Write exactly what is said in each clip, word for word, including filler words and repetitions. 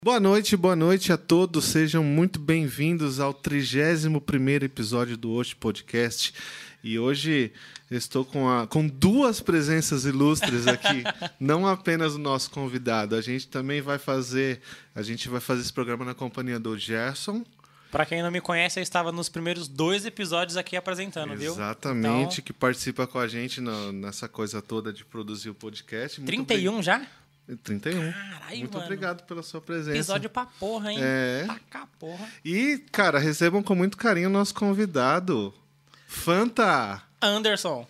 Boa noite, boa noite a todos. Sejam muito bem-vindos ao trigésimo primeiro episódio do Hoje Podcast. E hoje eu estou com, a, com duas presenças ilustres aqui, não apenas o nosso convidado. A gente também vai fazer, a gente vai fazer esse programa na companhia do Gerson. Para quem não me conhece, eu estava nos primeiros dois episódios aqui apresentando, Exatamente, viu? Exatamente, então... que participa com a gente no, nessa coisa toda de produzir o podcast. Muito trinta e um bem... já? trinta e um. Caralho, muito mano. obrigado pela sua presença. Episódio pra porra, hein? É. Taca porra. E, cara, recebam com muito carinho o nosso convidado, Fanta Anderson.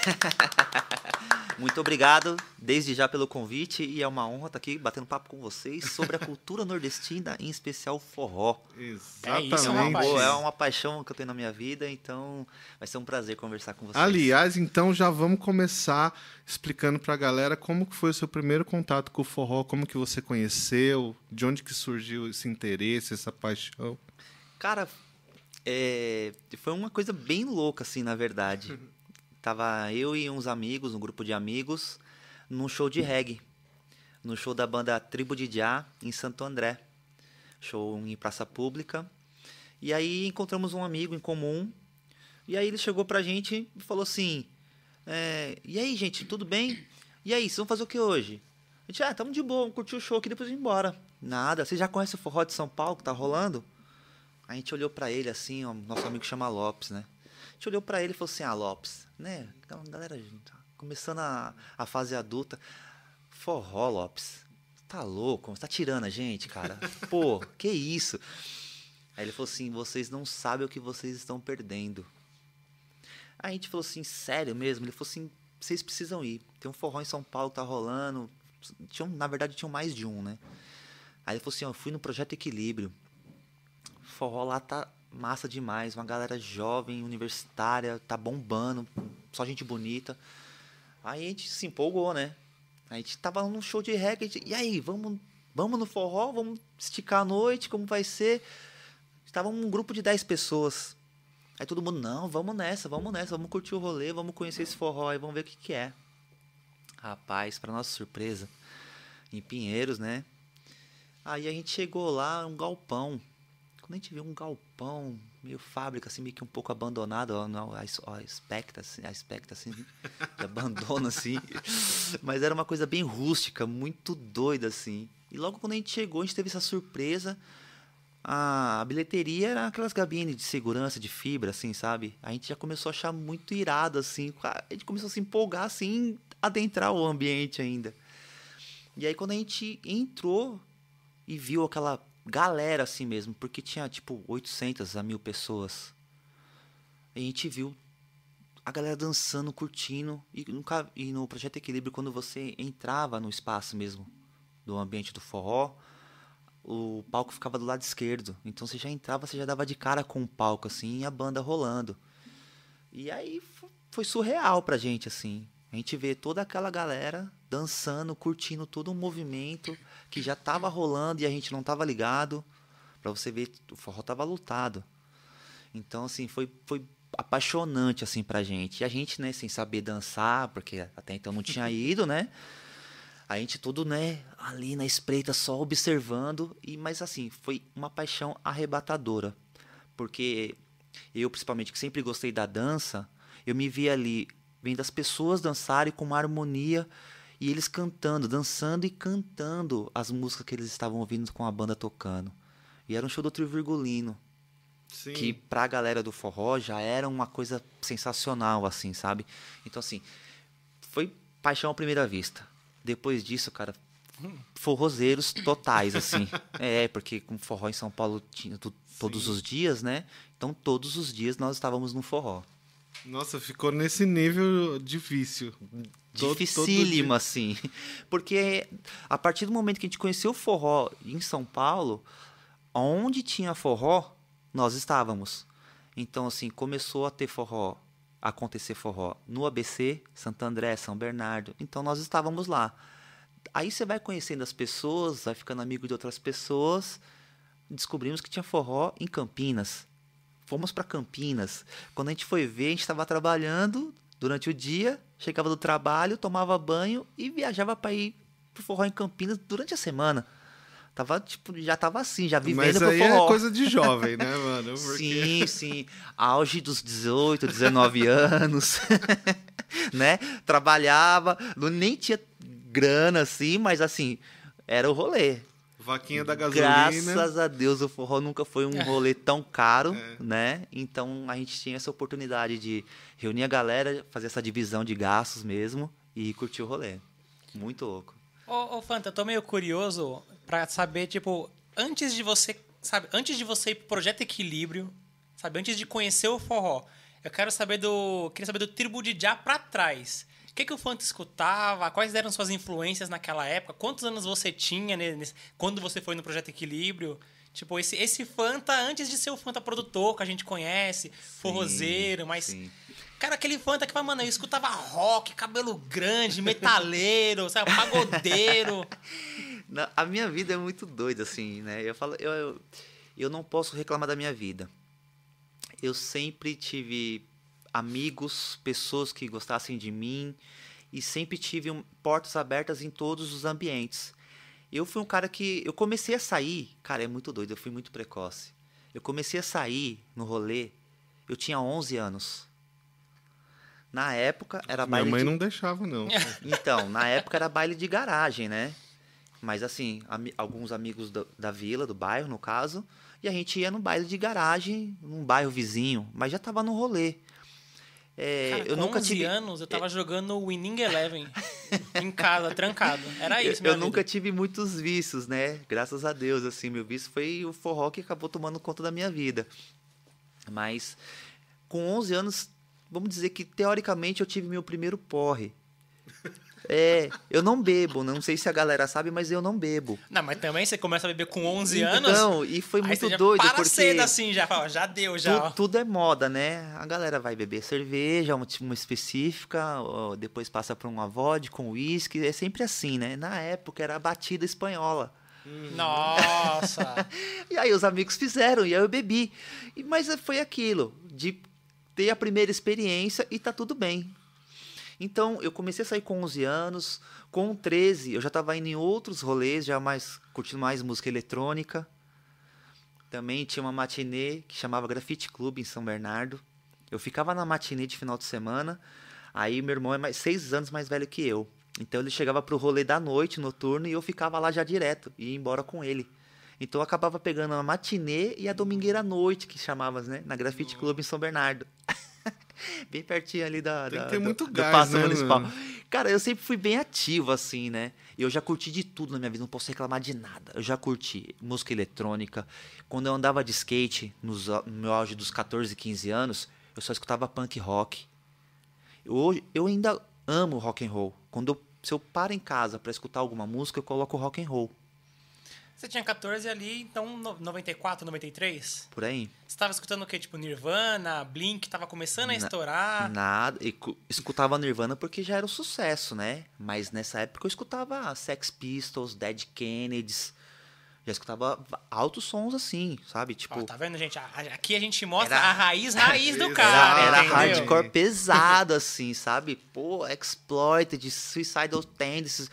Muito obrigado, desde já, pelo convite. E é uma honra estar aqui batendo papo com vocês sobre a cultura nordestina, em especial forró. Exatamente. É, isso, é, uma, boa, é uma paixão que eu tenho na minha vida, então vai ser um prazer conversar com vocês. Aliás, então já vamos começar explicando para a galera como que foi o seu primeiro contato com o forró, como que você conheceu, de onde que surgiu esse interesse, essa paixão. Cara, é, foi uma coisa bem louca, assim, na verdade. Tava eu e uns amigos, um grupo de amigos, num show de reggae. No show da banda Tribo de Já, em Santo André. Show em praça pública. E aí encontramos um amigo em comum. E aí ele chegou pra gente e falou assim... É, e aí, gente, tudo bem? E aí, vocês vão fazer o que hoje? A gente, ah, tamo de boa, vamos curtir o show aqui e depois ir embora. Nada, você já conhece o forró de São Paulo que tá rolando? A gente olhou pra ele assim, ó, nosso amigo chama Lopes, né? A gente olhou pra ele e falou assim, ah, Lopes, né? Então, galera, começando a, a fase adulta. Forró, Lopes, tá louco? Você tá tirando a gente, cara? Pô, que isso? Aí ele falou assim, vocês não sabem o que vocês estão perdendo. Aí a gente falou assim, sério mesmo? Ele falou assim, vocês precisam ir. Tem um forró em São Paulo que tá rolando. Tinha, na verdade, tinham mais de um, né? Aí ele falou assim, ó, eu fui no Projeto Equilíbrio. Forró lá tá massa demais, uma galera jovem, universitária, tá bombando, só gente bonita. Aí a gente se empolgou, né? A gente tava num show de reggae, gente, e aí, vamos, vamos no forró, vamos esticar a noite, como vai ser? Tava um grupo de dez pessoas. Aí todo mundo, não, vamos nessa, vamos nessa, vamos curtir o rolê, vamos conhecer esse forró aí, vamos ver o que que é. Rapaz, pra nossa surpresa, em Pinheiros, né? Aí a gente chegou lá, um galpão. Quando a gente viu um galpão, meio fábrica, assim, meio que um pouco abandonado, ó, não, a, a aspecta, assim, a aspecta, assim, de abandono, assim. Mas era uma coisa bem rústica, muito doida, assim. E logo quando a gente chegou, a gente teve essa surpresa. A, a bilheteria era aquelas cabines de segurança, de fibra, assim, sabe? A gente já começou a achar muito irado, assim. A gente começou a se empolgar, assim, adentrar o ambiente ainda. E aí quando a gente entrou e viu aquela... galera assim mesmo, porque tinha tipo oitocentas a mil pessoas. E a gente viu a galera dançando, curtindo. E no, e no Projeto Equilíbrio, quando você entrava no espaço mesmo do ambiente do forró, o palco ficava do lado esquerdo. Então você já entrava, você já dava de cara com o palco assim, e a banda rolando. E aí foi surreal pra gente assim. A gente vê toda aquela galera dançando, curtindo todo um movimento que já tava rolando e a gente não tava ligado. Pra você ver, o forró tava lotado. Então, assim, foi, foi apaixonante, assim, pra gente. E a gente, né, sem saber dançar, porque até então não tinha ido, né? A gente tudo, né, ali na espreita, só observando. E, mas, assim, foi uma paixão arrebatadora. Porque eu, principalmente, que sempre gostei da dança, eu me via ali... vendo as pessoas dançarem com uma harmonia e eles cantando, dançando e cantando as músicas que eles estavam ouvindo com a banda tocando. E era um show do Trio Virgulino. Sim. Que pra galera do forró já era uma coisa sensacional, assim, sabe? Então, assim, foi paixão à primeira vista. Depois disso, cara, forrozeiros totais, assim. É, porque com forró em São Paulo tinha tu, todos os dias, né? Então, todos os dias nós estávamos no forró. Nossa, ficou nesse nível difícil. Dificílimo, assim. Porque a partir do momento que a gente conheceu o forró em São Paulo, onde tinha forró, nós estávamos. Então, assim, começou a ter forró, a acontecer forró no A B C, Santo André, São Bernardo. Então, nós estávamos lá. Aí você vai conhecendo as pessoas, vai ficando amigo de outras pessoas. Descobrimos que tinha forró em Campinas. Fomos para Campinas. Quando a gente foi ver, a gente estava trabalhando durante o dia, chegava do trabalho, tomava banho e viajava para ir pro forró em Campinas durante a semana. Tava, tipo, já tava assim, já vivendo Mas pro aí forró. é coisa de jovem, né, mano? Porque... Sim, sim. Auge dos dezoito, dezenove anos, né? Trabalhava, não, nem tinha grana, assim, mas, assim, era o rolê. Vaquinha da gasolina. Graças a Deus, o forró nunca foi um rolê tão caro, É. né? Então, a gente tinha essa oportunidade de reunir a galera, fazer essa divisão de gastos mesmo e curtir o rolê. Muito louco. Ô, ô Fanta, eu tô meio curioso pra saber, tipo, antes de você, sabe, antes de você ir pro Projeto Equilíbrio, sabe, antes de conhecer o forró, eu quero saber do, queria saber do Tribo de Já pra trás. O que que o Fanta escutava? Quais eram suas influências naquela época? Quantos anos você tinha nesse, quando você foi no Projeto Equilíbrio? Tipo, esse, esse Fanta, antes de ser o Fanta produtor que a gente conhece, forrozeiro, mas... Sim. Cara, aquele Fanta que fala, mano, eu escutava rock, cabelo grande, metaleiro, sabe, pagodeiro. Na- A minha vida é muito doida, assim, né? Eu falo, eu, eu, eu não posso reclamar da minha vida. Eu sempre tive amigos, pessoas que gostassem de mim e sempre tive um- portas abertas em todos os ambientes. Eu fui um cara que... Eu comecei a sair... Cara, é muito doido, eu fui muito precoce. Eu comecei a sair no rolê, eu tinha onze anos. Na época, era Minha baile mãe de... não deixava, não. Então, na época era baile de garagem, né? Mas assim, ami- alguns amigos do- da vila, do bairro, no caso, e a gente ia no baile de garagem, num bairro vizinho, mas já tava no rolê. É, Cara, eu com nunca onze tive, anos, eu tava jogando Winning Eleven em casa, trancado. Era eu, isso, minha eu nunca vida. tive muitos vícios, né? Graças a Deus, assim, meu vício foi o forró que acabou tomando conta da minha vida. Mas com onze anos, vamos dizer que teoricamente eu tive meu primeiro porre. É, eu não bebo, não sei se a galera sabe, mas eu não bebo. Não, mas também você começa a beber com onze anos. Então, e foi aí muito você já doido, para porque cedo assim, já fala, ó, já deu, já. tu- ó. tudo é moda, né? A galera vai beber cerveja, uma, uma específica, ó, depois passa para uma vodka, um uísque, é sempre assim, né? Na época era a batida espanhola. Nossa. E aí os amigos fizeram, e aí eu bebi. E- Mas foi aquilo, de ter a primeira experiência e tá tudo bem. Então, eu comecei a sair com onze anos. Com treze, eu já estava indo em outros rolês, já mais curtindo mais música eletrônica. Também tinha uma matinê que chamava Graffiti Club em São Bernardo. Eu ficava na matinê de final de semana. Aí meu irmão é mais, seis anos mais velho que eu. Então ele chegava pro rolê da noite, noturno, e eu ficava lá já direto. E ia embora com ele. Então eu acabava pegando a matinê e a domingueira à noite, que chamava, né? Na Graffiti Club em São Bernardo. Bem pertinho ali da, Tem que da- ter do- muito do gás, Paço né, Municipal. mano? Cara, eu sempre fui bem ativo, assim, né? Eu já curti de tudo na minha vida, não posso reclamar de nada. Eu já curti música eletrônica. Quando eu andava de skate, nos, no meu auge dos catorze, quinze anos, eu só escutava punk rock. Eu, eu ainda amo rock and roll. Quando eu, se eu paro em casa pra escutar alguma música, eu coloco rock and roll. Você tinha catorze ali, então no- noventa e quatro, noventa e três? Por aí. Você tava escutando o quê? Tipo Nirvana, Blink, tava começando a Na- estourar. Nada. E cu- escutava Nirvana porque já era um sucesso, né? Mas nessa época eu escutava Sex Pistols, Dead Kennedys. Já escutava va- altos sons assim, sabe? Tipo, Ó, tá vendo, gente? A- a- Aqui a gente mostra Era- a raiz, raiz do Era- cara, era, era entendeu? hardcore pesado, assim, sabe? Pô, Exploited, Suicidal Tendencies.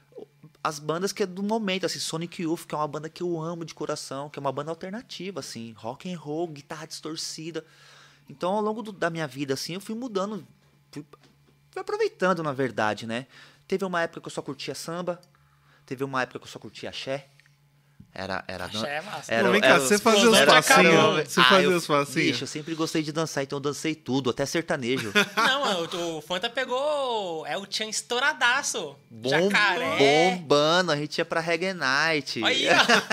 As bandas que é do momento, assim, Sonic Youth, que é uma banda que eu amo de coração, que é uma banda alternativa, assim, rock and roll, guitarra distorcida. Então, ao longo do- da minha vida, assim, eu fui mudando, fui, fui aproveitando, na verdade, né? Teve uma época que eu só curtia samba, teve uma época que eu só curtia axé. Era, era, Axé é massa. Não, vem cá, era- você fazia os era- passinhos? era- Você Ah, fazia eu- os passinhos? Bicho, eu sempre gostei de dançar, então eu dancei tudo, até sertanejo. Não, mano, o, o Fanta pegou. É o Tchan estouradaço. Bom, Jacaré. bombando, a gente ia pra Reggae Night. Aí,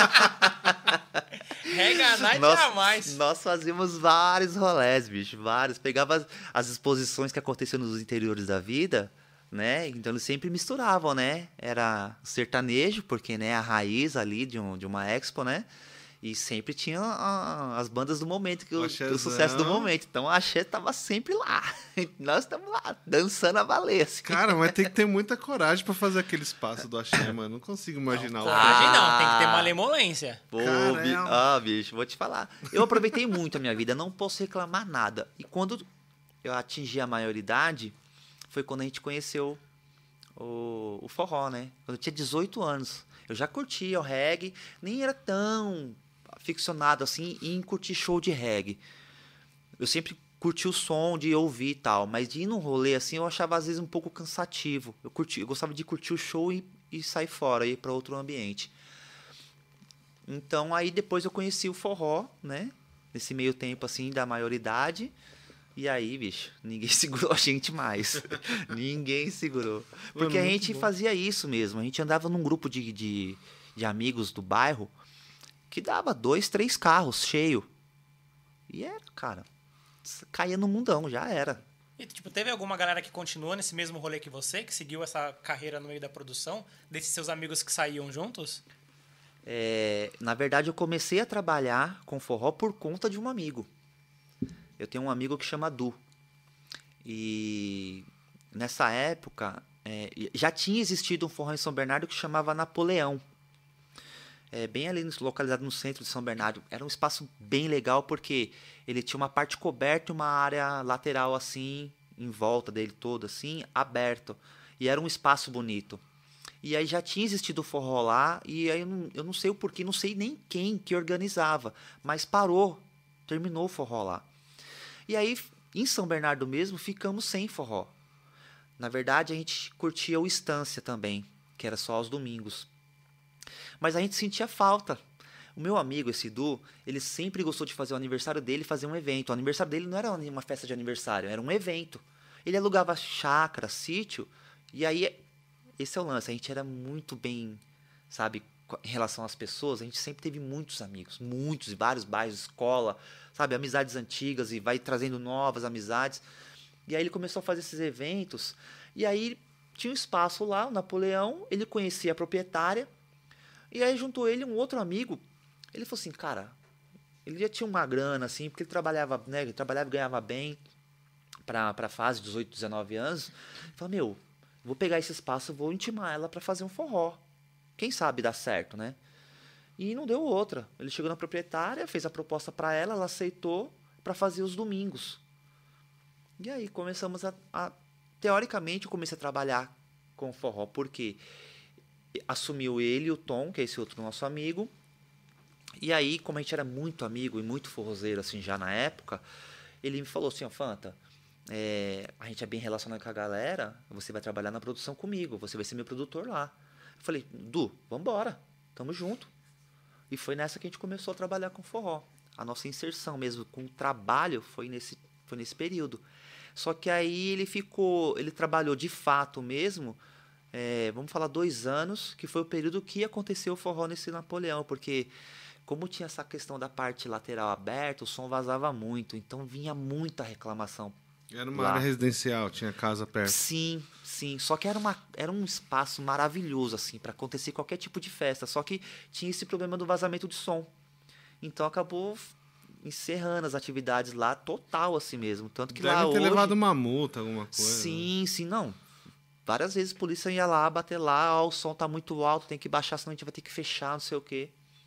ó. Rega Night nós, jamais. nós fazíamos vários rolés, bicho, vários. Pegava as, as exposições que aconteciam nos interiores da vida, né? Então eles sempre misturavam, né? Era sertanejo, porque, né, a raiz ali de, um, de uma expo, né? E sempre tinha a- as bandas do momento, que o, O que o sucesso do axézão. momento. Então a Axé tava sempre lá. Nós estamos lá, dançando a valer, assim. Cara, mas tem que ter muita coragem pra fazer aquele espaço do axé, mano. Não consigo imaginar o Coragem Ah. não, tem que ter malemolência. Pô, Caramba. bi- ah, bicho, vou te falar. Eu aproveitei muito a minha vida, não posso reclamar nada. E quando eu atingi a maioridade, foi quando a gente conheceu o, o forró, né? Quando eu tinha dezoito anos. Eu já curtia o reggae, nem era tão aficionado assim em curtir show de reggae. Eu sempre curti o som de ouvir e tal, mas de ir num rolê assim eu achava às vezes um pouco cansativo. Eu, curti, eu gostava de curtir o show e, e sair fora, ir para outro ambiente. Então aí depois eu conheci o forró, né? Nesse meio tempo assim da maioridade. E aí, bicho, ninguém segurou a gente mais. Ninguém segurou. Porque a gente bom. fazia isso mesmo. A gente andava num grupo de, de, de amigos do bairro que dava dois, três carros cheio. E era, cara, caía no mundão, já era. E, tipo, teve alguma galera que continuou nesse mesmo rolê que você, que seguiu essa carreira no meio da produção, desses seus amigos que saíam juntos? É, na verdade, eu comecei a trabalhar com forró por conta de um amigo. Eu tenho um amigo que chama Du. E nessa época, é, já tinha existido um forró em São Bernardo que chamava Napoleão. É, bem ali localizado no centro de São Bernardo. Era um espaço bem legal porque ele tinha uma parte coberta e uma área lateral assim, em volta dele todo assim, aberto. E era um espaço bonito. E aí já tinha existido o forró lá, e aí eu não, eu não sei o porquê, não sei nem quem que organizava, mas parou, terminou o forró lá. E aí, em São Bernardo mesmo, ficamos sem forró. Na verdade, a gente curtia o Estância também, que era só aos domingos. Mas a gente sentia falta. O meu amigo, esse Du, ele sempre gostou de fazer o aniversário dele, fazer um evento. O aniversário dele não era uma festa de aniversário, era um evento. Ele alugava chácara, sítio, e aí, esse é o lance, a gente era muito bem, sabe, em relação às pessoas, a gente sempre teve muitos amigos, muitos, vários bairros, escola, sabe, amizades antigas e vai trazendo novas amizades. E aí ele começou a fazer esses eventos, e aí tinha um espaço lá, o Napoleão, ele conhecia a proprietária, e aí juntou ele e um outro amigo. Ele falou assim, cara, ele já tinha uma grana, assim, porque ele trabalhava, né, ele trabalhava e ganhava bem para a fase de dezoito, dezenove anos. Ele falou, meu, vou pegar esse espaço, vou intimar ela para fazer um forró. Quem sabe dá certo, né? E não deu outra. Ele chegou na proprietária, fez a proposta para ela, ela aceitou para fazer os domingos. E aí começamos a, a... Teoricamente, eu comecei a trabalhar com forró, porque assumiu ele e o Tom, que é esse outro nosso amigo. E aí, como a gente era muito amigo e muito forrozeiro, assim, já na época, ele me falou assim, ó, Fanta, é, a gente é bem relacionado com a galera, você vai trabalhar na produção comigo, você vai ser meu produtor lá. Eu falei, Du, vambora, tamo junto. E foi nessa que a gente começou a trabalhar com forró. A nossa inserção mesmo com o trabalho foi nesse, foi nesse período. Só que aí ele ficou, ele trabalhou de fato mesmo, é, vamos falar dois anos, que foi o período que aconteceu o forró nesse Napoleão, porque como tinha essa questão da parte lateral aberta, o som vazava muito, então vinha muita reclamação. Era uma lá. área residencial, tinha casa perto. Sim, sim. Só que era, uma, era um espaço maravilhoso, assim, para acontecer qualquer tipo de festa. Só que tinha esse problema do vazamento de som. Então acabou encerrando as atividades lá total, assim mesmo. Tanto que Deve lá ter hoje... levado uma multa, alguma coisa. Sim, sim, não. Várias vezes a polícia ia lá, bater lá, ó, o som tá muito alto, tem que baixar, senão a gente vai ter que fechar, não sei o quê.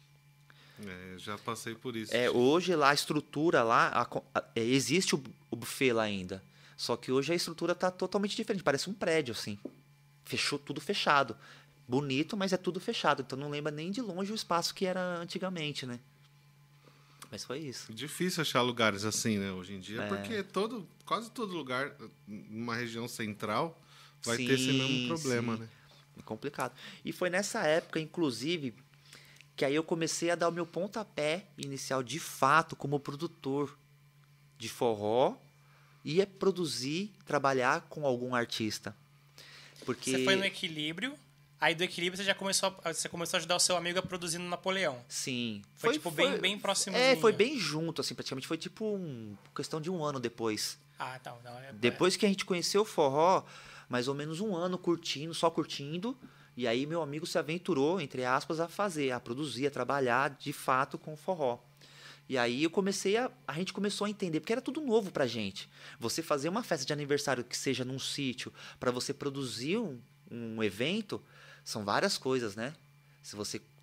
É, já passei por isso. É, hoje lá a estrutura lá, a, a, é, existe o, o buffet lá ainda. Só que hoje a estrutura tá totalmente diferente, parece um prédio, assim. Fechou tudo fechado. Bonito, mas é tudo fechado. Então não lembra nem de longe o espaço que era antigamente, né? Mas foi isso. Difícil achar lugares assim, né, hoje em dia, É. porque todo, quase todo lugar, numa região central, vai Sim, ter esse mesmo problema, sim. né? É complicado. E foi nessa época, inclusive, que aí eu comecei a dar o meu pontapé inicial de fato como produtor de forró e a produzir, trabalhar com algum artista. Porque Você foi no Equilíbrio, aí do Equilíbrio você já começou a, você começou a ajudar o seu amigo a produzir no Napoleão. sim, Foi, tipo, bem- bem próximozinho. É, foi bem junto, assim, praticamente foi tipo um questão de um ano depois. Ah, tá. Não, é, Depois que a gente conheceu o forró, mais ou menos um ano curtindo, só curtindo. E aí meu amigo se aventurou, entre aspas, a fazer, a produzir, a trabalhar de fato com o forró. E aí eu comecei a, a gente começou a entender, porque era tudo novo pra gente. Você fazer uma festa de aniversário que seja num sítio, para você produzir um, um evento, são várias coisas, né? Se você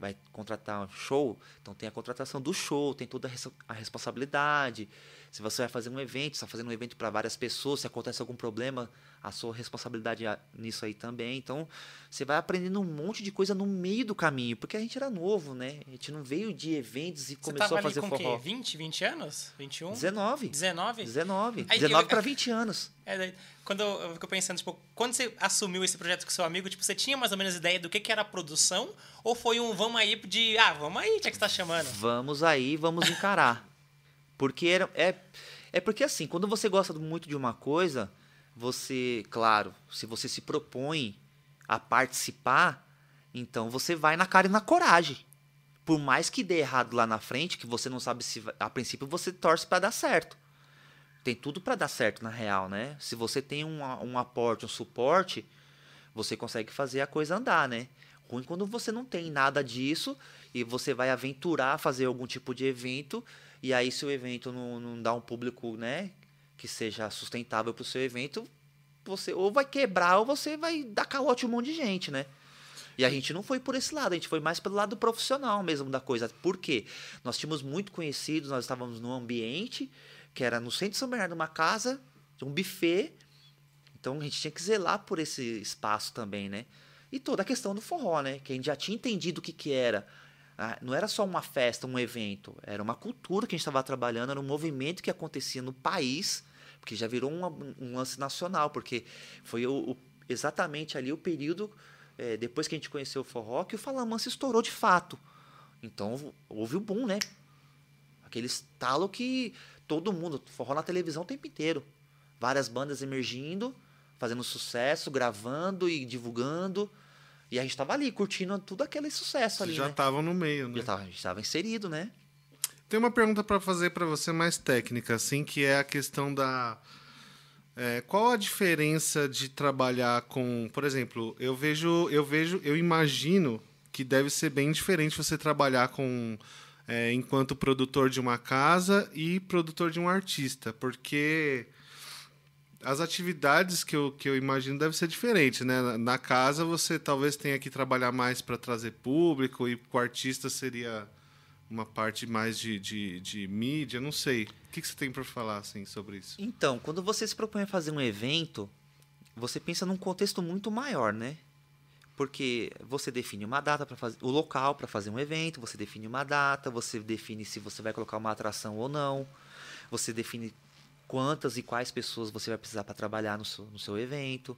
vai contratar um show, então tem a contratação do show, tem toda a, res a responsabilidade. Se você vai fazer um evento, está fazendo um evento para várias pessoas, se acontece algum problema, a sua responsabilidade nisso aí também. Então, você vai aprendendo um monte de coisa no meio do caminho, porque a gente era novo, né? A gente não veio de eventos e Você começou tava a fazer ali com forró. o quê? vinte, vinte anos? vinte e um? dezenove. dezenove? dezenove. Aí, dezenove eu- para vinte anos. É, daí, quando eu, eu fico pensando, tipo, quando você assumiu esse projeto com seu amigo, tipo, você tinha mais ou menos ideia do que, que era a produção? Ou foi um vamos aí de, ah, vamos aí, já que você tá chamando? Vamos aí, vamos encarar. Porque era, é, é porque assim, quando você gosta muito de uma coisa, você, claro, se você se propõe a participar, então você vai na cara e na coragem. Por mais que dê errado lá na frente, que você não sabe se vai- a princípio você torce para dar certo. Tem tudo para dar certo na real, né? Se você tem um, a- um aporte, um suporte, você consegue fazer a coisa andar, né? Ruim quando você não tem nada disso e você vai aventurar fazer algum tipo de evento e aí se o evento não, não dá um público, né, que seja sustentável para o seu evento, você ou vai quebrar ou você vai dar calote a um monte de gente, né? E a gente não foi por esse lado, a gente foi mais pelo lado profissional mesmo da coisa. Por quê? Nós tínhamos muito conhecidos, nós estávamos num ambiente que era no centro de São Bernardo, uma casa, um buffet. Então a gente tinha que zelar por esse espaço também, né? E toda a questão do forró, né? Que a gente já tinha entendido o que, que era. Ah, não era só uma festa, um evento. Era uma cultura que a gente estava trabalhando, era um movimento que acontecia no país, porque já virou um, um lance nacional, porque foi o, o- exatamente ali o período, eh, depois que a gente conheceu o forró, que o Fala Mansa estourou de fato. Então houve o boom, né? Aquele estalo que todo mundo, forró na televisão o tempo inteiro. Várias bandas emergindo, fazendo sucesso, gravando e divulgando. E a gente tava ali, curtindo tudo aquele sucesso ali, Já né? estavam no meio, né? Já tava, a gente tava inserido, né? Tem uma pergunta para fazer para você mais técnica, assim, que é a questão da é, qual a diferença de trabalhar com, por exemplo, eu vejo, eu vejo, eu imagino que deve ser bem diferente você trabalhar com é, enquanto produtor de uma casa e produtor de um artista, porque as atividades que eu, que eu imagino devem ser diferentes, né? Na- Na casa você talvez tenha que trabalhar mais para trazer público e com o artista seria uma parte mais de, de, de mídia, não sei. O que, que você tem para falar assim, sobre isso? Então, quando você se propõe a fazer um evento, você pensa num contexto muito maior, né? Porque você define uma data para fazer, o local para fazer um evento, você define uma data, você define se você vai colocar uma atração ou não, você define quantas e quais pessoas você vai precisar para trabalhar no seu, no seu evento.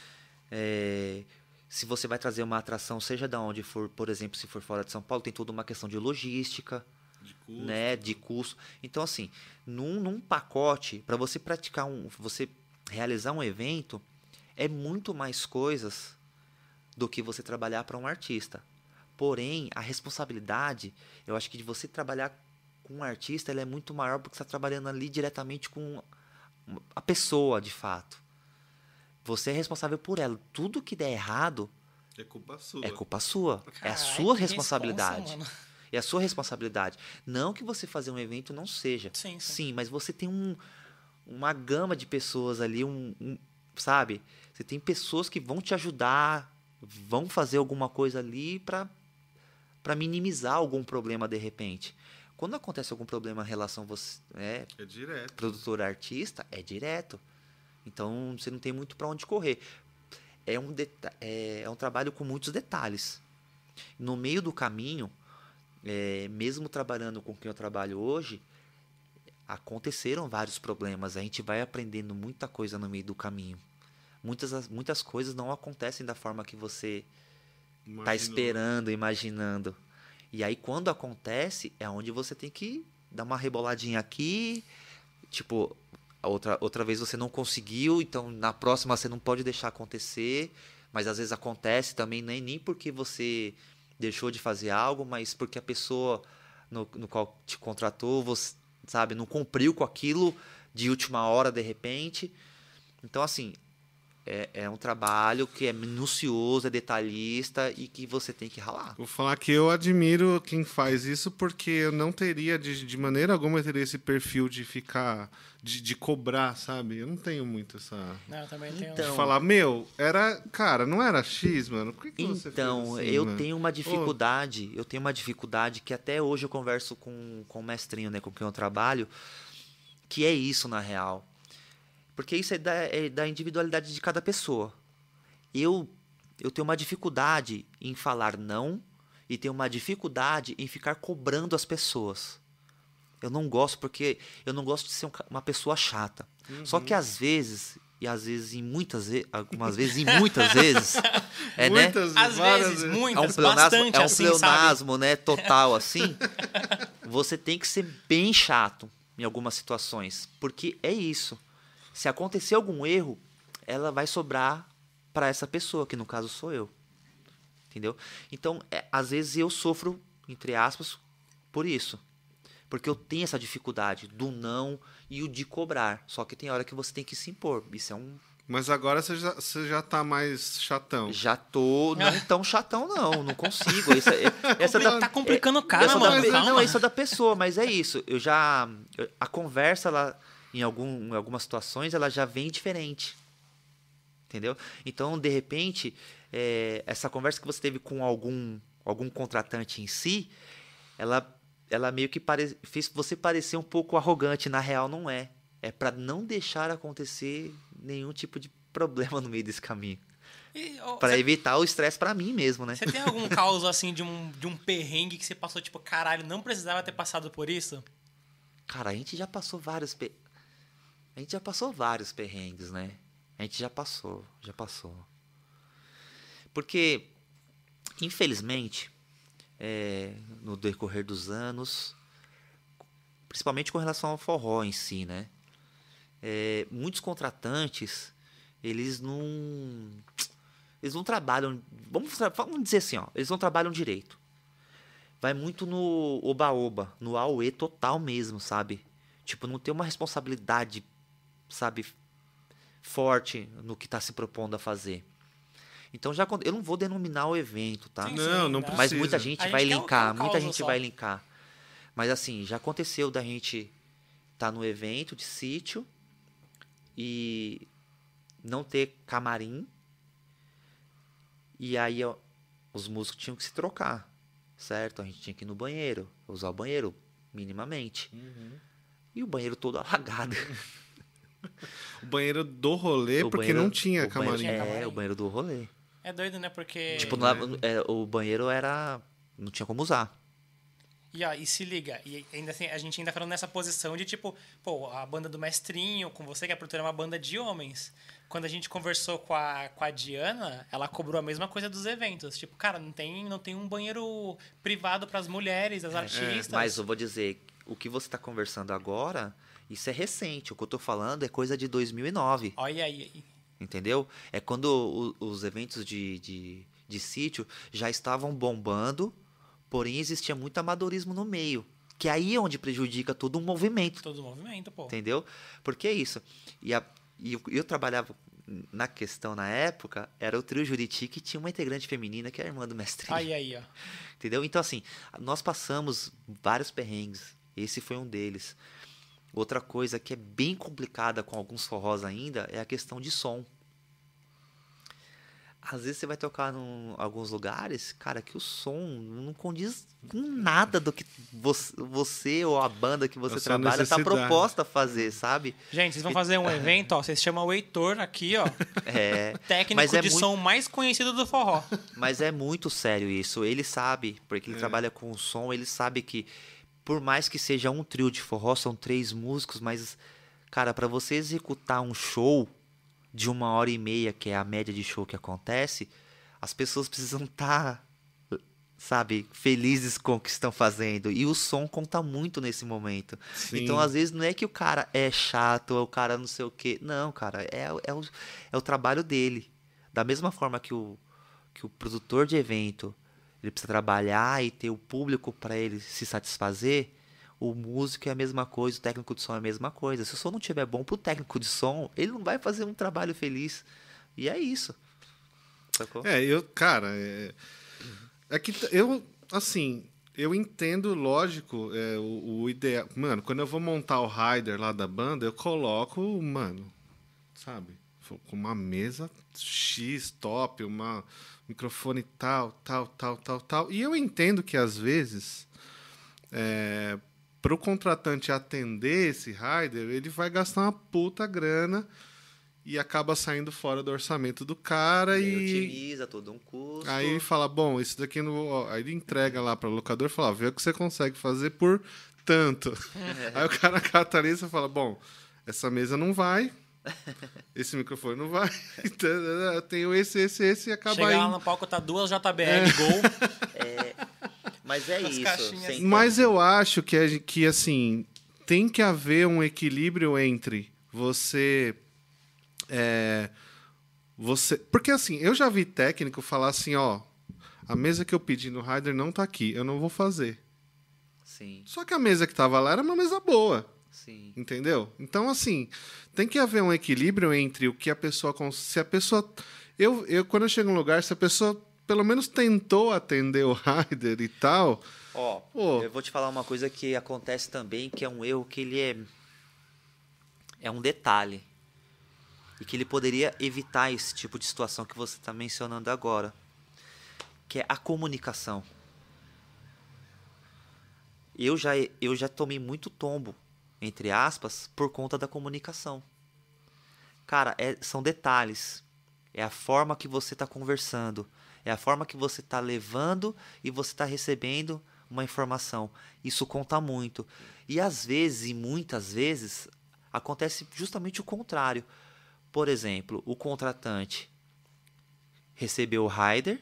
É, se você vai trazer uma atração, seja de onde for, por exemplo, se for fora de São Paulo, tem toda uma questão de logística, De custo. né, de custo. Então, assim, num, num pacote, para você praticar um, você realizar um evento, é muito mais coisas do que você trabalhar para um artista. Porém, a responsabilidade, eu acho que de você trabalhar com um artista, ela é muito maior porque você está trabalhando ali diretamente com a pessoa, de fato. Você é responsável por ela. Tudo que der errado É culpa sua. é culpa sua. É a Caralho, sua que responsabilidade. responsa, mano. É a sua responsabilidade. Não que você fazer um evento não seja. Sim, sim. mas você tem um, uma gama de pessoas ali, um, um- sabe? Você tem pessoas que vão te ajudar, vão fazer alguma coisa ali para para minimizar algum problema de repente. Quando acontece algum problema em relação a você, é, É direto. produtor artista, é direto. Então você não tem muito para onde correr. É um, deta- é, é um trabalho com muitos detalhes. No meio do caminho, é, mesmo trabalhando com quem eu trabalho hoje, aconteceram vários problemas. A gente vai aprendendo muita coisa no meio do caminho. Muitas, muitas coisas não acontecem da forma que você está Imaginou. esperando, imaginando. E aí, quando acontece, é onde você tem que dar uma reboladinha aqui. Tipo, a outra, outra vez você não conseguiu, então na próxima você não pode deixar acontecer. Mas às vezes acontece também, nem, nem porque você deixou de fazer algo, mas porque a pessoa no, no qual te contratou, você, sabe, não cumpriu com aquilo de última hora de repente. Então, assim, é, é um trabalho que é minucioso, é detalhista e que você tem que ralar. Vou falar que eu admiro quem faz isso, porque eu não teria, de, de maneira alguma, eu teria esse perfil de ficar, de, de cobrar, sabe? Eu não tenho muito essa... Não, eu também tenho. Então, De falar, meu, era... Cara, não era X, mano? Por que, que você Então, fez assim, eu mano? tenho uma dificuldade, eu tenho uma dificuldade que até hoje eu converso com, com o mestrinho, né, com quem eu trabalho, que é isso, na real. Porque isso é da, é da individualidade de cada pessoa. Eu, eu tenho uma dificuldade em falar não e tenho uma dificuldade em ficar cobrando as pessoas. Eu não gosto porque eu não gosto de ser um ca- uma pessoa chata. Uhum. Só que às vezes, e às vezes em muitas vezes, algumas vezes e muitas vezes, é, né? Muitas, Às várias vezes, É um muitas, pleonasmo, bastante é um assim, sabe? pleonasmo, né, total assim. Você tem que ser bem chato em algumas situações, porque é isso. Se acontecer algum erro, ela vai sobrar para essa pessoa, que no caso sou eu. Entendeu? Então, é, às vezes eu sofro, entre aspas, por isso. Porque eu tenho essa dificuldade do não e o de cobrar. Só que tem hora que você tem que se impor. Isso é um... Mas agora você já, você já tá mais chatão. Já tô não tão chatão, não. Não consigo. Isso é- essa Compli- da- tá complicando o cara, essa mano. da, Calma. não, isso é da pessoa, mas é isso. Eu já... eu- a conversa, ela, em, algum, em algumas situações, ela já vem diferente. Entendeu? Então, de repente, é, essa conversa que você teve com algum, algum contratante em si, ela, ela meio que pare, fez você parecer um pouco arrogante. Na real, não é. É para não deixar acontecer nenhum tipo de problema no meio desse caminho. E, ô, Para cê- evitar o estresse para mim mesmo, né? Você tem algum caos assim de um, de um perrengue que você passou, tipo, caralho, não precisava ter passado por isso? Cara, a gente já passou vários pe... a gente já passou vários perrengues, né? A gente já passou, já passou. Porque, infelizmente, é, no decorrer dos anos, principalmente com relação ao forró em si, né? É, muitos contratantes, eles não, eles não trabalham, vamos, tra- vamos dizer assim, ó, eles não trabalham direito. Vai muito no oba-oba, no auê total mesmo, sabe? Tipo, não tem uma responsabilidade, sabe, forte no que está se propondo a fazer. Então, já quando- eu não vou denominar o evento, tá? Sim, Não, não né? precisa. Mas muita gente A gente vai quer o- linkar, quer o muita caos gente só. vai linkar. Mas assim, já aconteceu da gente estar no evento de sítio e não ter camarim. E aí ó, os músicos tinham que se trocar, certo? A gente tinha que ir no banheiro, usar o banheiro minimamente. E o banheiro todo alagado. O banheiro do rolê, O porque banheiro- não tinha o banheiro- camarim. Tinha É, camarim. o banheiro do rolê. É doido, né? Porque... Tipo, não dava- é, o banheiro era... não tinha como usar. E, ó, e se liga, e ainda assim, a gente ainda falando nessa posição de tipo, pô, a banda do Mestrinho, com você, que a produtora é uma banda de homens. Quando a gente conversou com a, com a Diana, ela cobrou a mesma coisa dos eventos. Tipo, cara, não tem, não tem um banheiro privado pras mulheres, as artistas. Mas eu vou dizer, o que você está conversando agora, isso é recente. O que eu tô falando é coisa de dois mil e nove. Olha aí. Entendeu? É quando o- os eventos de, de, de sítio já estavam bombando, porém existia muito amadorismo no meio. Que aí é onde prejudica todo o movimento. Todo o movimento, pô. Entendeu? Porque é isso. E, a, e eu, eu trabalhava na questão na época, era o trio Juriti que tinha uma integrante feminina que é a irmã do Mestrinho. Aí, aí, ó. Entendeu? Então, assim, nós passamos vários perrengues. Esse foi um deles. Outra coisa que é bem complicada com alguns forrós ainda é a questão de som. Às vezes você vai tocar em alguns lugares, cara, que o som não condiz com nada do que você, você ou a banda que você É só trabalha está necessidade. proposta a fazer, sabe? Gente, vocês vão fazer um evento, ó. Vocês chamam o Heitor aqui, ó. É, Técnico mas é de muito- som mais conhecido do forró. Mas é muito sério isso. Ele sabe, porque ele trabalha com o som, ele sabe que, por mais que seja um trio de forró, são três músicos, mas, cara, para você executar um show de uma hora e meia, que é a média de show que acontece, as pessoas precisam estar, sabe, felizes com o que estão fazendo. E o som conta muito nesse momento. Sim. Então, às vezes, não é que o cara é chato, ou o cara não sei o quê. Não, cara, é, é, o, é o trabalho dele. Da mesma forma que o, que o produtor de evento ele precisa trabalhar e ter o público para ele se satisfazer, o músico é a mesma coisa, o técnico de som é a mesma coisa. Se o som não estiver bom pro técnico de som, ele não vai fazer um trabalho feliz. E é isso. Sacou? É, eu, cara, é, é que t- eu, assim, eu entendo, lógico, é, o, o ideal. Mano, quando eu vou montar o rider lá da banda, eu coloco, mano, sabe, com uma mesa X top, uma microfone tal, tal, tal, tal, tal. E eu entendo que às vezes, é, para o contratante atender esse rider, ele vai gastar uma puta grana. E acaba saindo fora do orçamento do cara E e. aí otimiza todo um custo. Aí ele fala, bom, isso daqui não. Ó, aí ele entrega lá para o locador e fala, ó, vê o que você consegue fazer por tanto. Aí o cara cata ali e você fala, bom, essa mesa não vai, esse microfone não vai, então, eu tenho esse, esse, esse e acaba Chegar lá indo. no palco, tá duas J B L Gol. É, mas é As isso. caixinhas. sem- Mas eu acho que, é- que, assim, tem que haver um equilíbrio entre você. É, você. Porque assim, eu já vi técnico falar assim, ó, a mesa que eu pedi no rider não tá aqui, eu não vou fazer. Sim, Só que a mesa que tava lá era uma mesa boa, sim. entendeu? Então, assim, tem que haver um equilíbrio entre o que a pessoa. cons- Se a pessoa. Eu, eu quando eu chego num lugar, se a pessoa pelo menos tentou atender o rider e tal. Ó, Pô. eu vou te falar uma coisa que acontece também, que é um erro que ele é. É um detalhe. E que ele poderia evitar esse tipo de situação que você está mencionando agora. Que é a comunicação. Eu já, eu já tomei muito tombo, entre aspas, por conta da comunicação. Cara, é- são detalhes. É a forma que você está conversando. É a forma que você está levando e você está recebendo uma informação. Isso conta muito. E às vezes, e muitas vezes, acontece justamente o contrário. Por exemplo, o contratante recebeu o rider,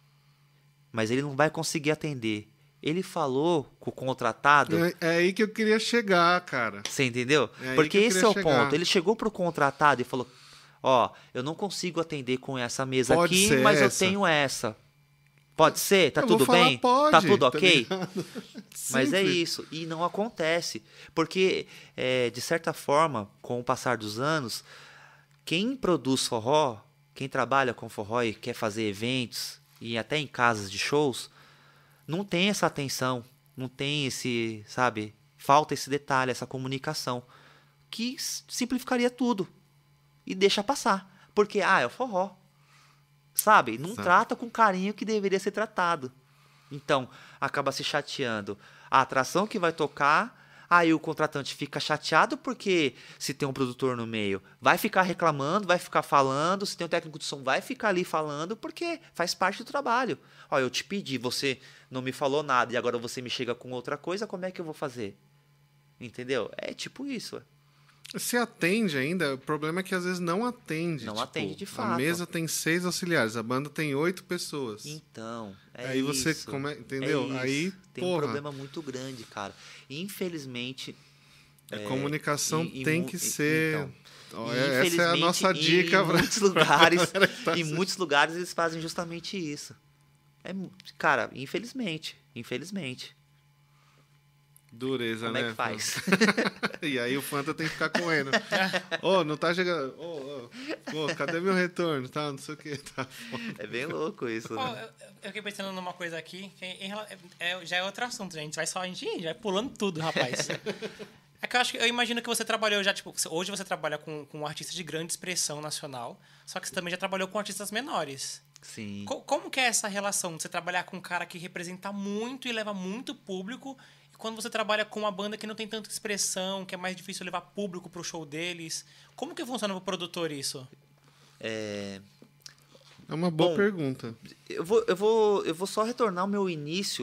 mas ele não vai conseguir atender. Ele falou com o contratado. É, é aí que eu queria chegar, cara. Você entendeu? É aí Porque que eu esse queria é o chegar. ponto. Ele chegou pro contratado e falou: ó, eu não consigo atender com essa mesa Pode aqui, ser mas eu essa." tenho essa. Pode ser? Tá Eu vou tudo falar, bem? pode, Tá tudo tá ok? ligado? Mas é Sempre. isso. E não acontece. Porque, é, de certa forma, com o passar dos anos, quem produz forró, quem trabalha com forró e quer fazer eventos, e até em casas de shows, não tem essa atenção, não tem esse, sabe, falta esse detalhe, essa comunicação, que s- simplificaria tudo e deixa passar, porque, ah, é o forró, sabe, não Exato. trata com o carinho que deveria ser tratado, então acaba se chateando a atração que vai tocar, aí o contratante fica chateado porque se tem um produtor no meio, vai ficar reclamando, vai ficar falando, se tem um técnico de som, vai ficar ali falando, porque faz parte do trabalho. Ó, eu te pedi, você não me falou nada e agora você me chega com outra coisa, como é que eu vou fazer? Entendeu? É tipo isso. Se atende ainda, o problema é que às vezes não atende. Não tipo, atende de A fato. mesa tem seis auxiliares, a banda tem oito pessoas. Então, é Aí você isso. come- entendeu? É isso. Aí, tem um porra. problema muito grande, cara. Infelizmente, A comunicação e- e tem mu- que e- ser. então, Ó, e é- essa é a infelizmente, nossa dica em pra- muitos lugares, pra galera que tá em assistindo. muitos lugares eles fazem justamente isso. É, mu- cara, infelizmente, infelizmente. Dureza, Como né? é que faz? E aí o Fanta tem que ficar correndo. Ô, não tá chegando. Ô, ô, ô, cadê meu retorno? Tá, não sei o que. Tá foda. É bem louco isso, Pô, né? eu, eu fiquei pensando numa coisa aqui, que em rela- é- já é outro assunto, gente. Vai só, a gente ih, vai pulando tudo, rapaz. É que eu acho que eu imagino que você trabalhou já, tipo, hoje você trabalha com, com um artista de grande expressão nacional, só que você também já trabalhou com artistas menores. Sim. Co- como que é essa relação de você trabalhar com um cara que representa muito e leva muito público, e quando você trabalha com uma banda que não tem tanta expressão, que é mais difícil levar público pro show deles? Como que funciona pro produtor isso? É, É uma boa Bom, pergunta. eu, vou, eu, vou, eu vou só retornar ao meu início,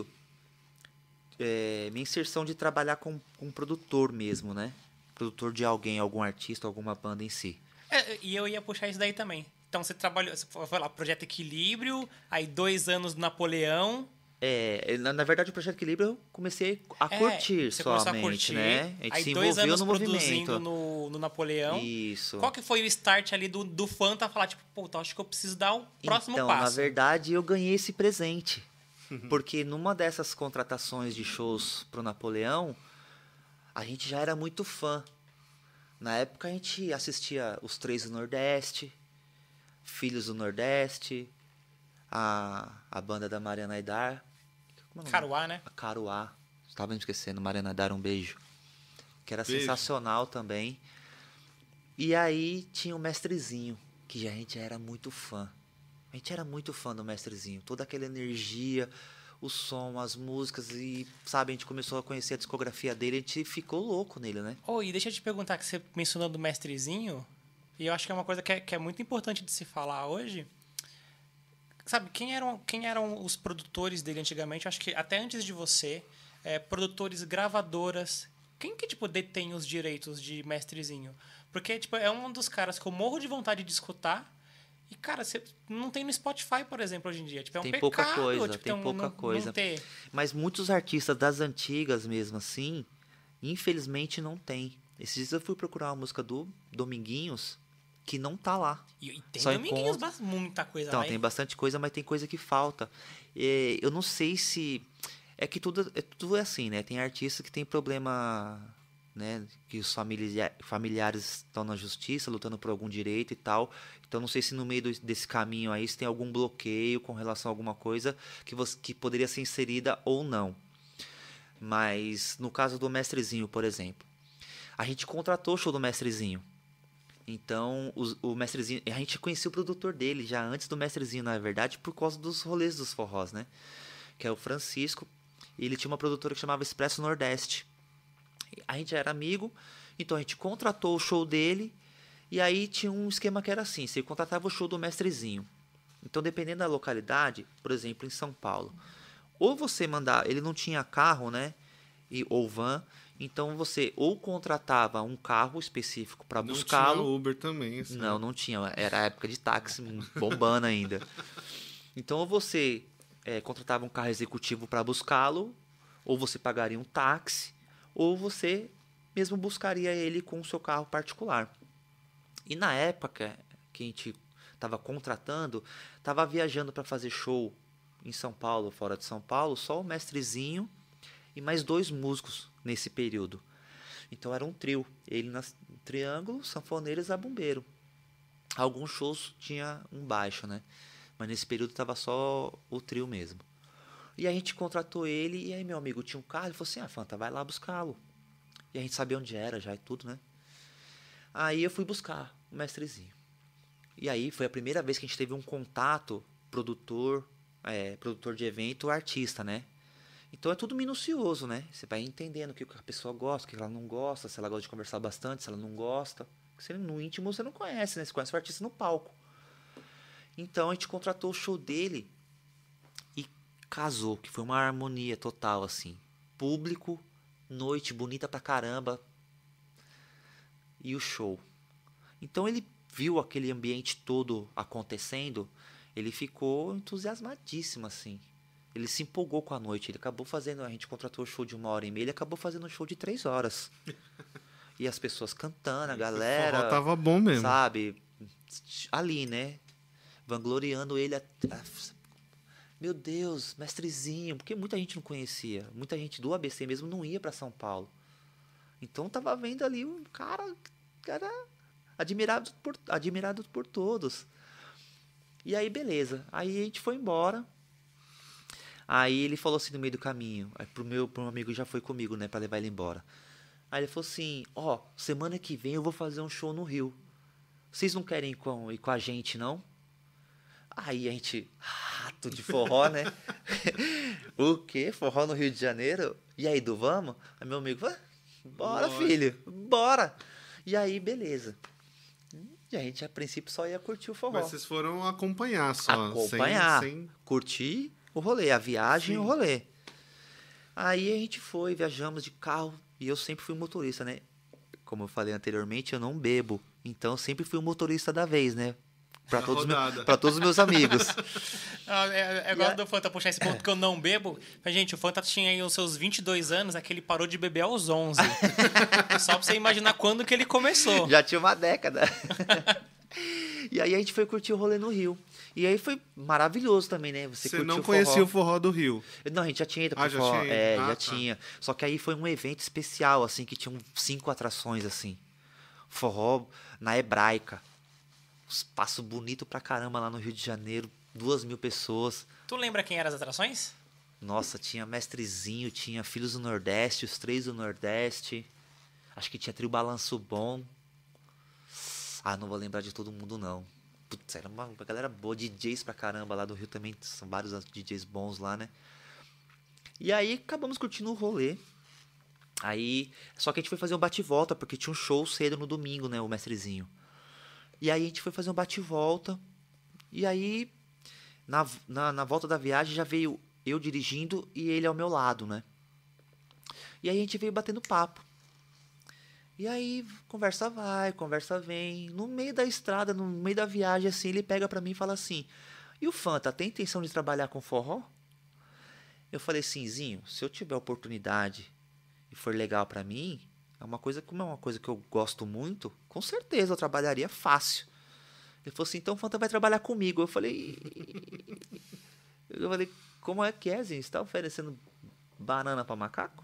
é, minha inserção de trabalhar com, com um produtor mesmo, né? Produtor de alguém, algum artista, alguma banda em si. É, e eu ia puxar isso daí também. Então você trabalhou, você foi lá, Projeto Equilíbrio, aí dois anos do Napoleão. É, na, na verdade, o Projeto Equilíbrio eu comecei a É, curtir você começou somente, a curtir, né? A gente aí se dois envolveu anos no produzindo movimento. no, no Napoleão. Isso. Qual que foi o start ali do, do Fanta falar, tipo, puta, acho que eu preciso dar o próximo então, passo? na verdade, eu ganhei esse presente. Porque numa dessas contratações de shows pro Napoleão, a gente já era muito fã. Na época a gente assistia os Três do Nordeste, Filhos do Nordeste, a, a banda da Mariana Aidar. Como é o nome? Caruá, né? A Caruá. Estava me esquecendo, Mariana Aidar, um beijo. Que era Beijo. sensacional também. E aí tinha o Mestrezinho, que a gente era muito fã. A gente era muito fã do Mestrezinho. Toda aquela energia, o som, as músicas e, sabe, a gente começou a conhecer a discografia dele, a gente ficou louco nele, né? Oh, e deixa eu te perguntar, que você mencionou do Mestrezinho, e eu acho que é uma coisa que é, que é muito importante de se falar hoje. Sabe, quem eram, quem eram os produtores dele antigamente? Eu acho que até antes de você, é, produtores, gravadoras, quem que, tipo, detém os direitos de Mestrezinho? Porque, tipo, é um dos caras que eu morro de vontade de escutar. E, cara, você não tem no Spotify, por exemplo, hoje em dia. Tipo, é um Tem pecado, pouca coisa, tipo, tem um- pouca não, coisa. não ter. Mas muitos artistas das antigas mesmo assim, infelizmente não tem. Esses dias eu fui procurar uma música do Dominguinhos que não tá lá. E, e tem Só Dominguinhos, encontra- bas- muita coisa Então, lá, tem hein? bastante coisa, mas tem coisa que falta. É, eu não sei se... É que tudo é, tudo é assim, né? Tem artista que tem problema, né? Que os familia- familiares estão na justiça, lutando por algum direito e tal. Então, não sei se no meio do- desse caminho aí, se tem algum bloqueio com relação a alguma coisa que, você, que poderia ser inserida ou não. Mas, no caso do Mestrezinho, por exemplo, a gente contratou o show do Mestrezinho. Então, os- o Mestrezinho... A gente conhecia o produtor dele já antes do Mestrezinho, na verdade, por causa dos rolês dos forrós, né? Que é o Francisco. E ele tinha uma produtora que chamava Expresso Nordeste. A gente era amigo, então a gente contratou o show dele. E aí tinha um esquema que era assim: você contratava o show do Mestrezinho. Então, dependendo da localidade, por exemplo, em São Paulo, ou você mandar... Ele não tinha carro, né? E, ou van. Então, você ou contratava um carro específico para Não tinha buscá-lo. Uber também. Isso, Não, né? não tinha. Era a época de táxi bombando ainda. Então, ou você eh, contratava um carro executivo para buscá-lo, ou você pagaria um táxi, ou você mesmo buscaria ele com o seu carro particular. E na época que a gente estava contratando, estava viajando para fazer show em São Paulo, fora de São Paulo, só o Mestrezinho e mais dois músicos nesse período. Então era um trio, ele no triângulo, sanfoneiro e zabumbeiro. Alguns shows tinha um baixo, né? Mas nesse período tava só o trio mesmo. E a gente contratou ele, e aí meu amigo tinha um carro, ele falou assim: ah, Fanta, vai lá buscá-lo. E a gente sabia onde era já e tudo, né? Aí eu fui buscar o Mestrezinho. E aí foi a primeira vez que a gente teve um contato produtor, é, produtor de evento, artista, né? Então é tudo minucioso, né? Você vai entendendo o que a pessoa gosta, o que ela não gosta, se ela gosta de conversar bastante, se ela não gosta. Você, no íntimo você não conhece, né? Você conhece o artista no palco. Então a gente contratou o show dele e casou, que foi uma harmonia total, assim. Público, noite bonita pra caramba. E o show. Então ele viu aquele ambiente todo acontecendo, ele ficou entusiasmadíssimo, assim. Ele se empolgou com a noite. Ele acabou fazendo... A gente contratou o show de uma hora e meia. Ele acabou fazendo um show de três horas. E as pessoas cantando, a galera... O forró tava bom mesmo. Sabe? Ali, né? Vangloriando ele. A, a, meu Deus, Mestrezinho. Porque muita gente não conhecia. Muita gente do A B C mesmo não ia para São Paulo. Então tava vendo ali um cara... cara admirado por, admirado por todos. E aí, beleza. Aí a gente foi embora... Aí ele falou assim no meio do caminho, aí pro meu, pro meu amigo já foi comigo, né, pra levar ele embora. Aí ele falou assim: ó, semana que vem eu vou fazer um show no Rio. Vocês não querem ir com, ir com a gente, não? Aí a gente, rato de forró, né? O quê? Forró no Rio de Janeiro? E aí, do vamos? Aí meu amigo, ah, bora, Lógico. filho, bora. E aí, beleza. E a gente, a princípio, só ia curtir o forró. Mas vocês foram acompanhar só. Acompanhar, Sem, sem... curtir o rolê, a viagem e o Sim. rolê. Aí a gente foi, viajamos de carro, e eu sempre fui motorista, né? Como eu falei anteriormente, eu não bebo, então eu sempre fui o motorista da vez, né? Pra Da todos, meu, rodada. pra todos os meus amigos. Ah, É, é igual E a- do Fanta puxar esse ponto que eu não bebo. Mas, gente, o Fanta tinha aí os seus vinte e dois anos, é que ele parou de beber aos onze. Só pra você imaginar quando que ele começou. Já tinha uma década. E aí a gente foi curtir o rolê no Rio. E aí foi maravilhoso também, né? Você, Você curtiu não o conhecia forró. o forró do Rio. Não, a gente já tinha ido pro Ah, já forró. tinha ido. É, Ah, já tá. tinha. Só que aí foi um evento especial, assim, que tinham cinco atrações, assim. Forró na hebraica. espaço bonito pra caramba lá no Rio de Janeiro, duas mil pessoas. Tu lembra quem eram as atrações? Nossa, tinha Mestrezinho, tinha Filhos do Nordeste, os Três do Nordeste. Acho que tinha Trio Balanço Bom. Ah, não vou lembrar de todo mundo, não. Putz, era uma, uma galera boa, D Js pra caramba lá do Rio também, são vários D Js bons lá, né? E aí acabamos curtindo o rolê. Aí, só que a gente foi fazer um bate-volta, porque tinha um show cedo no domingo, né, o Mestrezinho. E aí a gente foi fazer um bate-volta. E aí, na, na, na volta da viagem, já veio eu dirigindo e ele ao meu lado, né? E aí a gente veio batendo papo. E aí, conversa vai, conversa vem. No meio da estrada, no meio da viagem, assim, ele pega pra mim e fala assim: e o Fanta, tem intenção de trabalhar com forró? Eu falei assim, Zinho, se eu tiver oportunidade e for legal pra mim, é uma coisa, como é uma coisa que eu gosto muito, com certeza eu trabalharia fácil. Ele falou assim, então o Fanta vai trabalhar comigo. Eu falei... Eu falei, como é que é, Zinho? Você tá oferecendo banana pra macaco?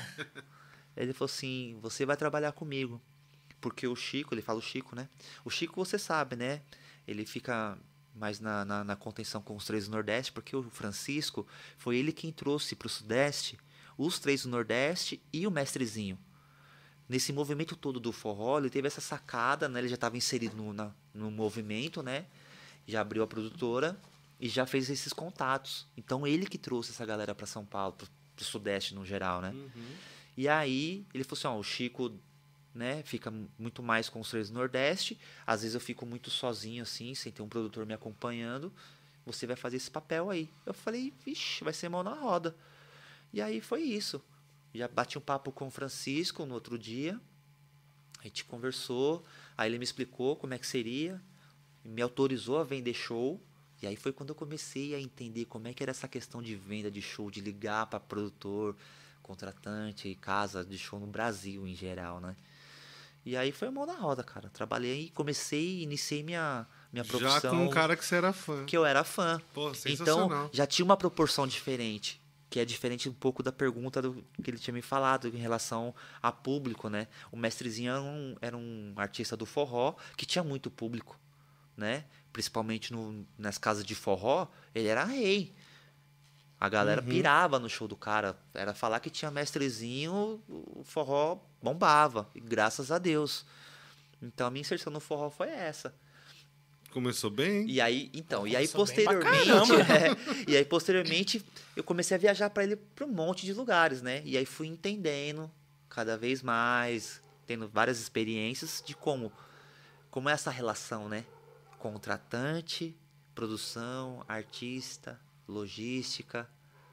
Ele falou assim, você vai trabalhar comigo. Porque o Chico, ele fala o Chico, né? O Chico, você sabe, né? Ele fica mais na, na, na contenção com os Três do Nordeste, porque o Francisco foi ele quem trouxe pro Sudeste os Três do Nordeste e o Mestrezinho. Nesse movimento todo do forró, ele teve essa sacada, né? Ele já estava inserido no, na, no movimento, né? Já abriu a produtora e já fez esses contatos. Então, ele que trouxe essa galera para São Paulo, pro, pro Sudeste no geral, né? Uhum. E aí, ele falou assim, ó, o Chico, né, fica muito mais com os Três do Nordeste. Às vezes eu fico muito sozinho, assim, sem ter um produtor me acompanhando. Você vai fazer esse papel aí. Eu falei, vixe, vai ser mão na roda. E aí foi isso. Já bati um papo com o Francisco no outro dia. A gente conversou. Aí ele me explicou como é que seria. Me autorizou a vender show. E aí foi quando eu comecei a entender como é que era essa questão de venda de show, de ligar para produtor, contratante, casa de show no Brasil em geral, né? E aí foi mão na roda, cara. Trabalhei, comecei, iniciei minha, minha profissão. Já com um cara que você era fã. Que eu era fã. Pô, sensacional. Então, já tinha uma proporção diferente. Que é diferente um pouco da pergunta do, que ele tinha me falado em relação a público, né? O Mestrezinho era um, era um artista do forró que tinha muito público, né? Principalmente no, nas casas de forró, ele era rei. A galera Uhum. pirava no show do cara. Era falar que tinha Mestrezinho, o forró bombava. E graças a Deus. Então, a minha inserção no forró foi essa. Começou bem. E aí, então, e aí Começou bem pra posteriormente, é, e aí posteriormente eu comecei a viajar para ele para um monte de lugares, né? E aí fui entendendo cada vez mais, tendo várias experiências de como como é essa relação, né? Contratante, produção, artista, logística,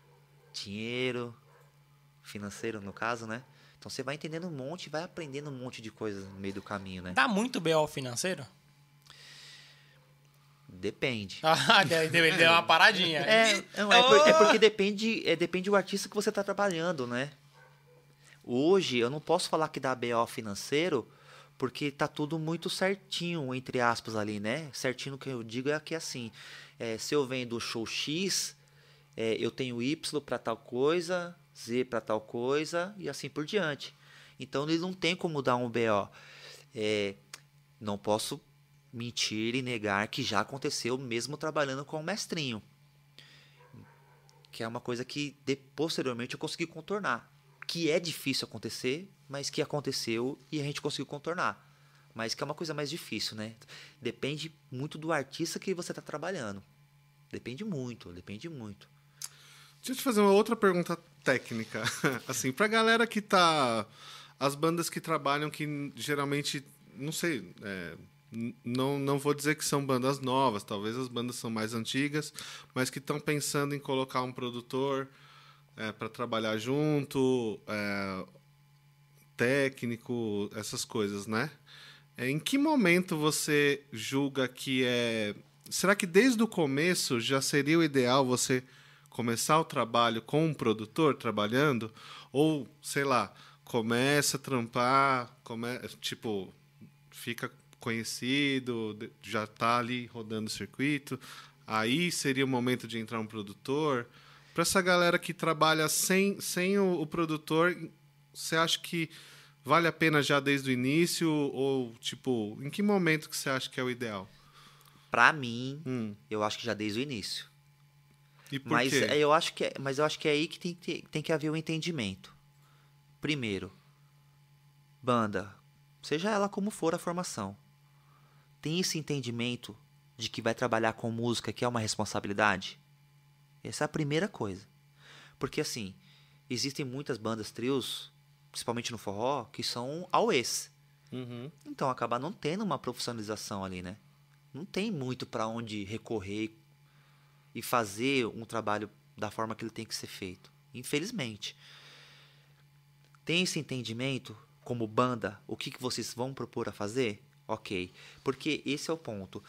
dinheiro, financeiro no caso, né? Então você vai entendendo um monte, vai aprendendo um monte de coisas no meio do caminho, né? Dá muito B O financeiro? Depende. Ah, deu, deu, deu uma paradinha. É, não, é, por- é porque depende, é, depende do artista que você está trabalhando, né? Hoje, eu não posso falar que dá B O financeiro, porque tá tudo muito certinho, entre aspas, ali, né? Certinho que eu digo é que, assim, é, se eu vendo o show X, é, eu tenho Y para tal coisa, Z para tal coisa, e assim por diante. Então, ele não tem como dar um B O. É, não posso mentir e negar que já aconteceu mesmo trabalhando com o Mestrinho. Que é uma coisa que de, posteriormente eu consegui contornar. Que é difícil acontecer, mas que aconteceu e a gente conseguiu contornar. Mas que é uma coisa mais difícil, né? Depende muito do artista que você está trabalhando. Depende muito, depende muito. Deixa eu te fazer uma outra pergunta técnica. Assim, pra galera que tá... As bandas que trabalham que geralmente... Não sei... É... Não, não vou dizer que são bandas novas, talvez as bandas são mais antigas, mas que estão pensando em colocar um produtor é, para trabalhar junto, é, técnico, essas coisas, né? É, em que momento você julga que é... Será que desde o começo já seria o ideal você começar o trabalho com um produtor trabalhando? Ou, sei lá, começa a trampar, come... tipo, fica... conhecido, já está ali rodando o circuito, aí seria o momento de entrar um produtor. Para essa galera que trabalha sem, sem o, o produtor, você acha que vale a pena já desde o início? Ou, tipo, em que momento que você acha que é o ideal? Pra mim, Hum. eu acho que já desde o início. E por Mas quê? é, eu acho que é, mas eu acho que é aí que tem, que tem que haver um entendimento. Primeiro, banda, seja ela como for a formação, tem esse entendimento de que vai trabalhar com música, que é uma responsabilidade? Essa é a primeira coisa. Porque assim, existem muitas bandas, trios, principalmente no forró, que são auês. Uhum. Então acaba não tendo uma profissionalização ali, né? Não tem muito para onde recorrer e fazer um trabalho da forma que ele tem que ser feito. Infelizmente. Tem esse entendimento como banda, o que, que vocês vão propor a fazer? Ok. Porque esse é o ponto.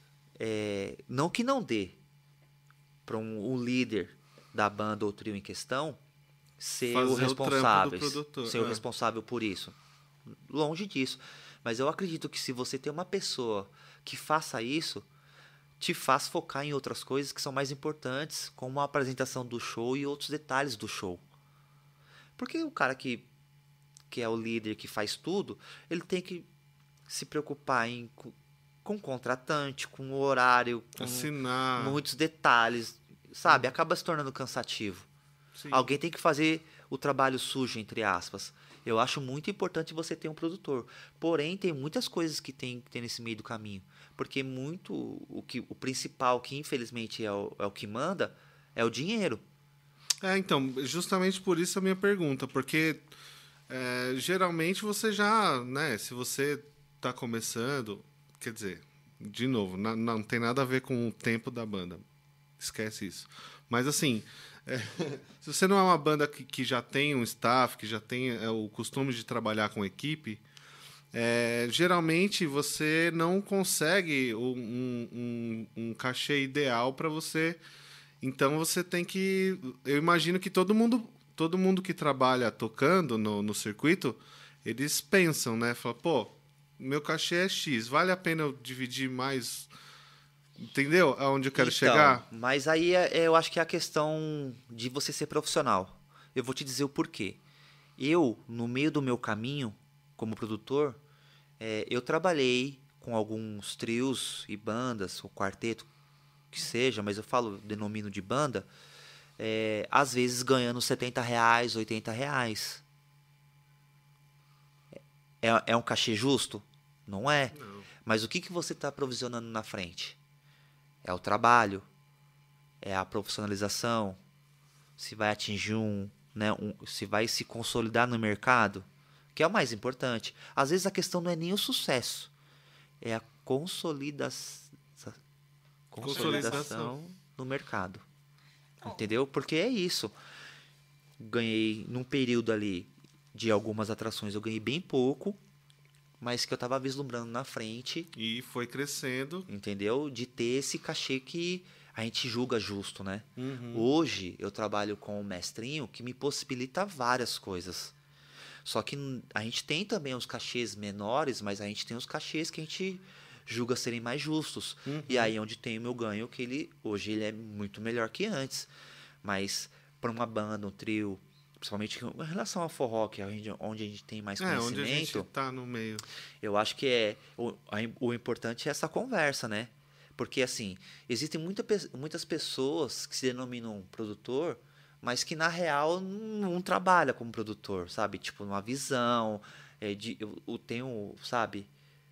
É, não que não dê para um, um líder da banda ou trio em questão ser Fazer o o responsável, trampo do produtor, ser o é. responsável por isso. Longe disso. Mas eu acredito que se você tem uma pessoa que faça isso, te faz focar em outras coisas que são mais importantes, como a apresentação do show e outros detalhes do show. Porque o cara que, que é o líder, que faz tudo, ele tem que se preocupar em, com, com o contratante, com o horário, com Assinar. muitos detalhes, sabe? Acaba se tornando cansativo. Sim. Alguém tem que fazer o trabalho sujo, entre aspas. Eu acho muito importante você ter um produtor. Porém, tem muitas coisas que tem, que tem nesse meio do caminho. Porque muito o, que, o principal, que infelizmente é o, é o que manda, é o dinheiro. É, então, justamente por isso a minha pergunta, porque é, geralmente você já, né, se você está começando, quer dizer, de novo, não, não tem nada a ver com o tempo da banda, esquece isso. Mas assim, é, se você não é uma banda que, que já tem um staff, que já tem é, o costume de trabalhar com equipe, é, geralmente você não consegue um, um, um cachê ideal para você. Então você tem que. Eu imagino que todo mundo, todo mundo que trabalha tocando no, no circuito, eles pensam, né? Falam, pô, meu cachê é X, vale a pena eu dividir mais. Entendeu aonde eu quero Então, chegar? mas aí é- é, eu acho que é a questão de você ser profissional. Eu vou te dizer o porquê. Eu, no meio do meu caminho, como produtor, é, eu trabalhei com alguns trios e bandas, ou quarteto, que seja, mas eu falo, denomino de banda, é, às vezes ganhando setenta reais, oitenta reais. É, é um cachê justo? Não é. Não. Mas o que, que você está provisionando na frente? É o trabalho, é a profissionalização, se vai atingir um, né, um, se vai se consolidar no mercado, que é o mais importante. Às vezes a questão não é nem o sucesso, é a consolidação, consolidação Consolidação. no mercado. Entendeu? Porque é isso. Ganhei num período ali de algumas atrações, eu ganhei bem pouco, mas que eu estava vislumbrando na frente, E foi crescendo. entendeu? De ter esse cachê que a gente julga justo, né? Uhum. Hoje eu trabalho com o mestrinho que me possibilita várias coisas. Só que n- a gente tem também os cachês menores, mas a gente tem os cachês que a gente julga serem mais justos. Uhum. E aí é onde tem o meu ganho, que ele hoje ele é muito melhor que antes. Mas para uma banda, um trio, principalmente em relação ao forró, que é onde onde a gente tem mais É, onde a gente conhecimento, tá no meio. eu acho que é o, a im- o importante é essa conversa, né? Porque, assim, existem muita, pe- muitas pessoas que se denominam produtor, mas que, na real, não, não trabalha como produtor, sabe? Tipo, uma visão, é, de, eu, eu tenho, sabe?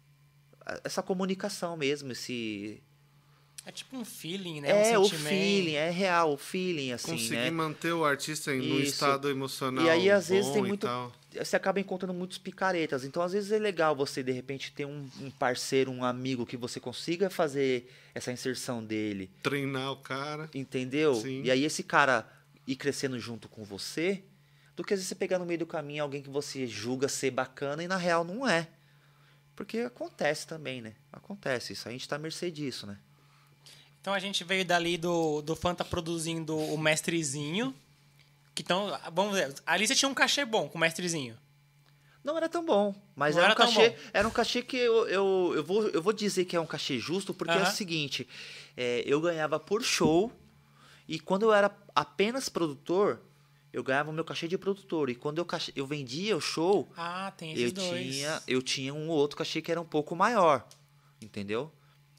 a- Essa comunicação mesmo, esse... É tipo um feeling, né? É, um o sentimento. feeling, é real, o feeling, assim, Conseguir né? manter o artista em- no Isso. estado emocional E aí, às vezes, bom tem e muito. tal. Você acaba encontrando muitos picaretas. Então, às vezes, é legal você, de repente, ter um, um parceiro, um amigo que você consiga fazer essa inserção dele. Treinar o cara. Entendeu? Sim. E aí, esse cara ir crescendo junto com você, do que às vezes você pegar no meio do caminho alguém que você julga ser bacana e na real não é. Porque acontece também, né? Acontece isso. A gente tá à mercê disso, né? Então a gente veio dali do, do Fanta produzindo o mestrezinho. Que então, vamos ver, ali você tinha um cachê bom com o mestrezinho. Não era tão bom, mas Não era, era um tão cachê, bom. era um cachê que eu, eu, eu, vou, eu vou dizer que é um cachê justo, porque é Aham. o seguinte, é, eu ganhava por show, e quando eu era apenas produtor, eu ganhava o meu cachê de produtor, e quando eu, cachê- eu vendia o show, Ah, tem esses eu dois. tinha, eu tinha um outro cachê que era um pouco maior, entendeu?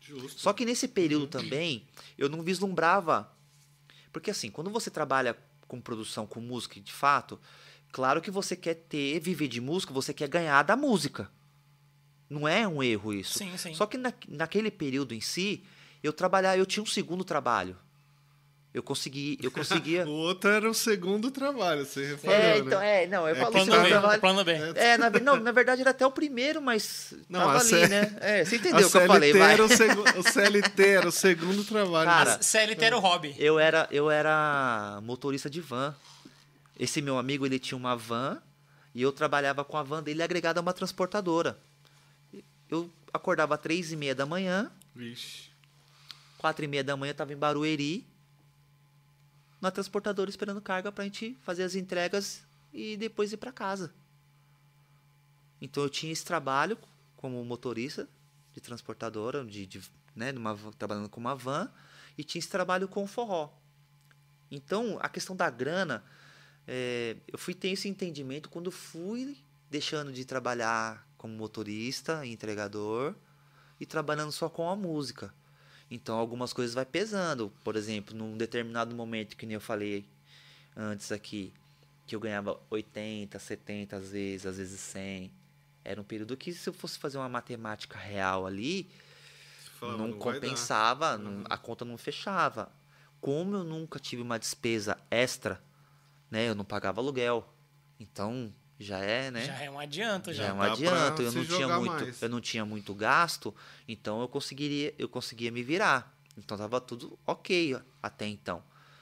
Justo. Só que nesse período também, eu não vislumbrava... Porque assim, quando você trabalha com produção, com música, de fato, claro que você quer ter, viver de música, você quer ganhar da música. Não é um erro isso. Sim, sim. Só que na, naquele período em si, eu trabalhava, eu tinha um segundo trabalho. Eu consegui, eu conseguia... O outro era o segundo trabalho, você reparou, É, então, né? é, não, eu É falo Plano segundo B, trabalho. plano B. É, na, não, na verdade era até o primeiro, mas Não, tava a ali, C- né? É, você A entendeu o que eu falei, vai. Era o, segu... o C L T era o segundo trabalho. Cara, C L T era o hobby. Eu era, eu era motorista de van. Esse meu amigo, ele tinha uma van e eu trabalhava com a van dele agregada a uma transportadora. Eu acordava às três e meia da manhã, Vixe. quatro e meia da manhã eu tava em Barueri, na transportadora esperando carga pra gente fazer as entregas e depois ir pra casa. Então eu tinha esse trabalho como motorista de transportadora, de, de, né, numa, trabalhando com uma van, e tinha esse trabalho com o forró. Então, a questão da grana, é, eu fui ter esse entendimento quando fui deixando de trabalhar como motorista, entregador, e trabalhando só com a música. Então, algumas coisas vai pesando. Por exemplo, num determinado momento, que nem eu falei antes aqui, que eu ganhava oitenta, setenta às vezes, às vezes cem. Era um período que, se eu fosse fazer uma matemática real ali, Falava, não não vai dar. compensava, não- Uhum. a conta não fechava. Como eu nunca tive uma despesa extra, né? Eu não pagava aluguel. Então, já é, né? Já é um adianto, Já já. é um dá pra adianto. Eu se não tinha jogar muito, mais. eu não tinha muito gasto, então eu conseguiria, eu conseguia me virar. Então tava tudo ok até então.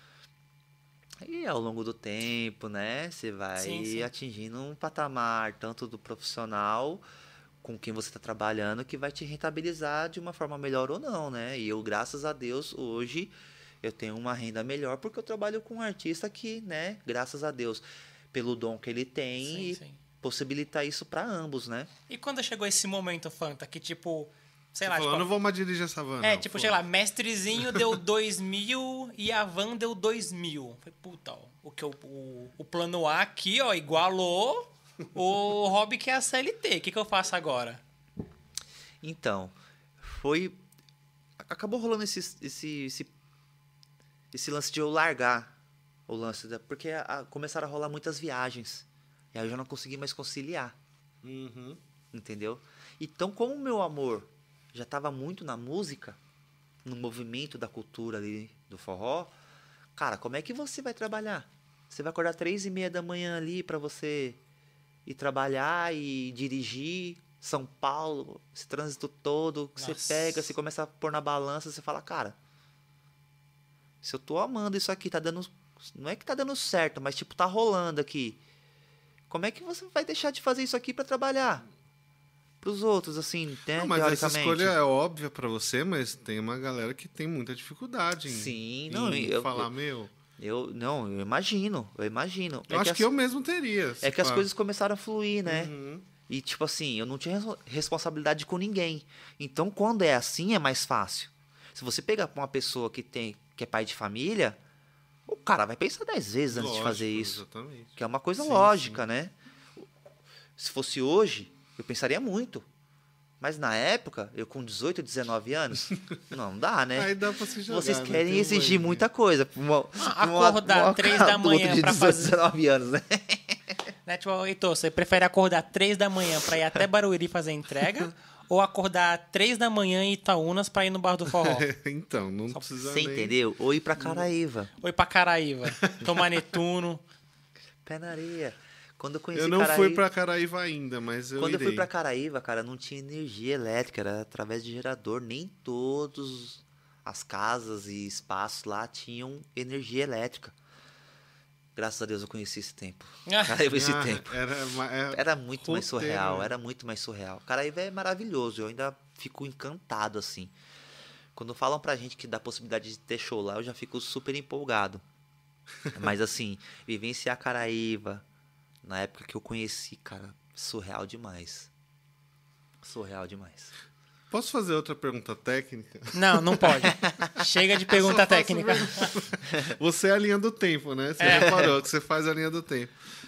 E ao longo do tempo, né, você vai Sim, sim. atingindo um patamar tanto do profissional com quem você está trabalhando que vai te rentabilizar de uma forma melhor ou não, né? E eu, graças a Deus, hoje eu tenho uma renda melhor porque eu trabalho com um artista que, né, graças a Deus, pelo dom que ele tem, Sim, e sim. possibilitar isso para ambos, né? E quando chegou esse momento, Fanta, que tipo, sei lá, Falou, tipo, não vou mais dirigir essa van. é, não, tipo, foda-se. sei lá, mestrezinho deu dois mil e a van deu dois mil. Falei, puta, ó, o, que eu, o, o plano A aqui, ó, igualou o hobby que é a C L T. O que, que eu faço agora? Então, foi... Acabou rolando esse, esse, esse, esse lance de eu largar o lance, da, porque a, a- começaram a rolar muitas viagens. E aí eu já não consegui mais conciliar, Uhum. entendeu? Então, como o meu amor já estava muito na música, no movimento da cultura ali, do forró, cara, como é que você vai trabalhar? Você vai acordar três e meia da manhã ali para você ir trabalhar e dirigir São Paulo, esse trânsito todo, que você Nossa. pega, você começa a pôr na balança, você fala, cara, se eu tô amando isso aqui, tá dando... Não é que tá dando certo, mas tipo, tá rolando aqui. Como é que você vai deixar de fazer isso aqui para trabalhar? Pros outros, assim, né, Não, mas essa teoricamente. escolha é óbvia pra você, mas tem uma galera que tem muita dificuldade em, Sim, em não, eu- falar, eu- meu... Eu, não, eu imagino, eu imagino. Eu é acho que, que, as, eu mesmo teria. é que as pá. coisas começaram a fluir, né? Uhum. E, tipo assim, eu não tinha res- responsabilidade com ninguém. Então, quando é assim, é mais fácil. Se você pegar pra uma pessoa que tem que é pai de família, o cara vai pensar dez vezes antes de Lógico, fazer isso. Exatamente. Que é uma coisa Sim, lógica, sim. né? Se fosse hoje, eu pensaria muito. Mas na época, eu com dezoito, dezenove anos, não dá, né? Aí dá pra se jogar, Vocês né? querem Tem um exigir banho. muita coisa. pra uma- Ah, pra uma- acordar uma três da adulto manhã de pra dezoito, fazer- dezenove anos, né? Né, tipo, Heitor, você prefere acordar três da manhã pra ir até Barueri fazer entrega? Ou acordar três da manhã em Itaúnas pra ir no Bar do Forró? Então, não precisa Você nem... entendeu? Ou ir pra Caraíva. Ou ir pra Caraíva? Tomar Netuno? Pé na areia. Quando eu conheci Eu não Caraíva, fui pra Caraíva ainda, mas eu Quando irei. eu fui pra Caraíva, cara, não tinha energia elétrica, era através de gerador. Nem todas as casas e espaços lá tinham energia elétrica. Graças a Deus eu conheci esse tempo. Ah. Caraíva esse Ah, tempo. Era, ma- é- Era muito mais roteiro, surreal, né? era muito mais surreal. Caraíva é maravilhoso, eu ainda fico encantado, assim. Quando falam pra gente que dá possibilidade de ter show lá, eu já fico super empolgado. Mas assim, vivenciar Caraíva, na época que eu conheci, cara, surreal demais. Surreal demais. Posso fazer outra pergunta técnica? Não, não pode. Chega de pergunta Só faço técnica. ver- Você é a linha do tempo, né? Você É. reparou que você faz a linha do tempo.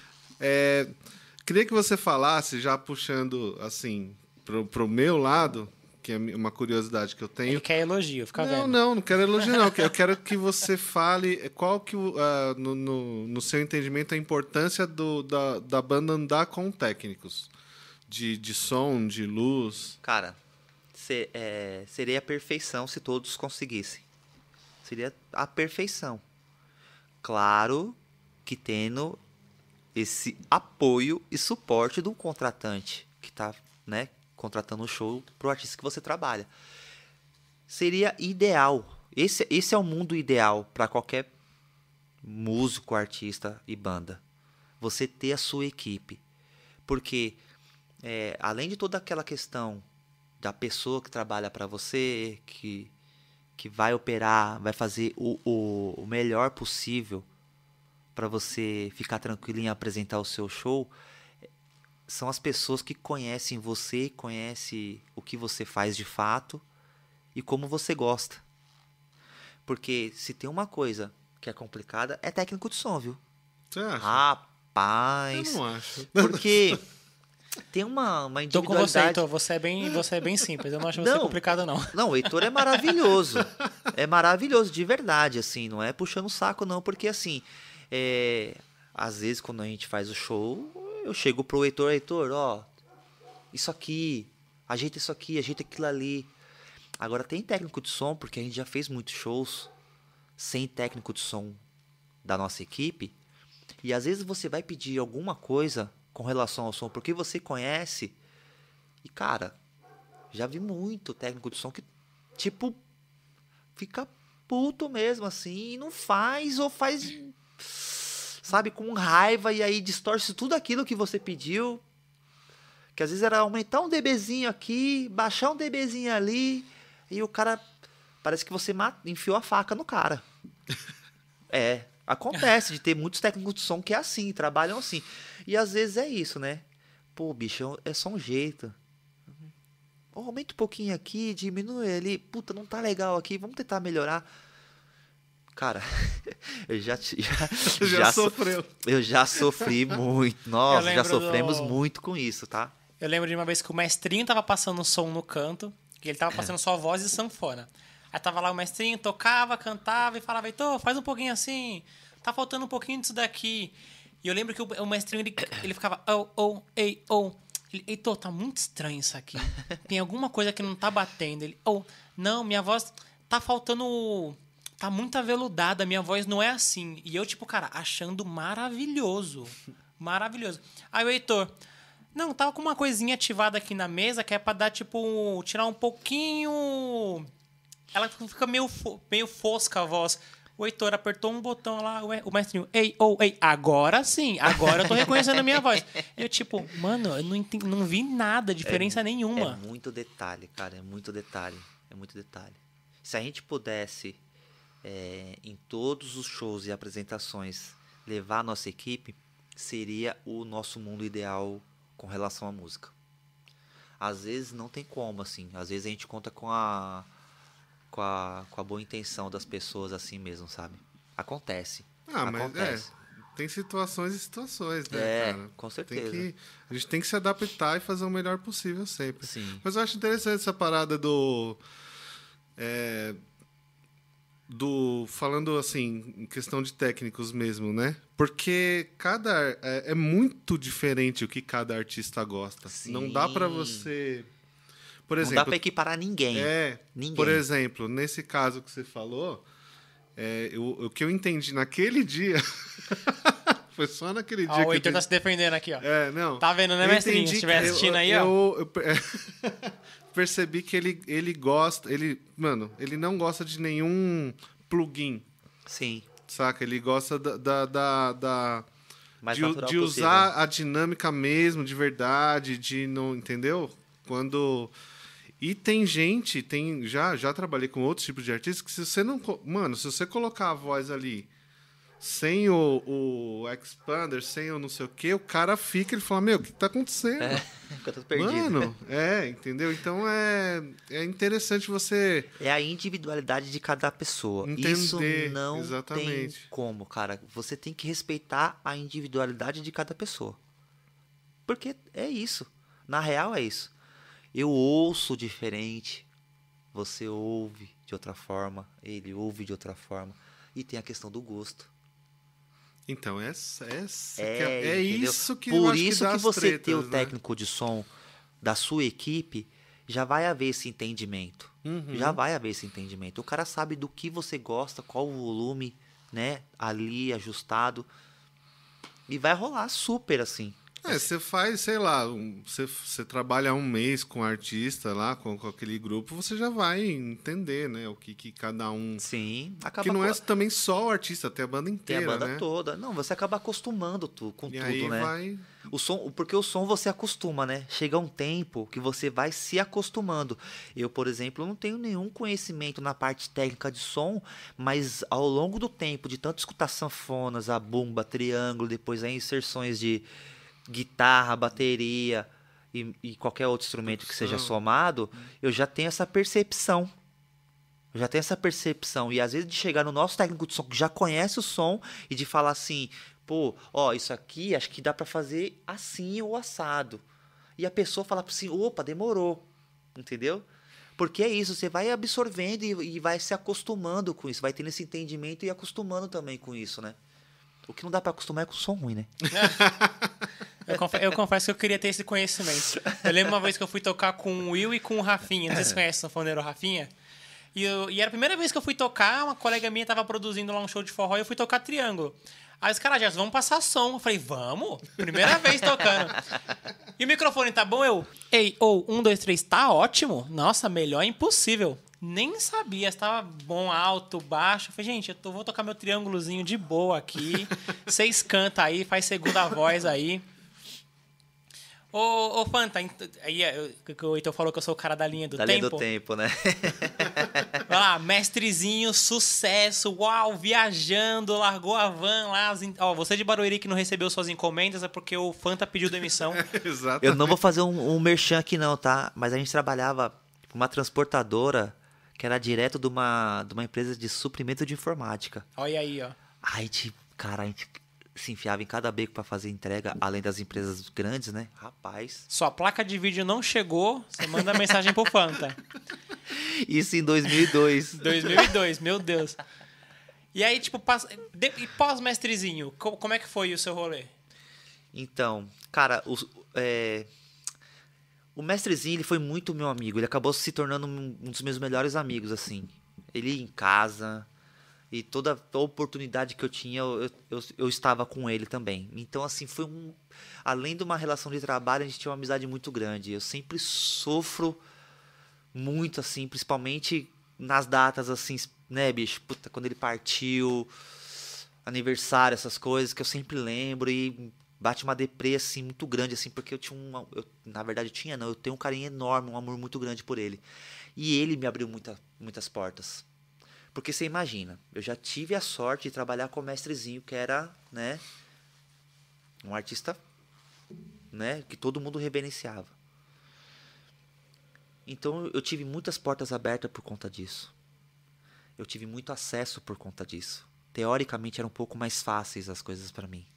É, queria que você falasse, já puxando assim pro, pro meu lado, que é uma curiosidade que eu tenho. Ele quer elogio, fica não, vendo. Não, não quero elogio, não. Eu quero que você fale qual que, uh, no, no, no seu entendimento, a importância do, da, da banda andar com técnicos. De, de som, de luz. Cara, se, é, seria a perfeição se todos conseguissem. Seria a perfeição. Claro que tendo esse apoio e suporte do contratante que está, né, contratando o show pro artista que você trabalha. Seria ideal. Esse, esse é o mundo ideal para qualquer músico, artista e banda. Você ter a sua equipe. Porque, é, além de toda aquela questão da pessoa que trabalha para você, que, que vai operar, vai fazer o, o, o melhor possível para você ficar tranquilo em apresentar o seu show, são as pessoas que conhecem você, conhecem o que você faz de fato e como você gosta. Porque se tem uma coisa que é complicada, é técnico de som, viu? Você acha? Rapaz. Eu não acho. Porque tem uma, uma Tô com você, individualidade... Heitor. Você é bem, você é bem simples. Eu não acho você Não. complicado, não. Não, o Heitor é maravilhoso. É maravilhoso, de verdade, assim. Não é puxando o saco, não. Porque, assim, é... às vezes, quando a gente faz o show, eu chego pro Heitor, Heitor, ó, isso aqui, ajeita isso aqui, ajeita aquilo ali. Agora, tem técnico de som, porque a gente já fez muitos shows sem técnico de som da nossa equipe. E, às vezes, você vai pedir alguma coisa com relação ao som, porque você conhece. E, cara, já vi muito técnico de som que, tipo, fica puto mesmo, assim, e não faz, ou faz, sabe, com raiva, e aí distorce tudo aquilo que você pediu. Que às vezes era aumentar um dBzinho aqui, baixar um dBzinho ali, e o cara, parece que você enfiou a faca no cara. É, acontece de ter muitos técnicos de som que é assim, trabalham assim. E às vezes é isso, né? Pô, bicho, é só um jeito. Oh, aumenta um pouquinho aqui, diminui ali. Puta, não tá legal aqui, vamos tentar melhorar. Cara, eu já... Já, Já já sofreu. So, eu já sofri muito. Nossa, já sofremos do... muito com isso, tá? Eu lembro de uma vez que o mestrinho tava passando som no canto, que ele tava passando só voz e sanfona. Aí tava lá o mestrinho, tocava, cantava e falava, Heitor, faz um pouquinho assim, tá faltando um pouquinho disso daqui. E eu lembro que o, o mestrinho, ele, ele ficava, oh, oh, ei, oh. Ele, Heitor, tá muito estranho isso aqui. Tem alguma coisa que não tá batendo. Ele, oh, não, minha voz tá faltando... Tá muito aveludada, minha voz não é assim. E eu, tipo, cara, achando maravilhoso. Maravilhoso. Aí o Heitor... Não, tava com uma coisinha ativada aqui na mesa que é pra dar, tipo, tirar um pouquinho... Ela fica meio, fo... meio fosca a voz. O Heitor apertou um botão lá, o mestrinho, ei, ou, oh, ei, agora sim, agora eu tô reconhecendo a minha voz. E eu, tipo, mano, eu não, entendi, não vi nada, diferença é, nenhuma. É muito detalhe, cara, é muito detalhe. É muito detalhe. Se a gente pudesse, é, em todos os shows e apresentações, levar a nossa equipe, seria o nosso mundo ideal com relação à música. Às vezes não tem como, assim. Às vezes a gente conta com a, com a, com a boa intenção das pessoas assim mesmo, sabe? Acontece. Ah, Acontece. mas é, tem situações e situações, né, é, cara? com certeza. Tem que, a gente tem que se adaptar e fazer o melhor possível sempre. Sim. Mas eu acho interessante essa parada do... É, do falando assim em questão de técnicos mesmo, né? Porque cada é, é muito diferente o que cada artista gosta. Sim. Não dá pra você, por exemplo, não dá pra equiparar ninguém. É, ninguém. Por exemplo, nesse caso que você falou, é, eu, o que eu entendi naquele dia foi só naquele Ó, dia o que Heitor eu tá se defendendo aqui, ó. É, não. Tá vendo, né, Eu mestrinho? entendi Se estiver que assistindo eu, aí, ó. eu, eu percebi que ele, ele gosta, ele, mano, ele não gosta de nenhum plugin, Sim. saca? Ele gosta da, da, da, da Mais de, natural de possível. usar a dinâmica mesmo, de verdade, de não, entendeu? Quando e tem gente, tem já já trabalhei com outros tipos de artistas que se você não, mano, se você colocar a voz ali sem o, o expander, sem o não sei o que, o cara fica, ele fala, meu, o que tá acontecendo? É, fica tudo perdido. Mano, é, entendeu? Então é, é interessante você... É a individualidade de cada pessoa. Entender, Isso não exatamente. tem como, cara. Você tem que respeitar a individualidade de cada pessoa. Porque é isso. Na real é isso. Eu ouço diferente, você ouve de outra forma, ele ouve de outra forma. E tem a questão do gosto. Então, essa, essa É, que é, é entendeu? isso que Por eu acho isso que, dá que as você tretas, ter o né? técnico de som da sua equipe, já vai haver esse entendimento. Uhum. Já vai haver esse entendimento. O cara sabe do que você gosta, qual o volume, né, ali ajustado. E vai rolar super assim. É, você faz, sei lá, um- você, você trabalha um mês com o artista lá, com, com aquele grupo, você já vai entender, né? O que, que cada um. Sim, acaba Que não é co- também só o artista, tem a banda tem inteira, a banda né? toda. Não, você acaba acostumando tu, com E tudo, aí né? vai. O som, porque o som você acostuma, né? Chega um tempo que você vai se acostumando. Eu, por exemplo, não tenho nenhum conhecimento na parte técnica de som, mas ao longo do tempo, de tanto escutar sanfonas, a bumba, triângulo, depois aí inserções de guitarra, bateria e, e qualquer outro instrumento que seja Percussão. somado, eu já tenho essa percepção. Eu já tenho essa percepção. E às vezes de chegar no nosso técnico de som que já conhece o som e de falar assim, pô, ó, isso aqui acho que dá pra fazer assim ou assado. E a pessoa fala assim, opa, demorou. Entendeu? Porque é isso, você vai absorvendo e, e vai se acostumando com isso, vai tendo esse entendimento e acostumando também com isso, né? O que não dá pra acostumar é com som ruim, né? Eu, confe- eu confesso que eu queria ter esse conhecimento. Eu lembro uma vez que eu fui tocar com o Will e com o Rafinha. Não sei se você conhece o sanfoneiro Rafinha. E, eu- e era a primeira vez que eu fui tocar, uma colega minha tava produzindo lá um show de forró e eu fui tocar triângulo. Aí os caras já vamos passar som. Eu falei, vamos? Primeira vez tocando. E o microfone tá bom? Eu, ei, ou, um, dois, três, tá ótimo? Nossa, melhor é impossível. Nem sabia se tava bom, alto, baixo. Eu falei, gente, eu tô- vou tocar meu triângulozinho de boa aqui. Vocês cantam aí, faz segunda voz aí. Ô, ô Fanta, ent- aí eu- que o Heitor falou que eu sou o cara da linha do Da tempo. linha do tempo, né? Vai lá, mestrezinho, sucesso, uau, viajando, largou a van lá. as en- Ó, você de Barueri que não recebeu suas encomendas é porque o Fanta pediu demissão. Exato. Eu não vou fazer um, um merchan aqui não, tá? Mas a gente trabalhava com uma transportadora que era direto de uma, de uma empresa de suprimento de informática. Olha aí, ó. A gente, cara, a gente se enfiava em cada beco pra fazer entrega, além das empresas grandes, né? Rapaz. Sua placa de vídeo não chegou, você manda mensagem pro Fanta. Isso em dois mil e dois. dois mil e dois, meu Deus. E aí, tipo, passa- de- e pós-mestrezinho, co- como é que foi o seu rolê? Então, cara, o, é, o mestrezinho, ele foi muito meu amigo. Ele acabou se tornando um um dos meus melhores amigos, assim. Ele ia em casa e toda a oportunidade que eu tinha, eu, eu, eu estava com ele também. Então, assim, foi um... Além de uma relação de trabalho, a gente tinha uma amizade muito grande. Eu sempre sofro muito, assim, principalmente nas datas, assim, né, bicho? Puta, quando ele partiu, aniversário, essas coisas que eu sempre lembro e bate uma deprê, assim, muito grande, assim, porque eu tinha um... Eu, na verdade, eu tinha, não, eu tenho um carinho enorme, um amor muito grande por ele. E ele me abriu muita, muitas portas. Porque você imagina, eu já tive a sorte de trabalhar com o mestrezinho, que era, né, um artista, né, que todo mundo reverenciava. Então eu tive muitas portas abertas por conta disso. Eu tive muito acesso por conta disso. Teoricamente eram um pouco mais fáceis as coisas para mim.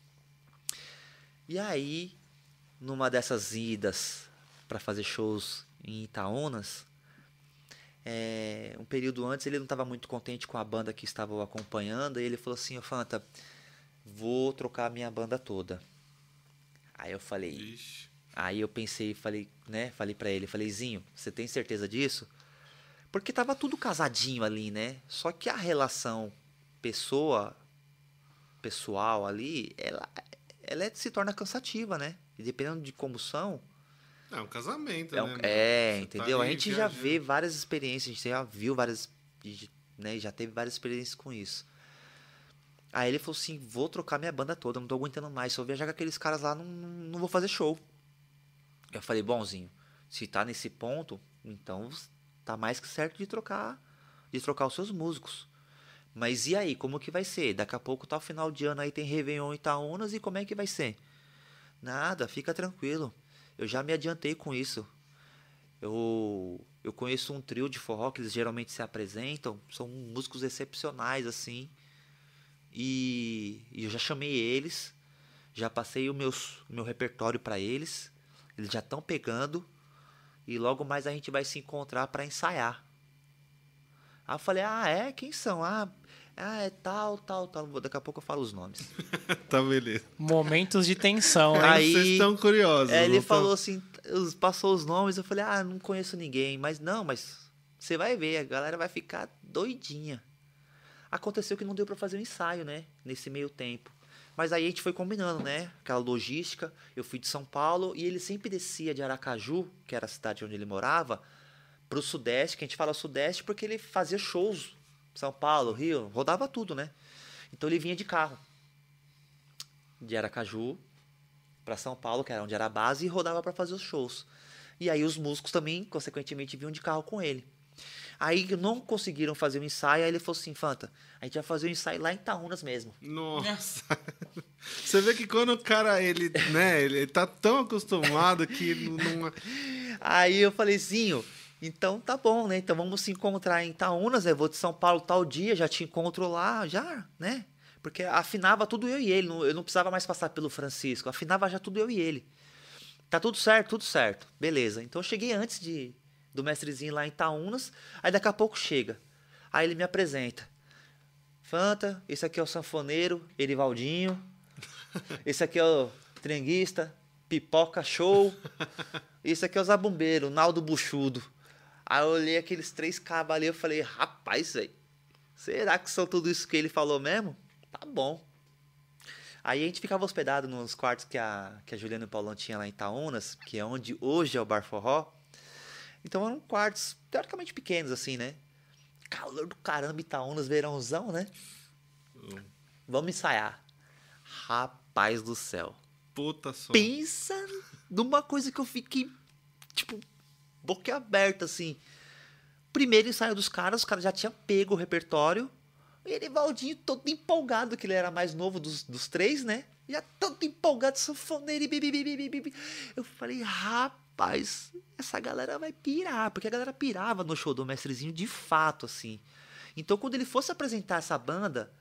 E aí, numa dessas idas para fazer shows em Itaúnas, é, um período antes ele não estava muito contente com a banda que estava o acompanhando, e ele falou assim, ô Fanta, vou trocar a minha banda toda. Aí eu falei, Ixi. aí eu pensei, falei, né, falei para ele, falei, Zinho, você tem certeza disso? Porque tava tudo casadinho ali, né? Só que a relação pessoa pessoal ali, ela ela é- se torna cansativa, né? E dependendo de como são, É um casamento, é, né? um- meu? é, Você tá entendeu? A ali gente já viajando. vê várias experiências, a gente já viu várias, né, já teve várias experiências com isso. Aí ele falou assim, vou trocar minha banda toda, não tô aguentando mais, se eu viajar com aqueles caras lá, não, não vou fazer show. Eu falei, bonzinho, se tá nesse ponto, então tá mais que certo de trocar, de trocar os seus músicos. Mas e aí, como que vai ser? Daqui a pouco tá o final de ano aí, tem Réveillon em Itaúnas, e como é que vai ser? Nada, fica tranquilo. Eu já me adiantei com isso. Eu, eu conheço um trio de forró que eles geralmente se apresentam. São músicos excepcionais, assim. E, e eu já chamei eles. Já passei o meus, o meu repertório para eles. Eles já estão pegando. e logo mais a gente vai se encontrar para ensaiar. Aí eu falei, ah, é? Quem são? Ah, ah, é tal, tal, tal. Daqui a pouco eu falo os nomes. Tá, beleza. Momentos de tensão, hein? Aí, Vocês estão curiosos. É, ele não falou tão... assim, os- passou os nomes, eu falei, ah, não conheço ninguém. Mas não, mas você vai ver, a galera vai ficar doidinha. Aconteceu que não deu pra fazer o ensaio, né? Nesse meio tempo. Mas aí a gente foi combinando, né? Aquela logística. Eu fui de São Paulo e ele sempre descia de Aracaju, que era a cidade onde ele morava, pro Sudeste, que a gente fala Sudeste porque ele fazia shows. São Paulo, Rio, rodava tudo, né? Então ele vinha de carro. De Aracaju para São Paulo, que era onde era a base, e rodava para fazer os shows. E aí os músicos também, consequentemente, vinham de carro com ele. Aí não conseguiram fazer o ensaio, aí ele falou assim, Fanta, a gente vai fazer o ensaio lá em Itaúnas mesmo. Nossa. Você vê que quando o cara, ele, né, ele tá tão acostumado que não... Aí eu falei, Zinho, então tá bom, né? Então vamos se encontrar em Itaúnas, eu vou de São Paulo tal dia, já te encontro lá, já, né? Porque afinava tudo eu e ele, não- eu não precisava mais passar pelo Francisco, afinava já tudo eu e ele. Tá tudo certo? Tudo certo. Beleza. Então eu cheguei antes de, do mestrezinho lá em Itaúnas, aí daqui a pouco chega. Aí ele me apresenta. Fanta, esse aqui é o sanfoneiro, Erivaldinho. Esse aqui é o trenguista, Pipoca Show. Esse aqui é o zabumbeiro, Naldo Buchudo. Aí eu olhei aqueles três cabos ali, eu falei, rapaz, velho, será que são tudo isso que ele falou mesmo? Tá bom. Aí a gente ficava hospedado nos quartos que a, que a Juliana e o Paulão tinham lá em Itaúnas, que é onde hoje é o Bar Forró. Então eram quartos teoricamente pequenos, assim, né? Calor do caramba, Itaúnas, verãozão, né? Vamos ensaiar. Rapaz do céu. Puta só. Pensa numa coisa que eu fiquei, tipo, boca aberta, assim. Primeiro ensaio dos caras, os caras já tinham pego o repertório. E Erivaldinho todo empolgado, que ele era mais novo dos, dos três, né? Já todo empolgado, sanfoneiro e bibi, bibi, bibi, bibi. Eu falei, rapaz, essa galera vai pirar. Porque a galera pirava no show do Mestrezinho de fato, assim. Então, quando ele fosse apresentar essa banda,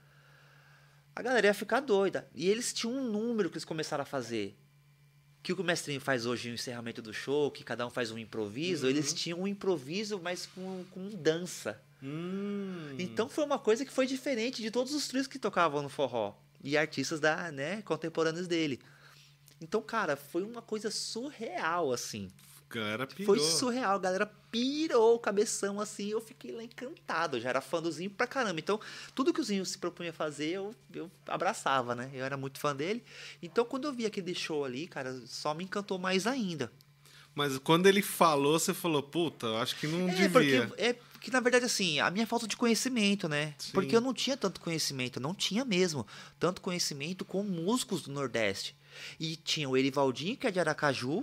a galera ia ficar doida. E eles tinham um número que eles começaram a fazer. Que o que o Mestrinho faz hoje no encerramento do show, que cada um faz um improviso, Uhum. eles tinham um improviso, mas com, com dança. Hum. Então foi uma coisa que foi diferente de todos os trios que tocavam no forró. E artistas da, né, contemporâneos dele. Então, cara, foi uma coisa surreal, assim. A galera pirou. Foi surreal, a galera pirou o cabeção, assim, eu fiquei lá encantado. Eu já era fã do Zinho pra caramba. Então, tudo que o Zinho se propunha fazer, eu, eu abraçava, né? Eu era muito fã dele. Então, quando eu vi aquele show ali, cara, só me encantou mais ainda. Mas quando ele falou, você falou, puta, eu acho que não É, devia. porque, é porque, na verdade, assim, a minha falta de conhecimento, né? Sim. Porque eu não tinha tanto conhecimento, eu não tinha mesmo tanto conhecimento com músicos do Nordeste. E tinha o Erivaldinho, que é de Aracaju,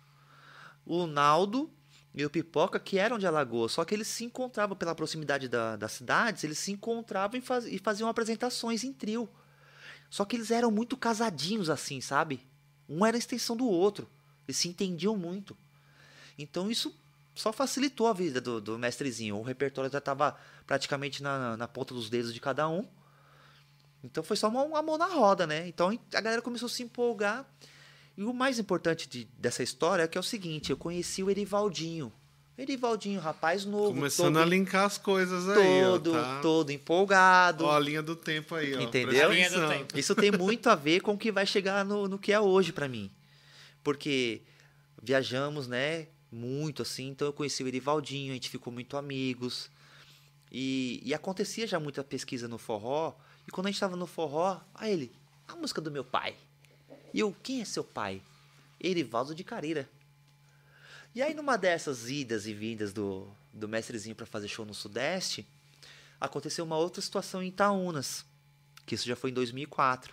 o Naldo e o Pipoca, que eram de Alagoas. Só que eles se encontravam pela proximidade da, das cidades, eles se encontravam e, faz, e faziam apresentações em trio. Só que eles eram muito casadinhos, assim, sabe? Um era a extensão do outro. Eles se entendiam muito. Então isso só facilitou a vida do, do mestrezinho. O repertório já estava praticamente na, na ponta dos dedos de cada um. Então foi só uma, uma mão na roda, né? Então a galera começou a se empolgar. E o mais importante de, dessa história é que é o seguinte, eu conheci o Erivaldinho. Erivaldinho, rapaz novo. Começando todo, a linkar as coisas aí, todo, ó. Tá? todo empolgado. Ó, a linha do tempo aí, ó. Entendeu? Presta A linha do atenção. tempo. Isso tem muito a ver com o que vai chegar no, no que é hoje pra mim. Porque viajamos, né? Muito assim. Então eu conheci o Erivaldinho, a gente ficou muito amigos. E, e acontecia já muita pesquisa no forró. E quando a gente tava no forró, aí ele, a música do meu pai. E eu, quem é seu pai? Erivaldo de Careira. E aí numa dessas idas e vindas do, do mestrezinho pra fazer show no Sudeste, aconteceu uma outra situação em Itaúnas. Que isso já foi em dois mil e quatro.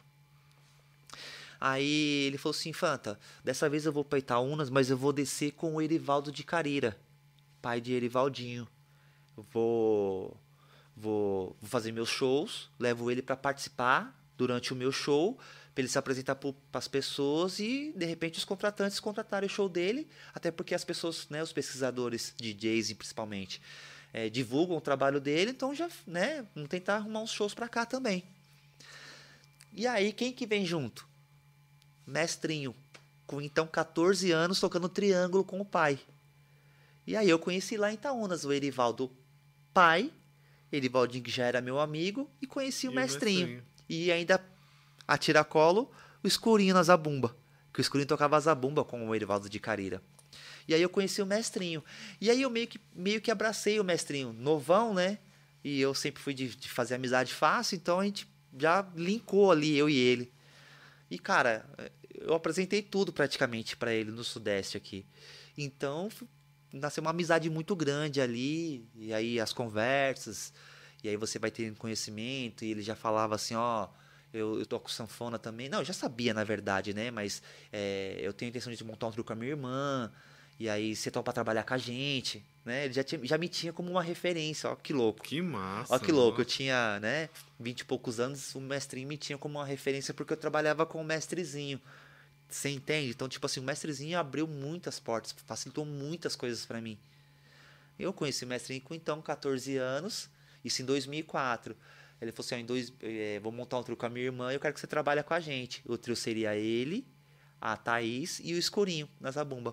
Aí ele falou assim, Fanta, dessa vez eu vou pra Itaúnas, mas eu vou descer com o Erivaldo de Careira, pai de Erivaldinho. Vou, vou, vou fazer meus shows, levo ele pra participar durante o meu show, pra ele se apresentar para as pessoas e, de repente, os contratantes contratarem o show dele, até porque as pessoas, né, os pesquisadores, D Js principalmente, é, divulgam o trabalho dele, então já, né, vamos tentar arrumar uns shows pra cá também. E aí, quem que vem junto? Mestrinho, com então catorze anos, tocando triângulo com o pai. E aí eu conheci lá em Itaúnas o Erivaldo pai, Erivaldinho que já era meu amigo, e conheci o E o Mestrinho. Mestrinho. E ainda a tiracolo, o Escurinho na zabumba. Que o Escurinho tocava zabumba com o Erivaldo de Carira. E aí eu conheci o Mestrinho. E aí eu meio que, meio que abracei o Mestrinho. Novão, né? E eu sempre fui de, de fazer amizade fácil, então a gente já linkou ali, eu e ele. E, cara, eu apresentei tudo praticamente para ele no Sudeste aqui. Então, nasceu uma amizade muito grande ali. E aí as conversas. E aí você vai tendo conhecimento. E ele já falava assim, ó... Eu, eu toco sanfona também. Não, eu já sabia, na verdade, né? Mas é, eu tenho a intenção de montar um trio com a minha irmã. E aí você topa pra trabalhar com a gente, né? Ele já, tinha, já me tinha como uma referência, ó, que louco. Que massa. Ó, que louco. nossa. Eu tinha, né, vinte e poucos anos, o Mestrinho me tinha como uma referência porque eu trabalhava com o Mestrezinho. Você entende? Então, tipo assim, o Mestrezinho abriu muitas portas, facilitou muitas coisas pra mim. Eu conheci o Mestrinho com, então, quatorze anos, isso em dois mil e quatro. Ele falou assim, ó, em dois, é, vou montar um trio com a minha irmã e eu quero que você trabalhe com a gente. O trio seria ele, a Thaís e o Escurinho, na zabumba.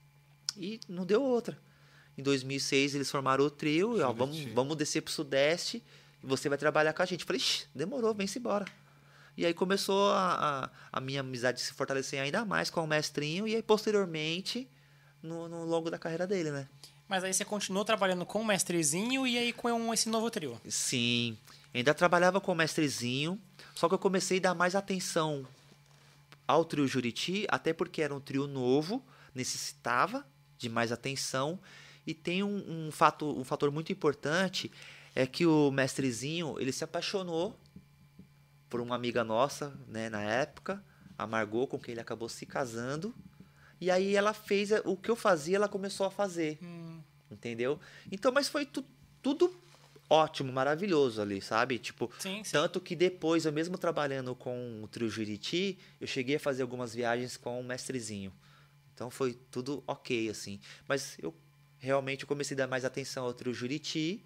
E não deu outra. Em dois mil e seis eles formaram o trio, e, ó, vamos, vamos descer pro Sudeste e você vai trabalhar com a gente. Eu falei, ixi, demorou, vem-se embora. E aí começou a, a, a minha amizade se fortalecer ainda mais com o Mestrinho, e aí posteriormente, no, no longo da carreira dele, né? Mas aí você continuou trabalhando com o Mestrezinho e aí com esse novo trio. Sim, ainda trabalhava com o Mestrezinho, só que eu comecei a dar mais atenção ao trio Juriti, até porque era um trio novo, necessitava de mais atenção. E tem um, um, fato, um fator muito importante, é que o Mestrezinho, ele se apaixonou por uma amiga nossa, né, na época, a Margot, com quem ele acabou se casando. E aí ela fez o que eu fazia, ela começou a fazer. Hum. Entendeu? Então, mas foi tu, tudo ótimo, maravilhoso ali, sabe? Tipo, sim, sim. Tanto que depois, eu mesmo trabalhando com o trio Juriti, eu cheguei a fazer algumas viagens com o Mestrezinho. Então foi tudo ok, assim. Mas eu realmente eu comecei a dar mais atenção ao trio Juriti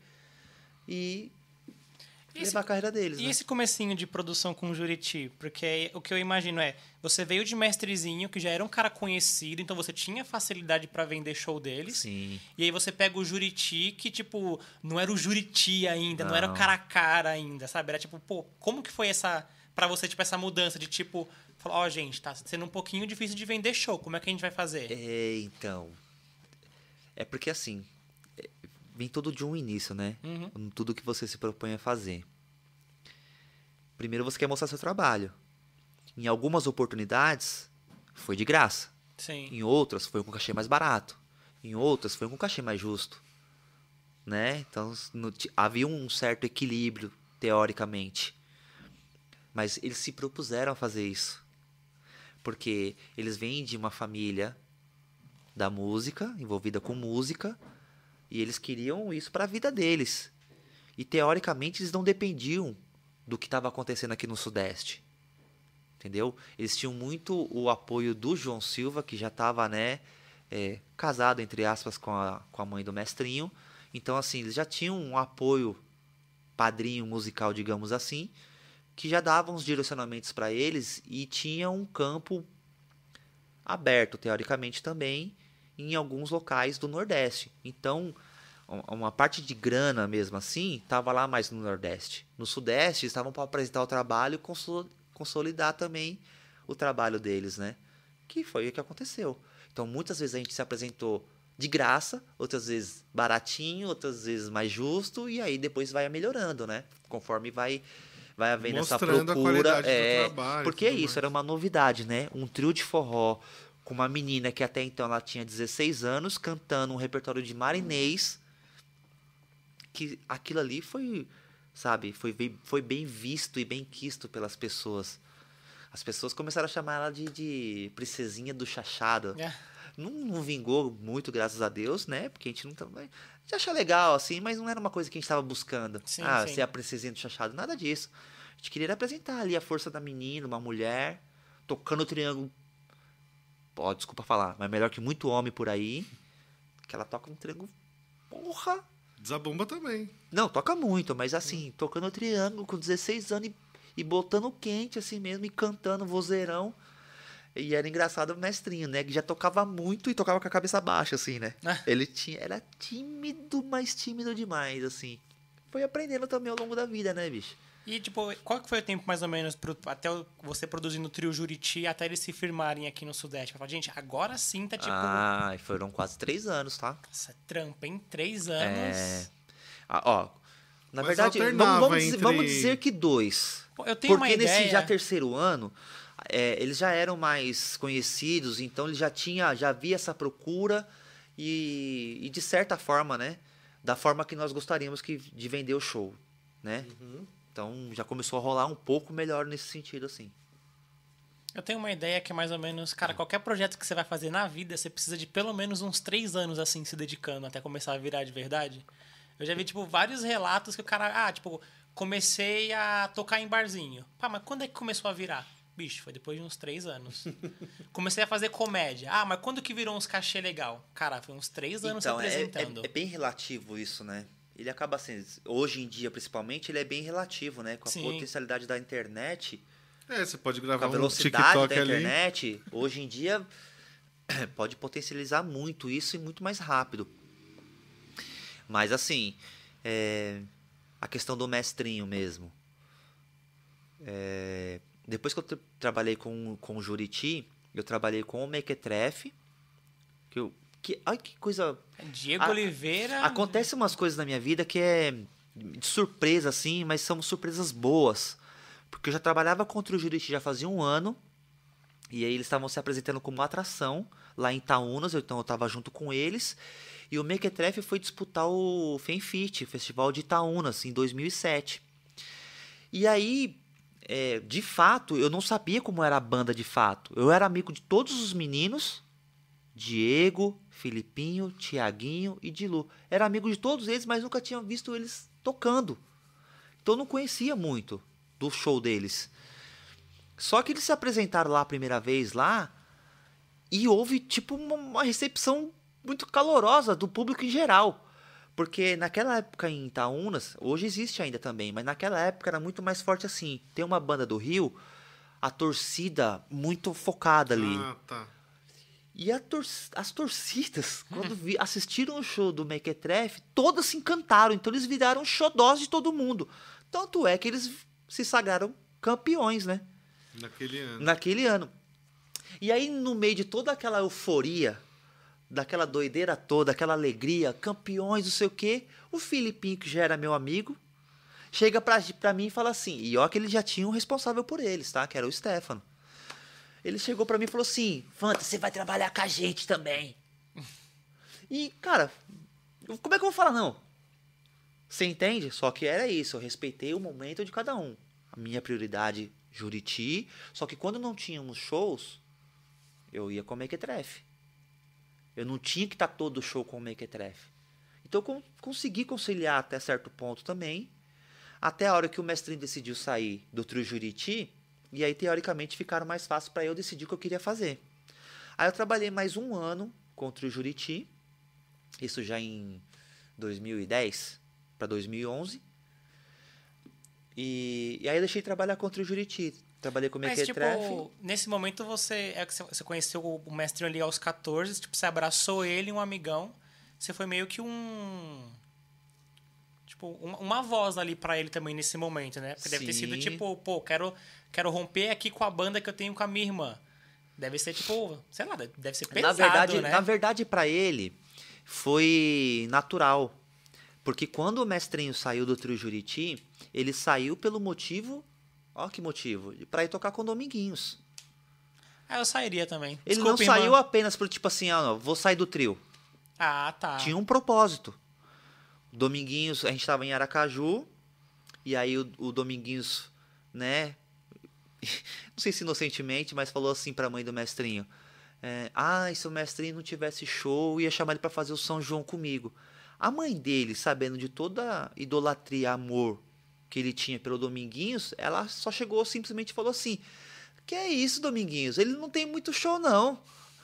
e esse, levar a carreira deles, E né? esse comecinho de produção com o Juriti? Porque o que eu imagino é, você veio de Mestrezinho, que já era um cara conhecido, então você tinha facilidade pra vender show deles. Sim. E aí você pega o Juriti, que, tipo, não era o Juriti ainda, não, não era o Não. cara a cara ainda, sabe? Era tipo, pô, como que foi essa... Pra você, tipo, essa mudança de, tipo... Falar, ó, oh, gente, tá sendo um pouquinho difícil de vender show, como é que a gente vai fazer? É, então... É porque, assim... Vem tudo de um início, né? Uhum. Tudo que você se propõe a fazer. Primeiro você quer mostrar seu trabalho. Em algumas oportunidades, foi de graça. Sim. Em outras, foi com cachê mais barato. Em outras, foi com cachê mais justo. Né? Então, no, havia um certo equilíbrio, teoricamente. Mas eles se propuseram a fazer isso. Porque eles vêm de uma família da música, envolvida com música, e eles queriam isso para a vida deles. E teoricamente eles não dependiam do que estava acontecendo aqui no Sudeste. Entendeu? Eles tinham muito o apoio do João Silva, que já estava, né, é, casado, entre aspas, com a, com a mãe do Mestrinho. Então, assim, eles já tinham um apoio padrinho musical, digamos assim, que já dava uns direcionamentos para eles e tinha um campo aberto, teoricamente, também, em alguns locais do Nordeste. Então, uma parte de grana mesmo assim, estava lá mais no Nordeste. No Sudeste, estavam para apresentar o trabalho e consolidar também o trabalho deles, né? Que foi o que aconteceu. Então, muitas vezes a gente se apresentou de graça, outras vezes baratinho, outras vezes mais justo, e aí depois vai melhorando, né? Conforme vai... vai havendo Mostrando essa procura. A é, do trabalho, porque é isso, mais. Era uma novidade, né? Um trio de forró com uma menina que até então ela tinha dezesseis anos, cantando um repertório de marinês, que aquilo ali foi, sabe, foi bem, foi bem visto e bem quisto pelas pessoas. As pessoas começaram a chamar ela de, de princesinha do chachado. É. Não, não vingou muito, graças a Deus, né? Porque a gente não tava... A gente acha legal, assim, mas não era uma coisa que a gente estava buscando. Sim, ah, sim. ser a princesinha do chachado, nada disso. A gente queria apresentar ali a força da menina, uma mulher, tocando o triângulo. Pô, desculpa falar, mas melhor que muito homem por aí, que ela toca um triângulo, porra! Zabumba também. Não, toca muito, mas assim, tocando o triângulo com dezesseis anos e, e botando quente assim mesmo, e cantando vozeirão. E era engraçado o Mestrinho, né? Que já tocava muito e tocava com a cabeça baixa, assim, né? Ah. Ele tinha, era tímido, mas tímido demais, assim. Foi aprendendo também ao longo da vida, né, bicho? E, tipo, qual que foi o tempo, mais ou menos, pro, até o- você produzindo o trio Juriti, até eles se firmarem aqui no Sudeste? Pra falar, gente, agora sim tá, tipo... Ah, e foram quase três anos, tá? Nossa, trampa, em três anos... É... Ah, ó, na Mas verdade, vamos, alternava vamos, dizer, entre- vamos dizer que dois. Pô, eu tenho Porque uma nesse ideia... já terceiro ano, é, eles já eram mais conhecidos, então ele já tinha, já havia essa procura e, e de certa forma, né, da forma que nós gostaríamos que, de vender o show, né? Então já começou a rolar um pouco melhor nesse sentido, assim. Eu tenho uma ideia que é mais ou menos... Cara, qualquer projeto que você vai fazer na vida, você precisa de pelo menos uns três anos, assim, se dedicando até começar a virar de verdade. Eu já vi, tipo, vários relatos que o cara... Ah, tipo, comecei a tocar em barzinho. Pá, mas quando é que começou a virar? Bicho, foi depois de uns três anos. Comecei a fazer comédia. Ah, mas quando que virou uns cachê legal? Cara, foi uns três anos Então, se é, apresentando. é, é bem relativo isso, né? Ele acaba sendo, hoje em dia, principalmente, ele é bem relativo, né? Com a Sim. potencialidade da internet, É, você pode com gravar a um velocidade TikTok da ali. internet, hoje em dia pode potencializar muito isso e muito mais rápido. Mas assim, é, a questão do mestrinho mesmo. É, depois que eu tra- trabalhei com, com o Juriti, eu trabalhei com o Mequetrefe, que eu, que, ai que coisa... Diego A- Oliveira... Acontece umas coisas na minha vida que é de surpresa, assim, mas são surpresas boas. Porque eu já trabalhava contra o Juriti já fazia um ano. E aí eles estavam se apresentando como atração lá em Itaúnas, então eu estava junto com eles. E o Mequetrefe foi disputar o Fenfit, Festival de Itaúnas, em dois mil e sete. E aí, é, de fato, eu não sabia como era a banda de fato. Eu era amigo de todos os meninos, Diego, Filipinho, Tiaguinho e Dilu. Era amigo de todos eles, mas nunca tinha visto eles tocando. Então eu não conhecia muito do show deles. Só que eles se apresentaram lá a primeira vez lá e houve tipo uma, uma recepção muito calorosa do público em geral. Porque naquela época em Itaúnas, hoje existe ainda também, mas naquela época era muito mais forte assim. Tem uma banda do Rio, a torcida muito focada ali. Ah, tá. E a tor as torcidas, quando vi assistiram o show do Mequetrefe, todas se encantaram. Então eles viraram xodós de todo mundo. Tanto é que eles se sagraram campeões, né? Naquele ano. Naquele ano. E aí, no meio de toda aquela euforia, daquela doideira toda, aquela alegria, campeões, não sei o quê, o Filipinho, que já era meu amigo, chega pra, pra mim e fala assim, e ó que ele já tinha um responsável por eles, tá? Que era o Stefano. Ele chegou pra mim e falou assim, Fanta, você vai trabalhar com a gente também. E, cara, eu- como é que eu vou falar não? Você entende? Só que era isso, eu respeitei o momento de cada um. A minha prioridade, Juriti, só que quando não tínhamos shows, eu ia com o Mequetrefe. Eu não tinha que estar todo show com o Mequetrefe. Então eu con- consegui conciliar até certo ponto também, até a hora que o mestrinho decidiu sair do trio Juriti, e aí teoricamente ficaram mais fácil para eu decidir o que eu queria fazer. Aí eu trabalhei mais um ano com o trio Juriti, isso já em dois mil e dez para dois mil e onze. E, e aí eu deixei de trabalhar com o trio Juriti. Trabalhei com o Mas, Mequetrefe. tipo, nesse momento você... É que você- você conheceu o mestre ali aos catorze, tipo, você abraçou ele, um amigão. Você foi meio que um... Tipo, uma, uma voz ali pra ele também nesse momento, né? Porque deve ter sido, Sim. tipo, pô, quero, quero romper aqui com a banda que eu tenho com a minha irmã. Deve ser, tipo, sei lá, deve ser pesado, na verdade, né? na verdade para ele foi natural, porque quando o mestrinho saiu do trio Juriti, ele saiu pelo motivo, ó que motivo, para ir tocar com o Dominguinhos. Ah, eu sairia também. Ele Desculpa, não saiu irmã. apenas por tipo assim, ah, não, vou sair do trio. Ah, tá. Tinha um propósito. Dominguinhos, a gente estava em Aracaju, e aí o, o Dominguinhos, né, não sei se inocentemente, mas falou assim pra mãe do mestrinho, é, ah, se o mestrinho não tivesse show, ia chamar ele pra fazer o São João comigo. A mãe dele, sabendo de toda a idolatria, amor que ele tinha pelo Dominguinhos, ela só chegou simplesmente e falou assim, que é isso, Dominguinhos, ele não tem muito show não.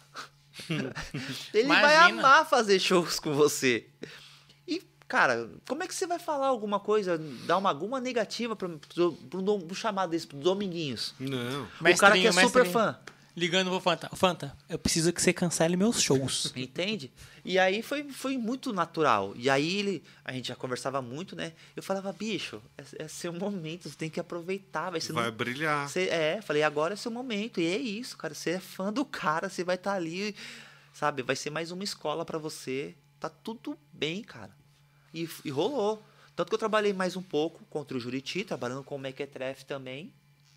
Ele vai Imagina. amar fazer shows com você. E, cara, como é que você vai falar alguma coisa, dar uma alguma negativa para um chamado desse, pro Dominguinhos? Não. o cara que é Mestrinho, super mestrinho. fã. Ligando pro Fanta. Fanta, eu preciso que você cancele meus shows. Entende? E aí foi, foi muito natural. E aí ele, a gente já conversava muito, né? Eu falava, bicho, é, é seu momento, você tem que aproveitar. Vai, vai não, brilhar. Você, é, falei, agora é seu momento. E é isso, cara. Você é fã do cara, você vai estar tá ali, sabe? Vai ser mais uma escola pra você. Tá tudo bem, cara. E, e rolou. Tanto que eu trabalhei mais um pouco contra o Juriti, trabalhando com o Mequetrefe também.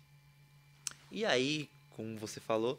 E aí, como você falou,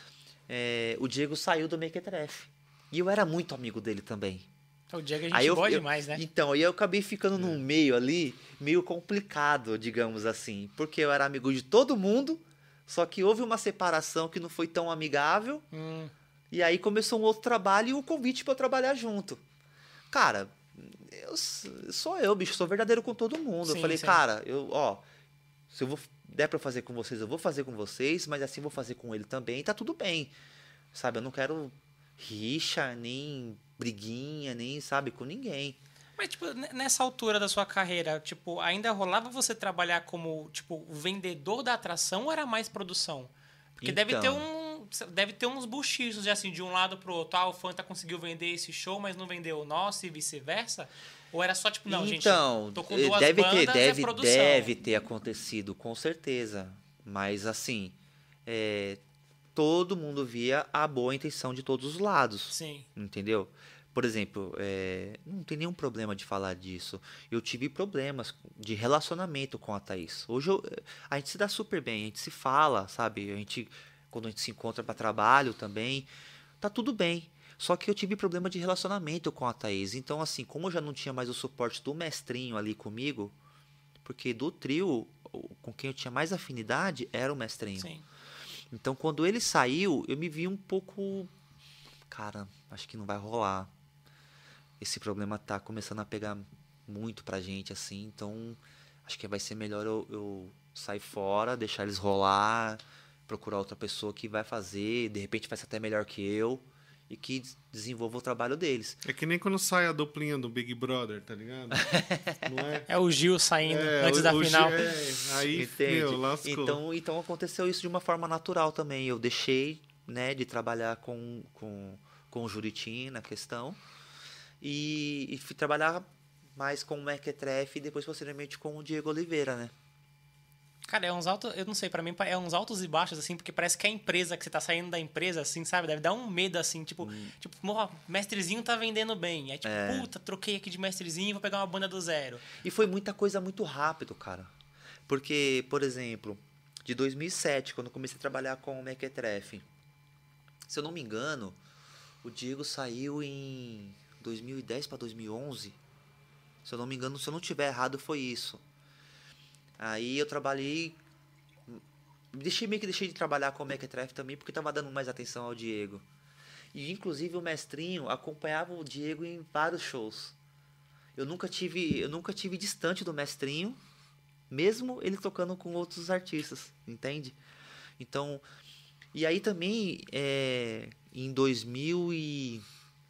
é, o Diego saiu do Mequetrefe. E eu era muito amigo dele também. O Diego a gente Aí eu, boa eu, demais, né? Então, aí eu acabei ficando num meio ali, meio complicado, digamos assim. Porque eu era amigo de todo mundo, só que houve uma separação que não foi tão amigável. Hum. E aí começou um outro trabalho e o convite pra eu trabalhar junto. Cara, eu, sou eu, bicho, sou verdadeiro com todo mundo. Sim, eu falei, sim. cara, eu, ó, se eu vou, der pra fazer com vocês, eu vou fazer com vocês, mas assim vou fazer com ele também, e tá tudo bem. Sabe, eu não quero rixa, nem briguinha, nem, sabe, com ninguém. Mas, tipo, nessa altura da sua carreira, tipo, ainda rolava você trabalhar como, tipo, vendedor da atração ou era mais produção? Porque Então. deve ter um. Deve ter uns buchichos, assim, de um lado pro outro. Ah, o Fanta conseguiu vender esse show, mas não vendeu o nosso e vice-versa? Ou era só, tipo, não, então, gente, tô com duas deve bandas, ter, deve, é produção. deve ter acontecido, com certeza. Mas, assim, é, todo mundo via a boa intenção de todos os lados. Sim. Entendeu? Por exemplo, é, não tem nenhum problema de falar disso. Eu tive problemas de relacionamento com a Thaís. Hoje eu, a gente se dá super bem, a gente se fala, sabe? A gente, quando a gente se encontra para trabalho também, tá tudo bem. Só que eu tive problema de relacionamento com a Thaís. Então, assim, como eu já não tinha mais o suporte do mestrinho ali comigo, porque do trio, com quem eu tinha mais afinidade era o mestrinho. Sim. Então, quando ele saiu, eu me vi um pouco... Cara, acho que não vai rolar. Esse problema tá começando a pegar muito pra gente, assim. Então, acho que vai ser melhor eu, eu sair fora, deixar eles rolar, procurar outra pessoa que vai fazer, de repente vai ser até melhor que eu, e que desenvolva o trabalho deles. É que nem quando sai a duplinha do Big Brother, tá ligado? Não é? É o Gil saindo É, antes o- da o final. G- é, aí, Entende? meu, lascou. Então, então aconteceu isso de uma forma natural também. Eu deixei, né, de trabalhar com, com, com o Juriti na questão e, e fui trabalhar mais com o Mequetrefe e depois posteriormente com o Diego Oliveira, né? Cara, é uns altos, eu não sei, pra mim é uns altos e baixos, assim, porque parece que a empresa, que você tá saindo da empresa, assim, sabe? Deve dar um medo, assim, tipo, Hum. tipo, ó, mestrezinho tá vendendo bem. Aí, tipo, É. puta, troquei aqui de mestrezinho, vou pegar uma banda do zero. E foi muita coisa muito rápido, cara. Porque, por exemplo, de dois mil e sete, quando eu comecei a trabalhar com o Mequetrefe, se eu não me engano, o Diego saiu em dois mil e dez para dois mil e onze. Se eu não me engano, se eu não tiver errado, foi isso. Aí eu trabalhei... Deixei meio que deixei de trabalhar com o Mequetrefe também, porque estava dando mais atenção ao Diego. E, inclusive, o mestrinho acompanhava o Diego em vários shows. Eu nunca tive, eu nunca tive distante do mestrinho, mesmo ele tocando com outros artistas, entende? Então, e aí também, é, em dois mil e...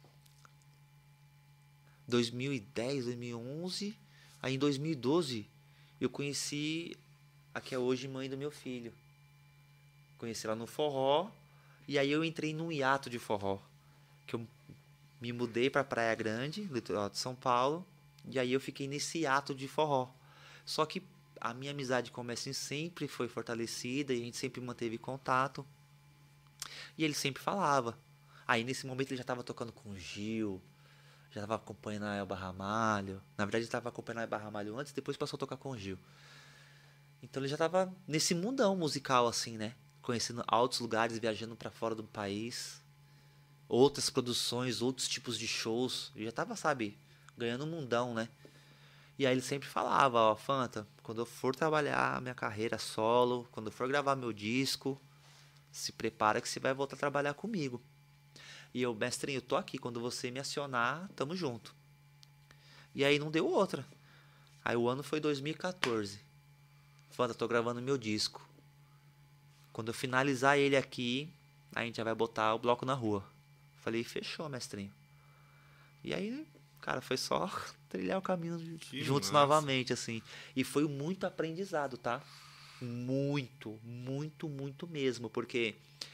dois mil e dez, dois mil e onze, aí em dois mil e doze, eu conheci a que é hoje mãe do meu filho. Conheci ela no forró, e aí eu entrei num hiato de forró, que eu me mudei para Praia Grande, litoral de São Paulo, e aí eu fiquei nesse hiato de forró. Só que a minha amizade com o Mestrinho sempre foi fortalecida, e a gente sempre manteve contato. E ele sempre falava. Aí nesse momento ele já estava tocando com o Gil, já estava acompanhando a Elba Ramalho. Na verdade ele estava acompanhando a Elba Ramalho antes, depois passou a tocar com o Gil. Então ele já estava nesse mundão musical assim, né? Conhecendo altos lugares, viajando para fora do país. Outras produções, outros tipos de shows. Ele já estava, sabe, ganhando um mundão, né? E aí ele sempre falava, ó, Fanta, quando eu for trabalhar minha carreira solo, quando eu for gravar meu disco, se prepara que você vai voltar a trabalhar comigo. E eu, mestrinho, eu tô aqui, quando você me acionar, tamo junto. E aí não deu outra. Aí o ano foi dois mil e quatorze. Fanta, tô gravando meu disco. Quando eu finalizar ele aqui, a gente já vai botar o bloco na rua. Falei, fechou, mestrinho. E aí, cara, foi só trilhar o caminho Que juntos massa. novamente, assim. E foi muito aprendizado, tá? Muito, muito, muito mesmo. Porque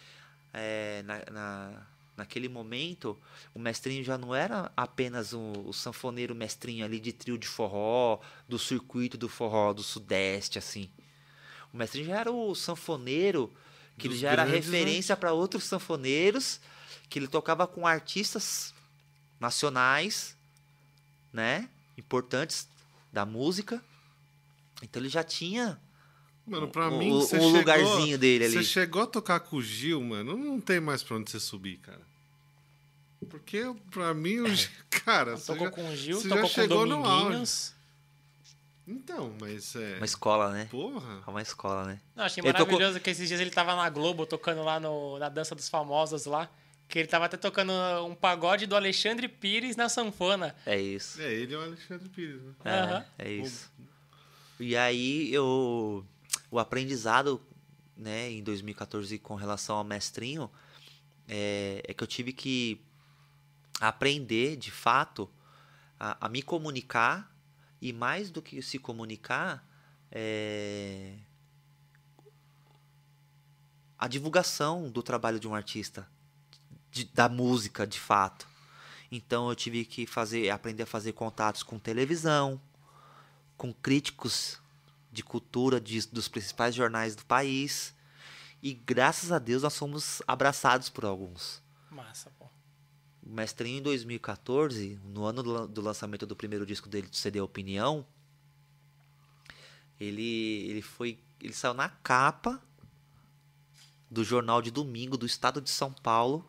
é, na, na, naquele momento, o Mestrinho já não era apenas o, o sanfoneiro mestrinho ali de trio de forró, do circuito do forró do Sudeste, assim. O Mestrinho já era o sanfoneiro, que ele Dos já era grandes, referência né? para outros sanfoneiros, que ele tocava com artistas nacionais, né, importantes da música. Então ele já tinha Mano, pra o, mim, o, você o chegou, lugarzinho dele ali. Você chegou a tocar com o Gil, mano, não tem mais pra onde você subir, cara. Porque, pra mim, o Gil... Cara, você Tocou já, com o Gil, você tocou já com chegou no auge. Dominguinhos. Então, mas é... Uma escola, né? Porra. É uma escola, né? Não, achei Ele tocou- maravilhoso que esses dias ele tava na Globo tocando lá no, na Dança dos Famosos lá. Que ele tava até tocando um pagode do Alexandre Pires na sanfona. É isso. É, ele é o Alexandre Pires, né? É, Aham. é isso. E aí eu o aprendizado, né, em dois mil e quatorze com relação ao Mestrinho é, é que eu tive que aprender de fato a, a me comunicar e mais do que se comunicar é, a divulgação do trabalho de um artista, de- da música de fato. Então eu tive que fazer aprender a fazer contatos com televisão, com críticos de cultura de, dos principais jornais do país. E graças a Deus nós fomos abraçados por alguns. Massa, pô. O Mestrinho, em dois mil e quatorze, no ano do, lan- do lançamento do primeiro disco dele, do C D Opinião, ele, ele foi. Ele saiu na capa do jornal de domingo do estado de São Paulo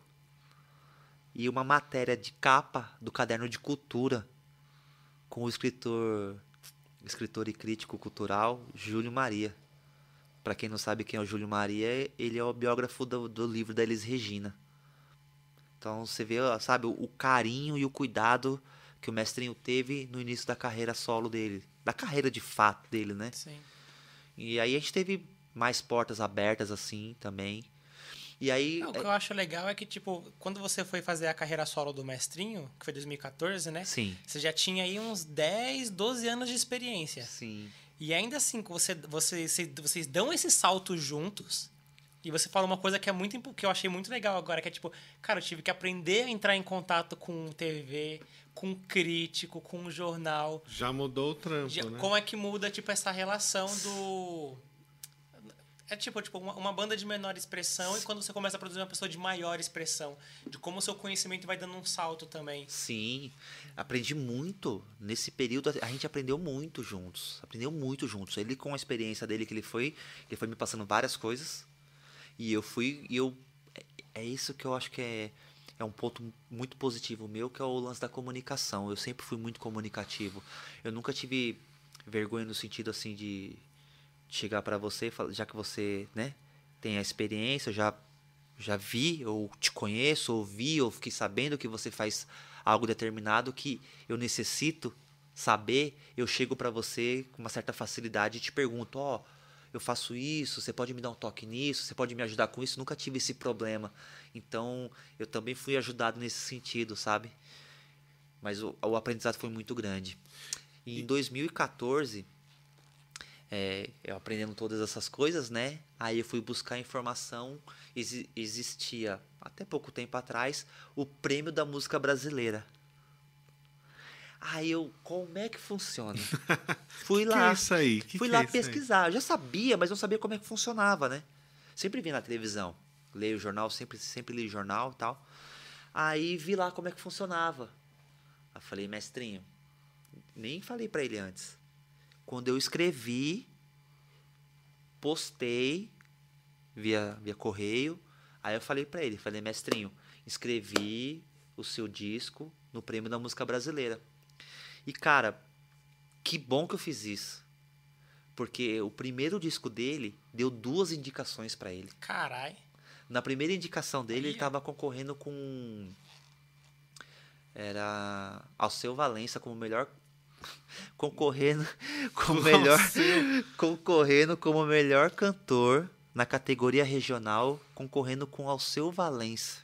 e uma matéria de capa do Caderno de Cultura com o escritor escritor e crítico cultural Júlio Maria. Para quem não sabe quem é o Júlio Maria, ele é o biógrafo do, do livro da Elis Regina. Então você vê, sabe, o carinho e o cuidado que o Mestrinho teve no início da carreira solo dele, da carreira de fato dele, né? Sim. E aí a gente teve mais portas abertas assim também. E aí Não, o que eu acho legal é que, tipo, quando você foi fazer a carreira solo do Mestrinho, que foi dois mil e quatorze, né? sim, Você já tinha aí uns dez, doze anos de experiência. sim. E ainda assim, você, você, você- vocês dão esse salto juntos. E você fala uma coisa que é muito impo- que eu achei muito legal agora, que é tipo, cara, eu tive que aprender a entrar em contato com T V, com crítico, com jornal. Já mudou o trampo, Já- né? Como é que muda, tipo, essa relação do... É tipo, tipo uma, uma banda de menor expressão e quando você começa a produzir uma pessoa de maior expressão. De como o seu conhecimento vai dando um salto também. Sim, aprendi muito. Nesse período a gente aprendeu muito juntos. Aprendeu muito juntos. Ele com a experiência dele que ele foi, ele foi me passando várias coisas. E eu fui, e eu é- é isso que eu acho que é é um ponto muito positivo meu, que é o lance da comunicação. Eu sempre fui muito comunicativo. Eu nunca tive vergonha no sentido assim de chegar para você, e falar, já que você, né, tem a experiência, eu já já vi, ou te conheço, ou vi, ou fiquei sabendo que você faz algo determinado que eu necessito saber, eu chego para você com uma certa facilidade e te pergunto, ó, eu faço isso, você pode me dar um toque nisso, você pode me ajudar com isso, nunca tive esse problema. Então, eu também fui ajudado nesse sentido, sabe? Mas o, o aprendizado foi muito grande. E em dois mil e quatorze, é, eu aprendendo todas essas coisas, né? Aí eu fui buscar informação. Exi- existia, até pouco tempo atrás, o Prêmio da Música Brasileira. Aí eu, como é que funciona? Fui Que lá. que é isso aí? Que fui que lá é isso aí? pesquisar. Eu já sabia, mas não sabia como é que funcionava, né? Sempre vi na televisão. Leio o jornal, sempre, sempre li jornal e tal. Aí vi lá como é que funcionava. Aí falei, mestrinho, nem falei pra ele antes. Quando eu escrevi, postei via, via correio, aí eu falei pra ele, falei, mestrinho, escrevi o seu disco no Prêmio da Música Brasileira. E, cara, que bom que eu fiz isso. Porque o primeiro disco dele deu duas indicações pra ele. Carai. Na primeira indicação dele, Aí, ele estava concorrendo com... Era Alceu Valença como melhor... Concorrendo como melhor... Concorrendo como melhor cantor na categoria regional, concorrendo com Alceu Valença.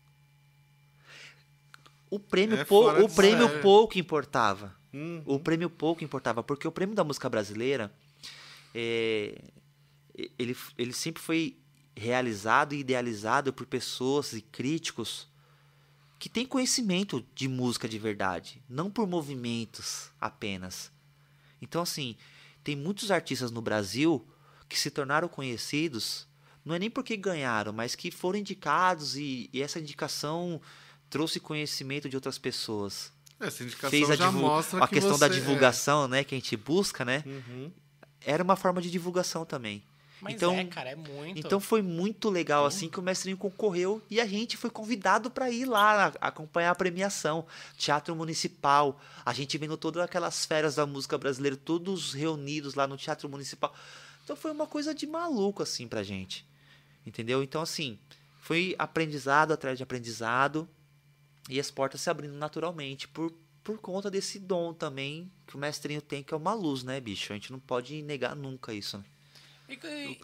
O prêmio, É pou- fora o de prêmio série. pouco importava. Hum, O prêmio pouco importava, porque o prêmio da música brasileira, é, ele, ele sempre foi realizado e idealizado por pessoas e críticos que têm conhecimento de música de verdade, não por movimentos apenas. Então, assim, tem muitos artistas no Brasil que se tornaram conhecidos, não é nem porque ganharam, mas que foram indicados e, e essa indicação trouxe conhecimento de outras pessoas. Essa indicação Fez a, já divu- mostra a que questão você da divulgação, né, que a gente busca, né? É. Uhum. Era uma forma de divulgação também. Mas então, é, cara, é muito. Então foi muito legal assim que o Mestrinho concorreu e a gente foi convidado para ir lá a- acompanhar a premiação. Teatro Municipal, a gente vendo todas aquelas feras da música brasileira, todos reunidos lá no Teatro Municipal. Então foi uma coisa de maluco assim pra gente. Entendeu? Então assim, foi aprendizado atrás de aprendizado e as portas se abrindo naturalmente por por conta desse dom também que o Mestrinho tem, que é uma luz, né, bicho? A gente não pode negar nunca isso, né? E, e-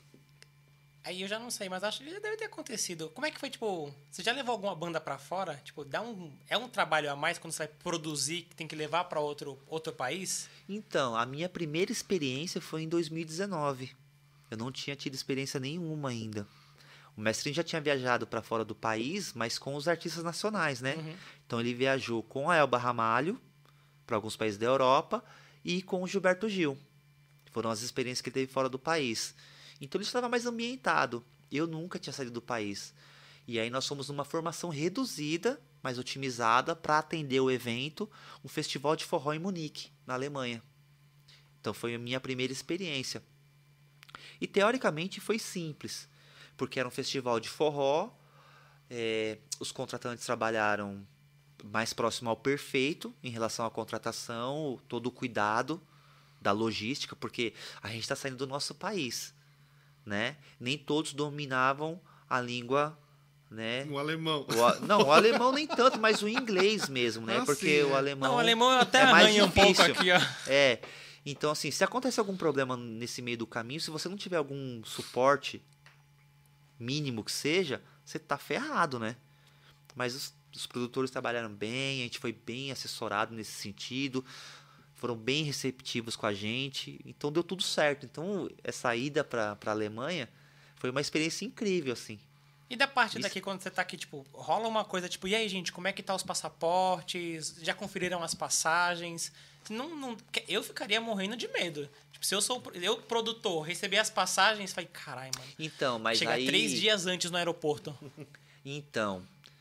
aí eu já não sei, mas acho que já deve ter acontecido. Como é que foi, tipo, você já levou alguma banda pra fora? Tipo, dá um, é um trabalho a mais quando você vai produzir, que tem que levar pra outro, outro país? Então, a minha primeira experiência foi em dois mil e dezenove. Eu não tinha tido experiência nenhuma ainda. O Mestrinho já tinha viajado para fora do país, mas com os artistas nacionais, né? Uhum. Então ele viajou com a Elba Ramalho para alguns países da Europa e com o Gilberto Gil. Foram as experiências que ele teve fora do país. Então ele estava mais ambientado. Eu nunca tinha saído do país. E aí nós fomos numa formação reduzida, mas otimizada, para atender o evento, um festival de forró em Munique, na Alemanha. Então foi a minha primeira experiência. E teoricamente foi simples, porque era um festival de forró, é, os contratantes trabalharam mais próximo ao perfeito em relação à contratação, todo o cuidado da logística, porque a gente está saindo do nosso país, né? Nem todos dominavam a língua, né? O alemão. O a- não, o alemão nem tanto, mas o inglês mesmo, né? Ah, Porque sim, o é. alemão, Não, o alemão eu até é mais arranha um pouco difícil. aqui, ó. É. Então, assim, se acontece algum problema nesse meio do caminho, se você não tiver algum suporte mínimo que seja, você tá ferrado, né? Mas os, os produtores trabalharam bem, a gente foi bem assessorado nesse sentido, foram bem receptivos com a gente, então deu tudo certo. Então, essa ida para a Alemanha foi uma experiência incrível, assim. E da parte Isso. daqui, quando você tá aqui, tipo, rola uma coisa, tipo, e aí, gente, como é que tá os passaportes? Já conferiram as passagens? Não, não, eu ficaria morrendo de medo. Tipo, se eu sou eu, produtor, receber as passagens, falei, caralho, mano. Então, mas Chega aí... três dias antes no aeroporto. Então,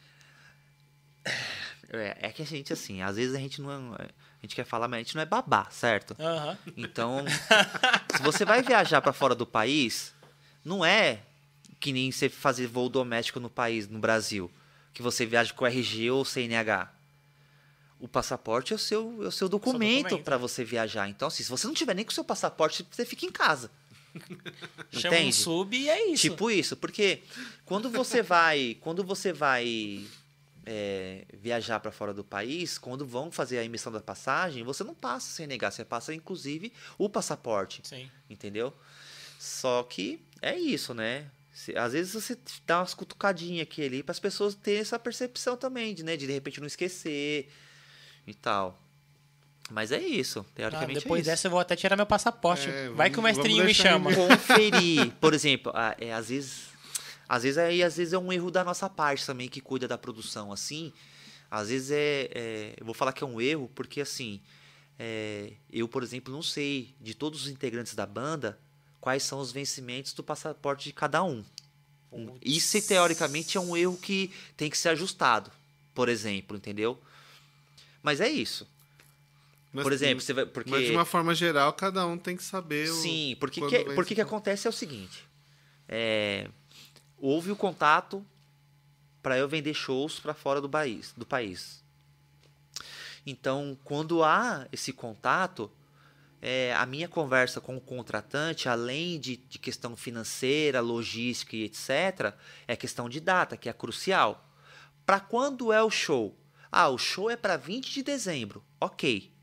é, é que a gente, assim, às vezes a gente não é, a gente quer falar, mas a gente não é babá, certo? Aham. Então, se você vai viajar para fora do país, não é que nem você fazer voo doméstico no país, no Brasil, que você viaja com R G ou C N H. O passaporte é o seu, é o seu documento documento. para você viajar. Então, assim, se você não tiver nem com o seu passaporte, você fica em casa. Chama um Entende? sub e é isso. Tipo isso, porque quando você vai, quando você vai é, viajar para fora do país, quando vão fazer a emissão da passagem, você não passa sem negar, você passa inclusive o passaporte, Sim. entendeu? Só que é isso, né? Se- Às vezes você dá umas cutucadinhas aqui e ali para as pessoas terem essa percepção também, de, né, de de repente não esquecer e tal. Mas é isso, Ah, teoricamente depois é isso. dessa eu vou até tirar meu passaporte. É, Vai que o vamos- mestrinho vamos me deixar chama. ele- Conferir, por exemplo, ah, é, às vezes, às vezes aí às vezes é um erro da nossa parte também que cuida da produção, assim. Às vezes é, é- eu vou falar que é um erro porque assim, é, eu por exemplo não sei de todos os integrantes da banda quais são os vencimentos do passaporte de cada um. Um- Isso teoricamente é um erro que tem que ser ajustado, por exemplo, entendeu? Mas é isso. Mas- Por exemplo, você vai porque Mas de uma forma geral, cada um tem que saber o. Sim, porque quando que, vem porque esse- que acontece é o seguinte. É, houve o contato para eu vender shows para fora do país, do país. Então, quando há esse contato, é, a minha conversa com o contratante, além de, de questão financeira, logística e etcétera, é questão de data, que é crucial. Para quando é o show? Ah, o show é para vinte de dezembro. Ok.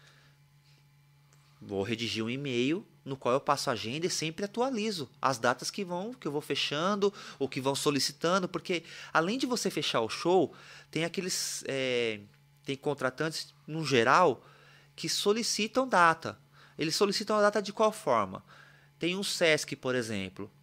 Vou redigir um e-mail no qual eu passo a agenda e sempre atualizo as datas que vão, que eu vou fechando ou que vão solicitando, porque além de você fechar o show, tem aqueles é, tem contratantes no geral que solicitam data. Eles solicitam a data de qual forma? Tem um Sesc, por exemplo.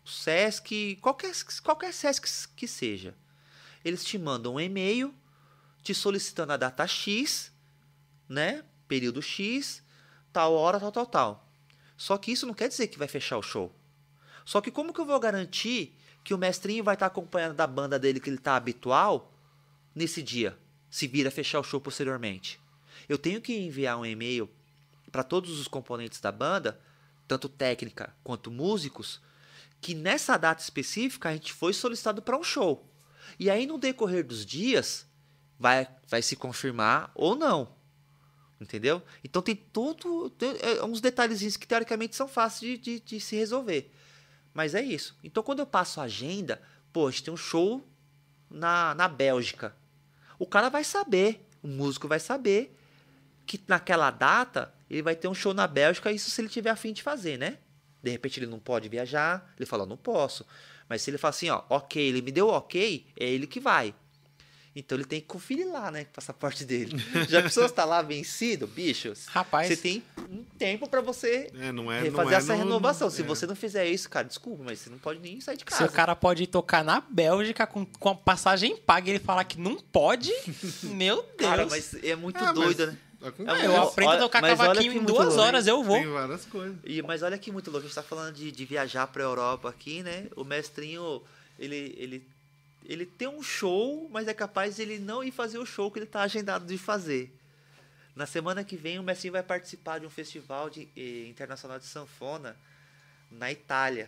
Sesc, qualquer, qualquer Sesc que seja. Eles te mandam um e-mail te solicitando a data X, né? Período X, tal hora, tal, tal, tal. Só que isso não quer dizer que vai fechar o show. Só que como que eu vou garantir que o mestrinho vai estar acompanhando da banda dele que ele está habitual nesse dia, se vir a fechar o show posteriormente? Eu tenho que enviar um e-mail para todos os componentes da banda, tanto técnica quanto músicos, que nessa data específica a gente foi solicitado para um show. E aí no decorrer dos dias vai, vai se confirmar ou não. Entendeu? Então tem todo tem, é, uns detalhezinhos que teoricamente são fáceis de, de, de se resolver. Mas é isso. Então quando eu passo a agenda, pô, a gente tem um show na, na Bélgica. O cara vai saber, o músico vai saber que naquela data ele vai ter um show na Bélgica, isso se ele tiver a fim de fazer, né? De repente ele não pode viajar, ele fala, não posso. Mas se ele fala assim, ó, ok, ele me deu ok, é ele que vai. Então ele tem que conferir lá, né? O passaporte dele. Já a pessoa está lá vencido, bicho. Rapaz. Você tem um tempo para você É, não é, fazer não é essa no, renovação. no, Se é. você não fizer isso, cara, desculpa, mas você não pode nem sair de Se casa. o cara pode ir tocar na Bélgica com, com a passagem paga e ele falar que não pode, meu Deus. Cara, mas é muito Ah, doido, mas né? acontece. É eu aprendo olha- a tocar mas olha cavaquinho que em muito duas louco. horas, eu vou. Tem várias coisas. E, mas olha que muito louco, a gente tá falando de, de viajar pra Europa aqui, né? O mestrinho, ele, ele, ele tem um show, mas é capaz de ele não ir fazer o show que ele tá agendado de fazer. Na semana que vem, o mestrinho vai participar de um festival de, eh, internacional de sanfona na Itália.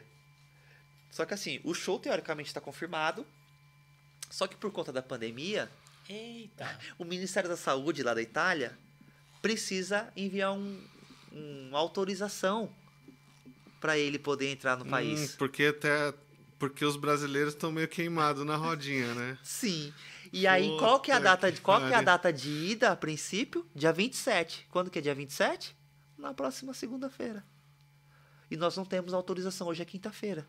Só que assim, o show teoricamente está confirmado, só que por conta da pandemia, Eita. o Ministério da Saúde lá da Itália precisa enviar um, uma autorização para ele poder entrar no Hum, país. porque até porque os brasileiros estão meio queimados na rodinha, né? Sim. E aí, Puta qual que é a data, que qual que é a pariu. data de ida a princípio? Dia vinte e sete. Quando que é dia vinte e sete? Na próxima segunda-feira. E nós não temos autorização, hoje é quinta-feira.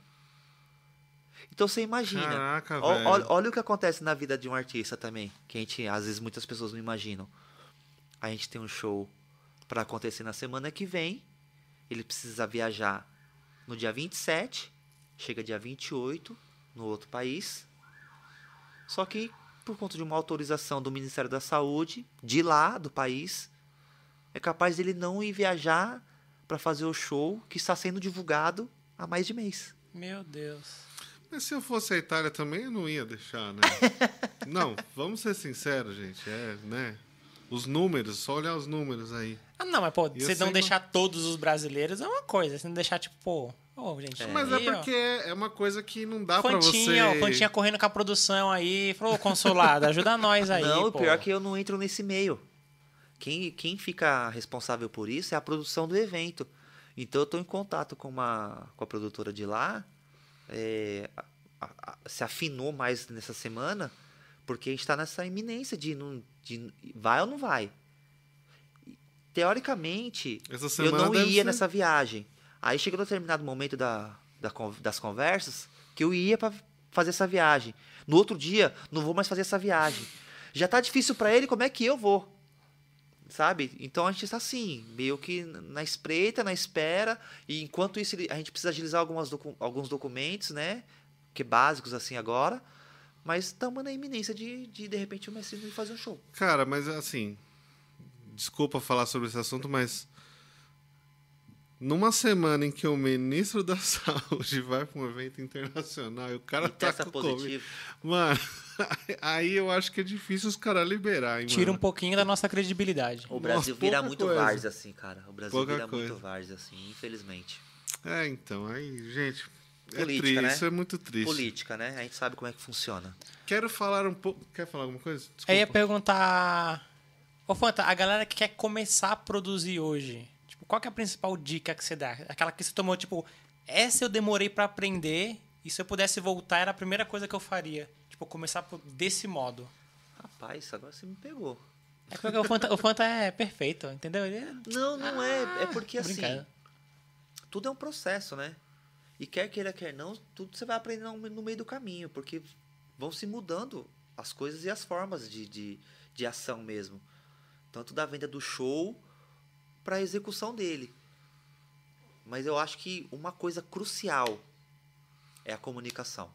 Então você imagina. Caraca, Ó- velho. olha, olha o que acontece na vida de um artista também, que a gente, às vezes muitas pessoas não imaginam. A gente tem um show para acontecer na semana que vem, ele precisa viajar no dia vinte e sete, chega dia vinte e oito no outro país. Só que por conta de uma autorização do Ministério da Saúde, de lá, do país, é capaz dele não ir viajar para fazer o show que está sendo divulgado há mais de mês. Meu Deus. Mas se eu fosse a Itália também, eu não ia deixar, né? Não, vamos ser sinceros, gente. É, né? Os números, só olhar os números aí. Ah, não, mas pô, E eu você sei não que- deixar todos os brasileiros é uma coisa. Você não deixar, tipo, pô, ô, gente. Mas é aí, ó, porque é uma coisa que não dá pra Fantinha, você... ó, Fantinha correndo com a produção aí. Falou, ô, consulado, ajuda nós aí, não, o pô. pior é que eu não entro nesse meio. Quem, quem fica responsável por isso é a produção do evento. Então eu estou em contato com, uma, com a produtora de lá. é, a- a- a- se afinou mais nessa semana, porque a gente está nessa iminência de, não, de vai ou não vai. Teoricamente, Essa eu semana não deve ia ser- nessa viagem. Aí chegou um determinado momento da, da con- das conversas que eu ia para fazer essa viagem. No outro dia, não vou mais fazer essa viagem. Já tá difícil para ele, como é que eu vou? Sabe? Então a gente está assim, meio que na espreita, na espera. E enquanto isso, ele- a gente precisa agilizar algumas docu- alguns documentos, né? Que básicos assim agora. Mas estamos na iminência de, de, de repente, o Messi ir fazer um show. Cara, mas assim... Desculpa falar sobre esse assunto, mas... Numa semana em que o ministro da Saúde vai para um evento internacional e o cara E tá testa com Covid... positivo. Mano, aí eu acho que é difícil os caras liberar, hein, Tira um mano? pouquinho da nossa credibilidade. O Brasil Nossa, vira pouca muito coisa. várzea assim, cara. O Brasil Pouca vira coisa. muito várzea assim, infelizmente. É, então, aí, gente... É Política, triste, né? isso é muito triste. Política, né? A gente sabe como é que funciona. Quero falar um pouco... Quer falar alguma coisa? Desculpa. Aí ia perguntar. Ô, Fanta, a galera que quer começar a produzir hoje, tipo, qual que é a principal dica que você dá? Aquela que você tomou, tipo, essa eu demorei pra aprender e se eu pudesse voltar era a primeira coisa que eu faria. Tipo, começar por- desse modo. Rapaz, agora você me pegou. É porque o Fanta, o Fanta é perfeito, entendeu? Ele é... Não, não é. É porque assim, Brincadeira. tudo é um processo, né? E quer queira, quer não, tudo você vai aprendendo no no meio do caminho, porque vão se mudando as coisas e as formas de, de, de ação mesmo. Tanto da venda do show para a execução dele. Mas eu acho que uma coisa crucial é a comunicação.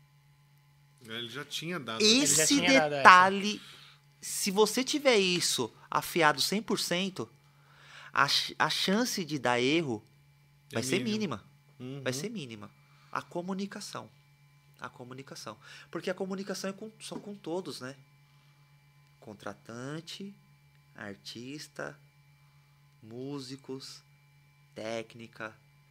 Ele já tinha dado. Esse já tinha dado detalhe, se você tiver isso afiado cem por cento, a, a chance de dar erro vai É ser mínimo. mínima. Uhum. Vai ser mínima. A comunicação. A comunicação. Porque a comunicação é com, só com todos, né? Contratante, artista, músicos, técnica.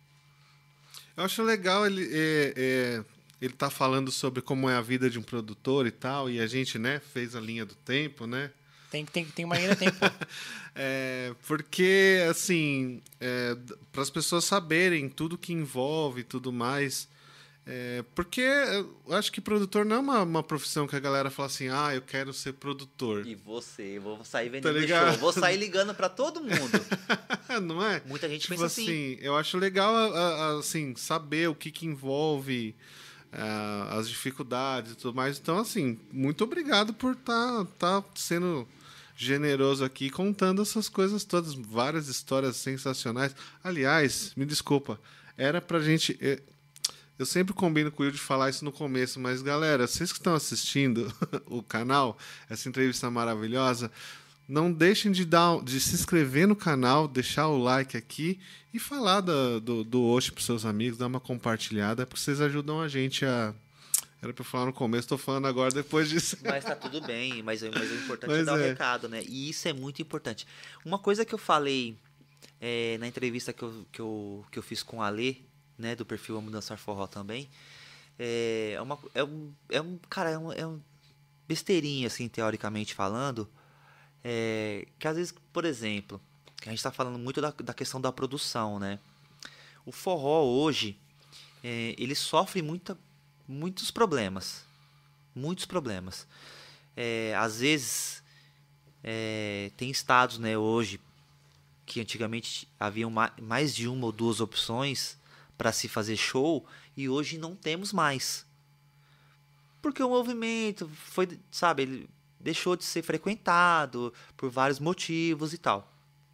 Eu acho legal ele é, é, ele tá falando sobre como é a vida de um produtor e tal, e a gente, né, fez a linha do tempo, né? Tem, tem, tem uma linha do tempo. É, porque, assim, é, para as pessoas saberem tudo que envolve e tudo mais. É, porque eu acho que produtor não é uma, uma profissão que a galera fala assim, ah, eu quero ser produtor. E você, eu vou sair Tá vendendo ligado? show, vou sair ligando pra todo mundo. Não é? Muita gente Tipo pensa assim. assim, eu acho legal a- a- assim, saber o que, que envolve ah, as dificuldades e tudo mais. Então, assim, muito obrigado por estar tá, tá sendo generoso aqui, contando essas coisas todas, várias histórias sensacionais. Aliás, me desculpa, era pra gente... eh, Eu sempre combino com o Will de falar isso no começo, mas, galera, vocês que estão assistindo o canal, essa entrevista maravilhosa, não deixem de, dar, de se inscrever no canal, deixar o like aqui e falar da, do, do Osh para seus amigos, dar uma compartilhada, porque vocês ajudam a gente a... Era para eu falar no começo, estou falando agora depois disso. Mas tá tudo bem, mas, mas o importante Mas é dar o é. recado, né? E isso é muito importante. Uma coisa que eu falei é, na entrevista que eu, que, eu, que eu fiz com o Alê, né, do perfil Amo Dançar Forró também, é, uma, é, um, é um, cara, é um, é um besteirinha, assim, teoricamente falando, é, que às vezes, por exemplo, que a gente tá falando muito da, da questão da produção, né? O forró hoje, é, ele sofre muita, muitos problemas, muitos problemas. É, às vezes, é, tem estados, né, hoje, que antigamente haviam ma- mais de uma ou duas opções para se fazer show, e hoje não temos mais. Porque o movimento foi, sabe, ele deixou de ser frequentado por vários motivos e tal.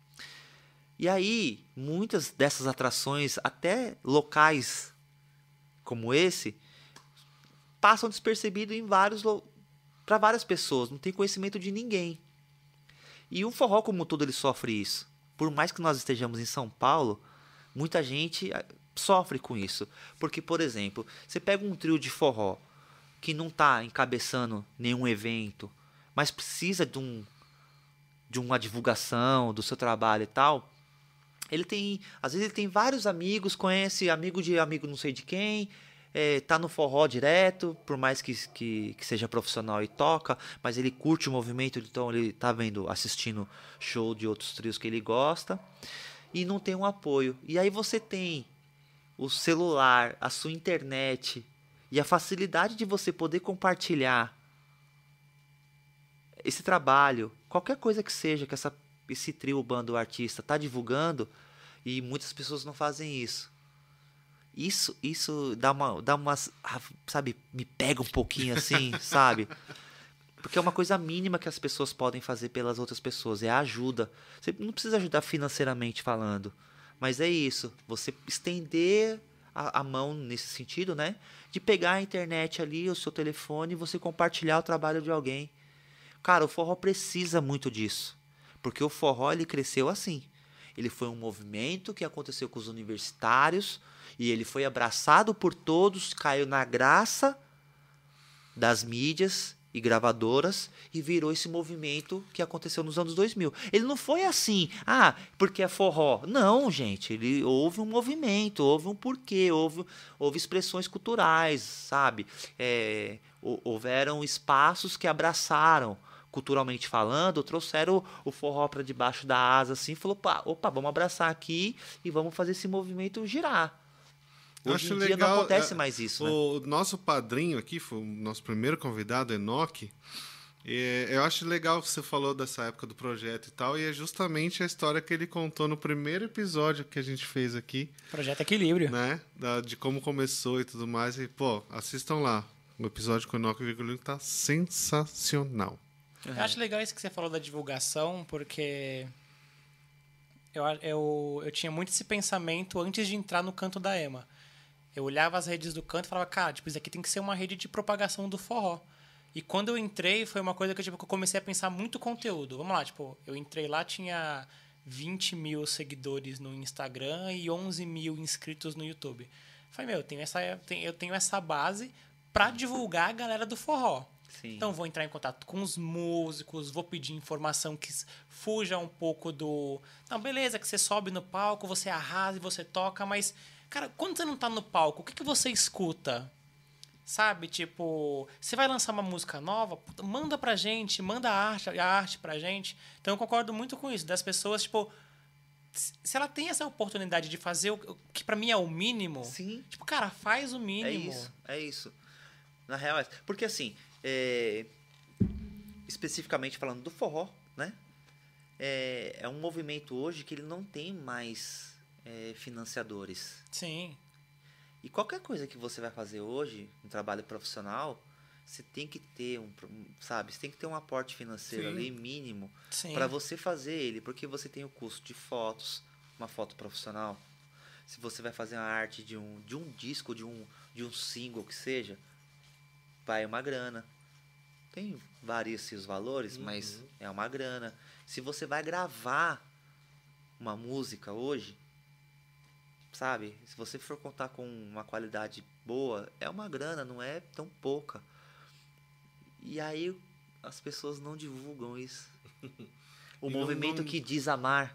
E aí, muitas dessas atrações, até locais como esse, passam despercebido em vários para várias pessoas, não tem conhecimento de ninguém. E o forró como todo ele sofre isso. Por mais que nós estejamos em São Paulo, muita gente sofre com isso. Porque, por exemplo, você pega um trio de forró que não está encabeçando nenhum evento, mas precisa de, um, de uma divulgação do seu trabalho e tal. Ele tem, às vezes ele tem vários amigos, conhece amigo de amigo não sei de quem, é, tá no forró direto, por mais que, que, que seja profissional e toca, mas ele curte o movimento, então ele tá vendo, assistindo show de outros trios que ele gosta, e não tem um apoio. E aí você tem o celular, a sua internet e a facilidade de você poder compartilhar esse trabalho, qualquer coisa que seja que essa, esse trio, banda ou artista tá divulgando, e muitas pessoas não fazem isso. Isso, isso dá uma, dá umas, sabe, me pega um pouquinho assim, sabe? Porque é uma coisa mínima que as pessoas podem fazer pelas outras pessoas, é a ajuda. Você não precisa ajudar financeiramente falando, mas é isso, você estender a, a mão nesse sentido, né? De pegar a internet ali, o seu telefone, e você compartilhar o trabalho de alguém. Cara, o forró precisa muito disso, porque o forró ele cresceu assim. Ele foi um movimento que aconteceu com os universitários e ele foi abraçado por todos, caiu na graça das mídias e gravadoras e virou esse movimento que aconteceu nos anos dois mil. Ele não foi assim, ah, porque é forró. Não, gente, ele houve um movimento, houve um porquê, houve, houve expressões culturais, sabe? É, houveram espaços que abraçaram, culturalmente falando, trouxeram o, o forró para debaixo da asa assim, falou, opa, opa, vamos abraçar aqui e vamos fazer esse movimento girar. Eu Hoje acho em dia legal, não acontece é, mais isso, o né? nosso padrinho aqui, foi o nosso primeiro convidado, Enoque. É, eu acho legal que você falou dessa época do projeto e tal, e é justamente a história que ele contou no primeiro episódio que a gente fez aqui, Projeto Equilíbrio. né? Da, de como começou e tudo mais. E, pô, assistam lá. O episódio com o Enoque Virgulino tá sensacional. Eu acho legal isso que você falou da divulgação, porque eu, eu, eu tinha muito esse pensamento antes de entrar no canto da Ema. Eu olhava as redes do canto e falava, cara, tipo, isso aqui tem que ser uma rede de propagação do forró. E quando eu entrei, foi uma coisa que tipo, eu comecei a pensar muito conteúdo. Vamos lá, tipo, eu entrei lá, tinha vinte mil seguidores no Instagram e onze mil inscritos no YouTube. Falei, meu, eu tenho essa, eu tenho essa base pra divulgar a galera do forró. Sim. Então, vou entrar em contato com os músicos, vou pedir informação que fuja um pouco do... Não, beleza, que você sobe no palco, você arrasa e você toca, mas, cara, quando você não tá no palco, o que, que você escuta? Sabe, tipo, você vai lançar uma música nova, puta, manda pra gente, manda a arte, a arte pra gente. Então eu concordo muito com isso, das pessoas, tipo, se ela tem essa oportunidade de fazer o que pra mim é o mínimo, Sim. tipo, cara, faz o É mínimo. isso, é isso. Na real, é. Porque assim, é, especificamente falando do forró, né? É, é um movimento hoje que ele não tem mais é, financiadores. Sim. E qualquer coisa que você vai fazer hoje, um trabalho profissional, você tem que ter um, sabe, você tem que ter um aporte financeiro Sim. ali mínimo Sim. para você fazer ele, porque você tem o custo de fotos, uma foto profissional. Se você vai fazer uma arte de um, de um disco, de um, de um single que seja, vai uma grana. Tem varia-se os valores, Uhum. mas é uma grana. Se você vai gravar uma música hoje, sabe? Se você for contar com uma qualidade boa, é uma grana, não é tão pouca. E aí as pessoas não divulgam isso. O E movimento não- não- que diz amar,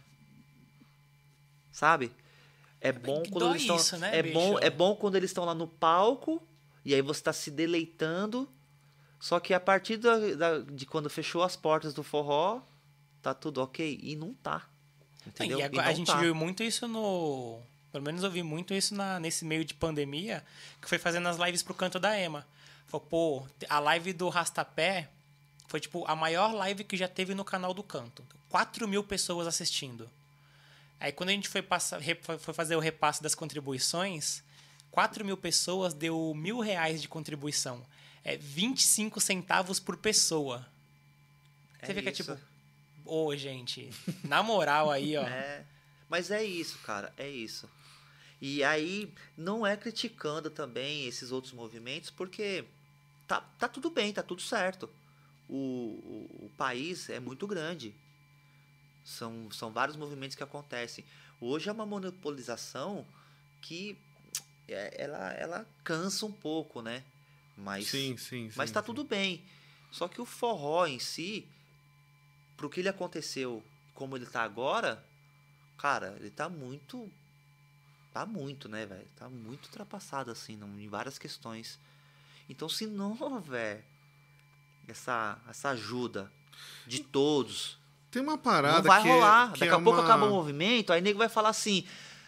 sabe? É bom que quando dói eles estão isso, né, é bom bicho? é bom quando eles estão lá no palco e aí você está se deleitando. Só que a partir da, da- de quando fechou as portas do forró, tá tudo ok e não tá. Entendeu? E E agora, não a gente tá. viu muito isso no... Pelo menos eu vi muito isso na, nesse meio de pandemia, que foi fazendo as lives pro Canto da Ema. Falou, pô, a live do Rastapé foi, tipo, a maior live que já teve no canal do Canto. quatro mil pessoas assistindo. Aí, quando a gente foi, passar, re- foi fazer o repasse das contribuições, quatro mil pessoas deu mil reais de contribuição. É vinte e cinco centavos por pessoa. Você É fica, isso. tipo, ô, gente, na moral aí, ó. É, mas é isso, cara, é isso. E aí, não é criticando também esses outros movimentos, porque tá, tá tudo bem, tá tudo certo. O, o, o país é muito grande. São, são vários movimentos que acontecem. Hoje é uma monopolização que é, ela, ela cansa um pouco, né? Mas, Sim, sim, sim. mas tá sim. tudo bem. Só que o forró em si, pro que ele aconteceu, como ele tá agora, cara, ele tá muito. Tá muito, né, velho? Tá muito ultrapassado, assim, não- em várias questões. Então, se não houver essa, essa ajuda de todos, Tem uma parada não vai que rolar. É, que Daqui é a pouco uma- acaba o movimento, aí nego vai falar assim: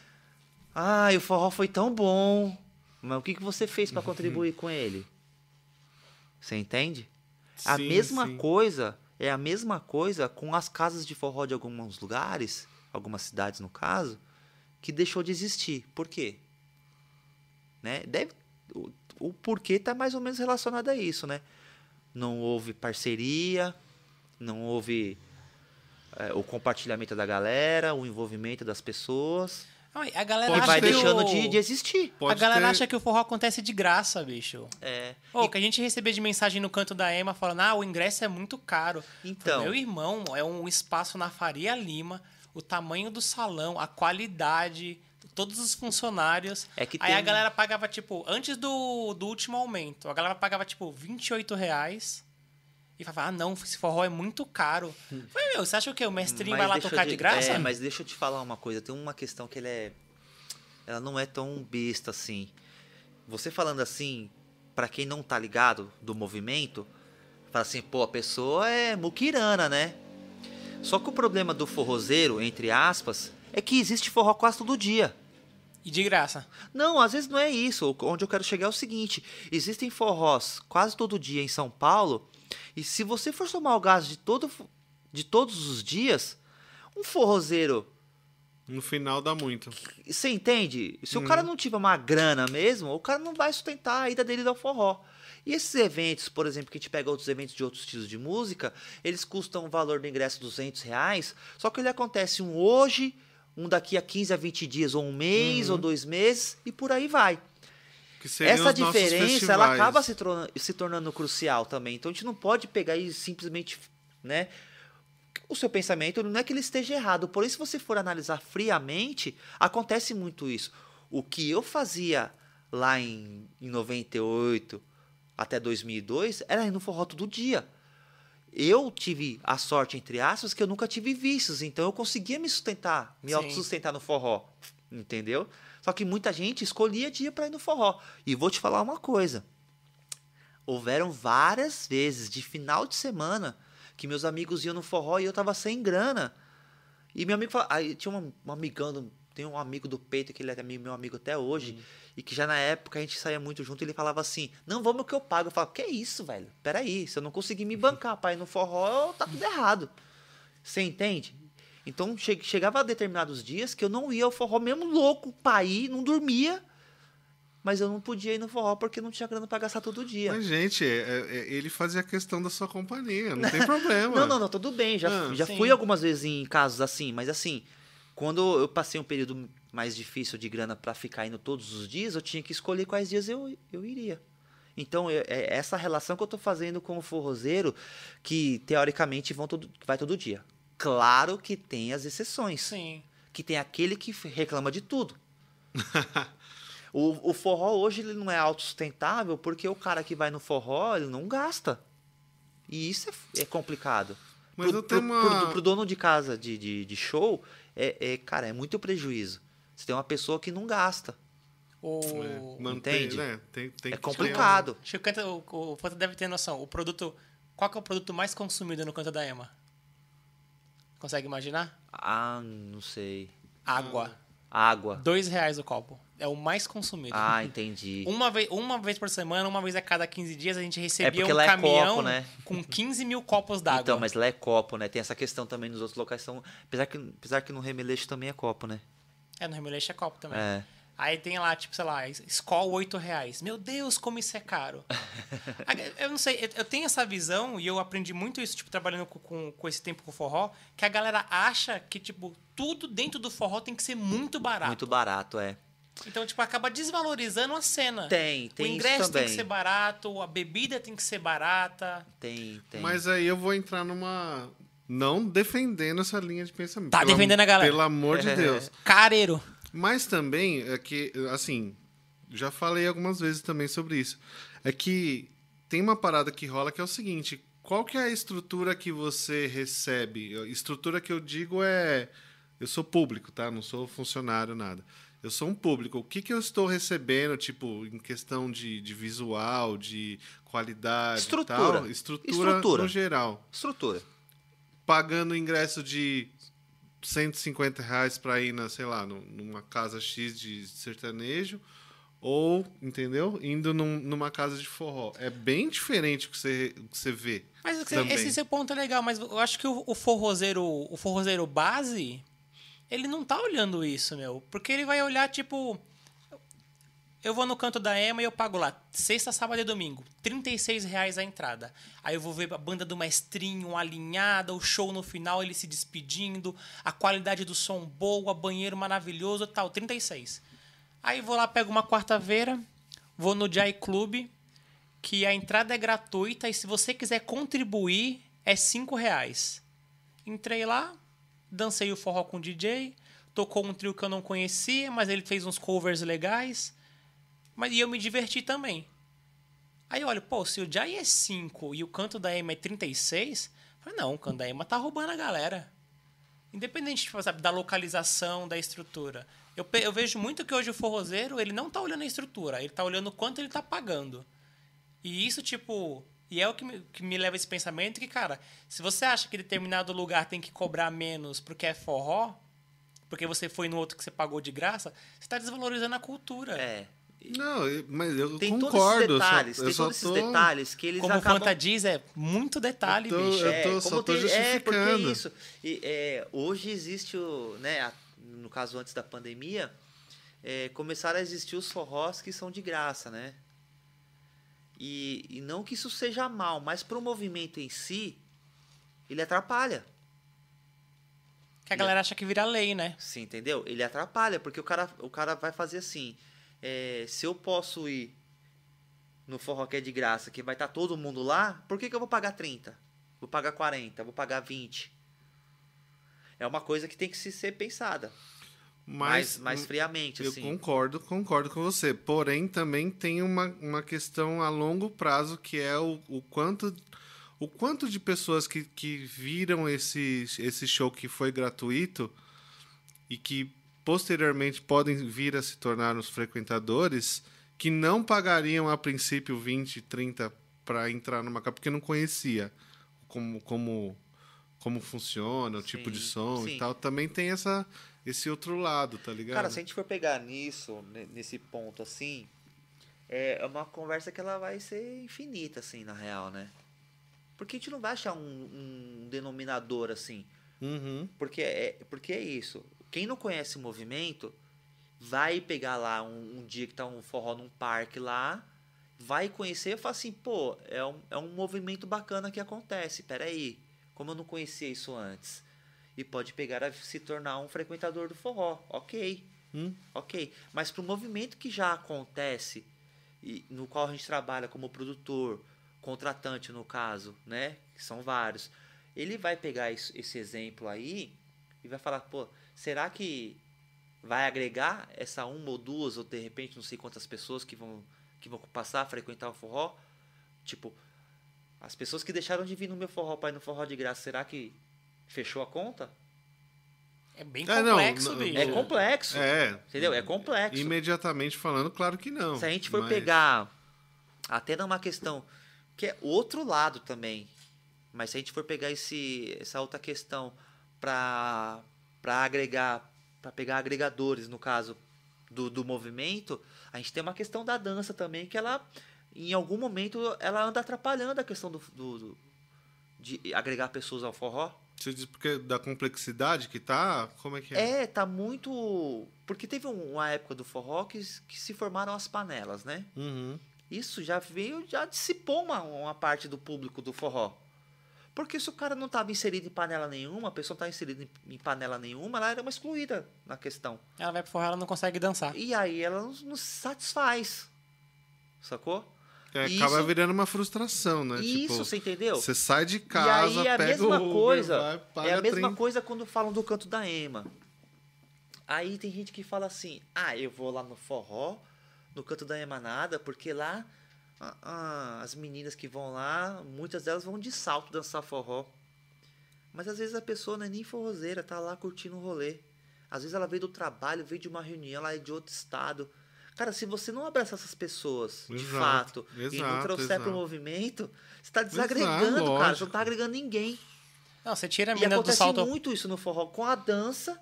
ai, o forró foi tão bom, mas o que, que você fez pra contribuir com ele? Você entende? A Sim, mesma sim. coisa, é a mesma coisa com as casas de forró de alguns lugares, algumas cidades no caso, que deixou de existir. Por quê? Né? Deve, o, o porquê tá mais ou menos relacionado a isso, né? Não houve parceria, não houve é, o compartilhamento da galera, o envolvimento das pessoas, Ai, A galera Pode e acha vai ter- que deixando o... de, de existir. A Pode galera ter- acha que o forró acontece de graça, bicho. É. Ô, o que a gente recebia de mensagem no Canto da Ema falando, ah, o ingresso é muito caro. Então. Meu irmão, é um espaço na Faria Lima, o tamanho do salão, a qualidade, todos os funcionários. É que Aí tem a um- galera pagava, tipo, antes do, do último aumento, a galera pagava, tipo, vinte e oito reais. E falava, ah, não, esse forró é muito caro. Eu Falei, meu, você acha o quê? O mestrinho Mas vai lá deixa eu tocar te- de graça? É, mas deixa eu te falar uma coisa. Tem uma questão que ela é. Ela não é tão besta assim. Você falando assim, pra quem não tá ligado do movimento, fala assim, pô, a pessoa é muquirana, né? Só que o problema do forrozeiro, entre aspas, é que existe forró quase todo dia. E de graça. Não, às vezes não é isso. Onde eu quero chegar é o seguinte: existem forrós quase todo dia em São Paulo, e se você for somar o gasto de, todo, de todos os dias, um forrozeiro, No final dá muito. você entende? Se o cara não tiver uma grana mesmo, o cara não vai sustentar a ida dele ao forró. E esses eventos, por exemplo, que a gente pega outros eventos de outros estilos de música, eles custam o valor do ingresso duzentos reais, só que ele acontece um hoje, um daqui a quinze a vinte dias, ou um mês, ou dois meses, e por aí vai. Que seriam Essa os nossos diferença, ela festivais. acaba se, torna- se tornando crucial também. Então a gente não pode pegar e simplesmente, né? O seu pensamento não é que ele esteja errado. Porém, se você for analisar friamente, acontece muito isso. O que eu fazia lá em, em noventa e oito até dois mil e dois era ir no forró todo dia. Eu tive a sorte, entre aspas, que eu nunca tive vícios. Então eu conseguia me sustentar, me Sim. autossustentar no forró. Entendeu? Só que muita gente escolhia dia para ir no forró. E vou te falar uma coisa. Houveram várias vezes de final de semana que meus amigos iam no forró e eu tava sem grana. E meu amigo falava, aí tinha um, um amigão, do- tem um amigo do peito que ele é meu amigo até hoje, Uhum. e que já na época a gente saía muito junto, e ele falava assim: "Não, vamos que eu pago". Eu falava: "Que isso, velho? Peraí, se eu não conseguir me bancar pra ir no forró, tá tudo errado". Você entende? Então che- chegava a determinados dias que eu não ia ao forró mesmo louco pra ir, não dormia, mas eu não podia ir no forró porque não tinha grana pra gastar todo dia. Mas, gente, é- é- ele fazia questão da sua companhia, não tem problema. Não, não, não, tudo bem. Já, Ah, já sim. fui algumas vezes em casos assim, mas assim, quando eu passei um período mais difícil de grana pra ficar indo todos os dias, eu tinha que escolher quais dias eu, eu iria. Então, é, é essa relação que eu tô fazendo com o forrozeiro, que teoricamente vão todo, vai todo dia. Claro que tem as exceções. Sim. Que tem aquele que reclama de tudo. O, o forró hoje ele não é autossustentável porque o cara que vai no forró, ele não gasta. E isso é, é complicado. Mas pro, eu tenho pro- uma- pro- pro dono de casa de, de, de show, é, é, cara, é muito prejuízo. Você tem uma pessoa que não gasta. O... Manter, Entende? né? Tem, tem É que complicado. Acho que o, Canta- o, o Fanta deve ter noção. O produto. Qual que é o produto mais consumido no Canto da Ema? Consegue imaginar? Ah, não sei. Água. Água. Dois reais o copo. É o mais consumido. Ah, entendi. Uma vez, uma vez por semana, uma vez a cada quinze dias, a gente recebia porque um lá é caminhão copo, né? com quinze mil copos d'água. Então, mas lá é copo, né? Tem essa questão também nos outros locais. São, apesar, que, apesar que no Remeleixo também é copo, né? É, no Remeleixo é copo também. É. Aí tem lá, tipo, sei lá, Skol oito reais. Meu Deus, como isso é caro. Eu não sei, eu- eu tenho essa visão e eu aprendi muito isso, tipo, trabalhando com, com, com esse tempo com o forró, que a galera acha que, tipo, tudo dentro do forró tem que ser muito barato. Muito barato, é. Então, tipo, acaba desvalorizando a cena. Tem, tem O ingresso isso tem também. que ser barato, a bebida tem que ser barata. Tem, tem. Mas aí eu vou entrar numa... Não defendendo essa linha de pensamento. Tá Pelo- defendendo a galera. Pelo amor de É. Deus. Careiro. Mas também é que, assim, já falei algumas vezes também sobre isso. É que tem uma parada que rola que é o seguinte: qual que é a estrutura que você recebe? Estrutura que eu digo é. Eu sou público, tá? Não sou funcionário, nada. Eu sou um público. O que, que eu estou recebendo, tipo, em questão de, de visual, de qualidade Estrutura. e tal? Estrutura, Estrutura. no geral. Estrutura. Pagando ingresso de cento e cinquenta reais para ir na, sei lá, num- numa casa X de sertanejo, ou, entendeu? Indo num- numa casa de forró. É bem diferente o que você, o que você vê. Mas esse- também. esse seu ponto é legal, mas eu acho que o, o forrozeiro, o forrozeiro base, ele não tá olhando isso, meu. Porque ele vai olhar, tipo... Eu vou no Canto da Ema e eu pago lá, sexta, sábado e domingo, trinta e seis reais a entrada. Aí eu vou ver a banda do Mestrinho alinhada, o show no final, ele se despedindo, a qualidade do som boa, banheiro maravilhoso, tal, trinta e seis. Aí vou lá, pego uma quarta-feira, vou no Jai Club, que a entrada é gratuita e se você quiser contribuir, é cinco reais. Entrei lá, dancei o forró com o D J, tocou um trio que eu não conhecia, mas ele fez uns covers legais. Mas e eu me diverti também. Aí eu olho, pô, se o Jai é cinco e o Canto da Ema é trinta e seis, eu falei, não, o Canto da Ema tá roubando a galera. Independente tipo, sabe, da localização, da estrutura. Eu, pe- eu vejo muito que hoje o forrozeiro, ele não tá olhando a estrutura, ele tá olhando o quanto ele tá pagando. E isso, tipo... E é o que me, que me leva a esse pensamento que, cara, se você acha que determinado lugar tem que cobrar menos porque é forró, porque você foi no outro que você pagou de graça, você tá desvalorizando a cultura. É. Não, eu- mas eu Tem todos concordo. esses detalhes, só, eu tem só todos esses tô... detalhes que eles Como o acabam... Fanta diz, é muito detalhe, Eu tô- bicho. eu É, tô- como só tô tem- É, porque é justificando. isso. E, é, hoje existe o... Né, a- no caso, antes da pandemia, é, começaram a existir os forrós que são de graça, né? E, e não que isso seja mal, mas para o movimento em si, ele atrapalha. Que a galera acha que vira lei, né? Sim, entendeu? Ele atrapalha, porque o cara, o cara vai fazer assim. é, se eu posso ir no forró que é de graça, que vai estar todo mundo lá, por que, que eu vou pagar trinta? Vou pagar quarenta, vou pagar vinte? É uma coisa que tem que se ser pensada. Mas, mais, mais friamente, eu assim. concordo, concordo com você. Porém, também tem uma, uma questão a longo prazo, que é o, o quanto... O quanto de pessoas que, que viram esse, esse show que foi gratuito e que posteriormente podem vir a se tornar os frequentadores, que não pagariam a princípio vinte, trinta para entrar numa casa, porque não conhecia como, como, como funciona, o Sim, tipo de som sim. e tal. Também tem essa, esse outro lado, tá ligado? Cara, se a gente for pegar nisso, nesse ponto assim, é uma conversa que ela vai ser infinita, assim, na real, né? Porque a gente não vai achar um, um denominador assim. Uhum. Porque é, porque é isso. Quem não conhece o movimento vai pegar lá um, um dia que tá um forró num parque lá, vai conhecer e fala assim, pô, é um, é um movimento bacana que acontece. Peraí, como eu não conhecia isso antes? E pode pegar a se tornar um frequentador do forró. Ok. Hum. Ok. Mas para o movimento que já acontece, e no qual a gente trabalha como produtor, contratante no caso, né, que são vários, ele vai pegar isso, esse exemplo aí e vai falar, pô, será que vai agregar essa uma ou duas ou de repente não sei quantas pessoas que vão que vão passar a frequentar o forró? Tipo, as pessoas que deixaram de vir no meu forró para ir no forró de graça, será que fechou a conta? É bem É, não, complexo, não, bicho. É complexo. É. Entendeu? É complexo. Imediatamente falando, claro que não. Se a gente for mas... pegar até numa questão que é outro lado também, mas se a gente for pegar esse, essa outra questão para para agregar, para pegar agregadores no caso do, do movimento, a gente tem uma questão da dança também que ela em algum momento ela anda atrapalhando a questão do, do, do de agregar pessoas ao forró. Você diz porque da complexidade que tá? Como é que é? É, tá muito. Porque teve um- uma época do forró que, que se formaram as panelas, né? Uhum. Isso já veio, já dissipou uma, uma parte do público do forró. Porque se o cara não estava inserido em panela nenhuma, a pessoa não estava inserida em, em panela nenhuma, ela era uma excluída na questão. Ela vai pro forró, ela não consegue dançar. E aí ela não, não se satisfaz. Sacou? É, Isso- acaba virando uma frustração, né? Isso, tipo, você entendeu? você sai de E casa, aí é a pega mesma o Uber, coisa. vai, paga é a mesma trinta. coisa quando falam do canto da ema. Aí tem gente que fala assim: ah, eu vou lá no forró, no canto da ema nada, porque lá ah, ah, as meninas que vão lá, muitas delas vão de salto dançar forró. Mas às vezes a pessoa não é nem forrozeira, tá lá curtindo o rolê. Às vezes ela veio do trabalho, veio de uma reunião, ela é de outro estado. Cara, se você não abraçar essas pessoas, de Exato, fato, e não exato, trouxer exato. pro movimento, você tá Exato, desagregando, cara. Você lógico. não tá agregando ninguém. Não, você tira a E menina do acontece salto. muito isso no forró, com a dança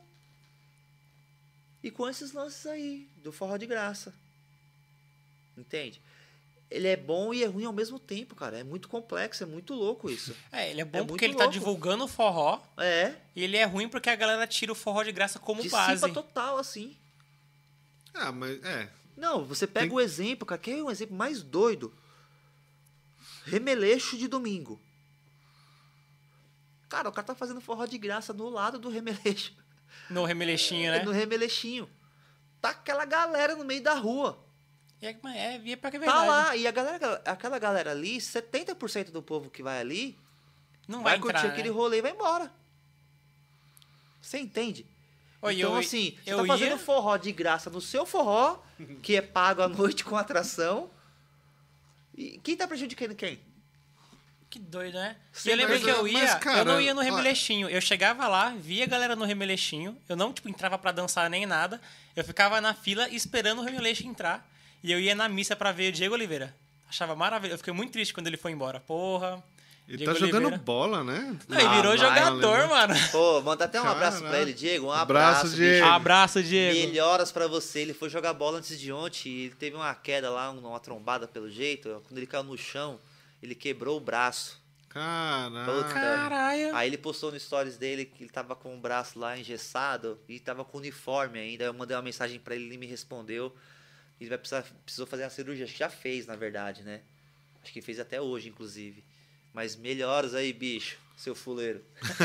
e com esses lances aí, do forró de graça. Entende? Ele é bom e é ruim ao mesmo tempo, cara. É muito complexo, é muito louco isso. É, ele é bom É porque muito ele tá louco. divulgando o forró. É, E ele é ruim porque a galera tira o forró de graça como dissipa base. total, assim. Ah, mas é. Não, você pega Tem- o exemplo, cara, quer um exemplo mais doido? Remeleixo de domingo. Cara, o cara tá fazendo forró de graça no lado do remeleixo. No remelechinho, né? No remelechinho. Tá aquela galera no meio da rua. E é, é, e é pra que é Tá verdade. lá. E a galera, aquela galera ali, setenta por cento do povo que vai ali, Não vai, vai, curtir entrar, aquele né? rolê e vai embora. Você entende? Ô, então, eu- assim, você eu tá fazendo ia- forró de graça no seu forró, que é pago à noite com atração. E quem tá prejudicando quem? Que doido, né? Sim, E eu lembro mas- que eu mas, ia, cara, eu não ia no ó- remelechinho. Eu chegava lá, via a galera no remelechinho. Eu não, tipo, entrava pra dançar nem nada. Eu ficava na fila esperando o remeleixo entrar. E eu ia na missa pra ver o Diego Oliveira. Achava maravilhoso. Eu fiquei muito triste quando ele foi embora. Porra. Ele Diego tá jogando Oliveira. bola, né? Não, ele virou Ah, jogador, mano. Pô, manda até um abraço Caraca. pra ele, Diego. Um Abraço, abraço, Diego. bicho. Abraço, Diego. Melhoras pra você. Ele foi jogar bola antes de ontem e ele teve uma queda lá, uma trombada pelo jeito. Quando ele caiu no chão, ele quebrou o braço. Caraca. Puta. Caralho. Aí ele postou no stories dele que ele tava com o braço lá engessado e tava com uniforme ainda. Eu mandei uma mensagem pra ele, ele me respondeu. Ele vai precisar, precisou fazer uma cirurgia, acho que já fez, na verdade, né? Acho que fez até hoje, inclusive. Mas melhoras aí, bicho, seu fuleiro.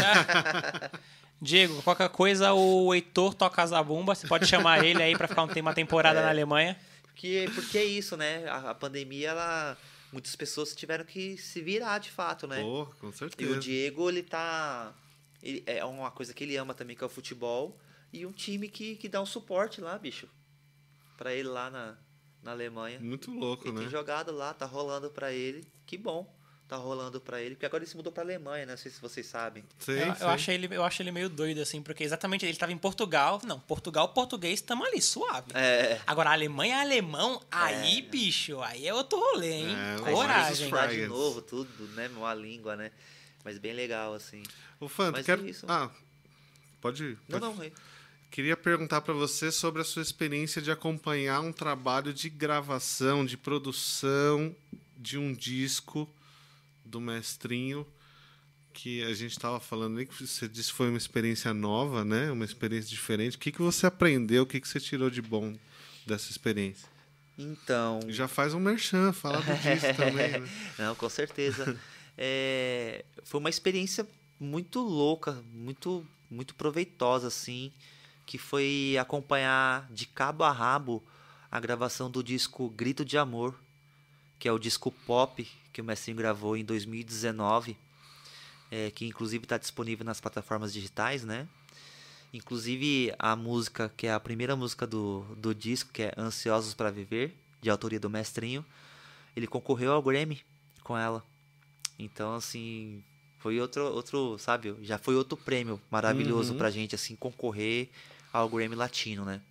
Diego, qualquer coisa, o Heitor toca a zabumba. Você pode chamar ele aí pra ficar um- uma temporada É. na Alemanha. Porque, porque é isso, né? A, a pandemia, ela... Muitas pessoas tiveram que se virar, de fato, né? Pô, com E certeza. o Diego, ele tá... Ele, é uma coisa que ele ama também, que é o futebol. E um time que, que dá um suporte lá, bicho. Pra ele lá na, na Alemanha. Muito louco, Ele né? tem jogado lá, tá rolando pra ele. Que bom. Tá rolando pra ele. Porque agora ele se mudou pra Alemanha, né? Não sei se vocês sabem. Sei, Eu, sei. eu, achei ele, eu acho ele meio doido, assim, porque exatamente ele estava em Portugal. Não, Portugal, português, tamo ali, suave. É. Agora, a Alemanha é alemão, aí, bicho, aí é outro rolê, hein? É, Aí Coragem. estudar de Frigates. novo, tudo, né? Uma língua, né? Mas bem legal, assim. Ô, Fanto, Mas quero... é isso. Ah, pode ir. Não, Pode... não, é. Queria perguntar para você sobre a sua experiência de acompanhar um trabalho de gravação, de produção de um disco do Mestrinho, que a gente estava falando aí, que você disse que foi uma experiência nova, né? Uma experiência diferente. O que, que você aprendeu, o que, que você tirou de bom dessa experiência? Então. Já faz um merchan, fala do disco também, né? Não, com certeza. É, foi uma experiência muito louca, muito, muito proveitosa, assim, que foi acompanhar de cabo a rabo a gravação do disco Grito de Amor, que é o disco pop que o Mestrinho gravou em dois mil e dezenove, é, que inclusive está disponível nas plataformas digitais, né? Inclusive a música, que é a primeira música do, do disco, que é Ansiosos para Viver, de autoria do Mestrinho, ele concorreu ao Grammy com ela. Então, assim, foi outro, outro, sabe, já foi outro prêmio maravilhoso Uhum. pra gente, assim, concorrer ao Grammy Latino, né?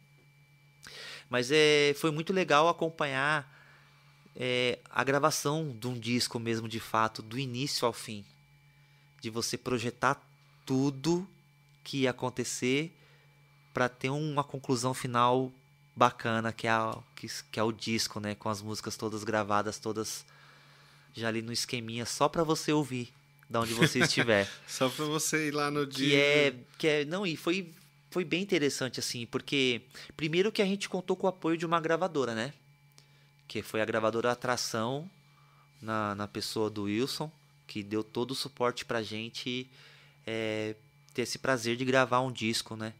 Mas é, foi muito legal acompanhar é, a gravação de um disco mesmo, de fato, do início ao fim. De você projetar tudo que ia acontecer para ter uma conclusão final bacana, que é, a, que, que é o disco, né? Com as músicas todas gravadas, todas já ali no esqueminha, só para você ouvir, da onde você estiver. Só para você ir lá no Que dia. é, que é... Não, e foi, foi bem interessante, assim, porque... Primeiro que a gente contou com o apoio de uma gravadora, né? Que foi a gravadora Atração, na, na pessoa do Wilson, que deu todo o suporte pra gente é, ter esse prazer de gravar um disco, né?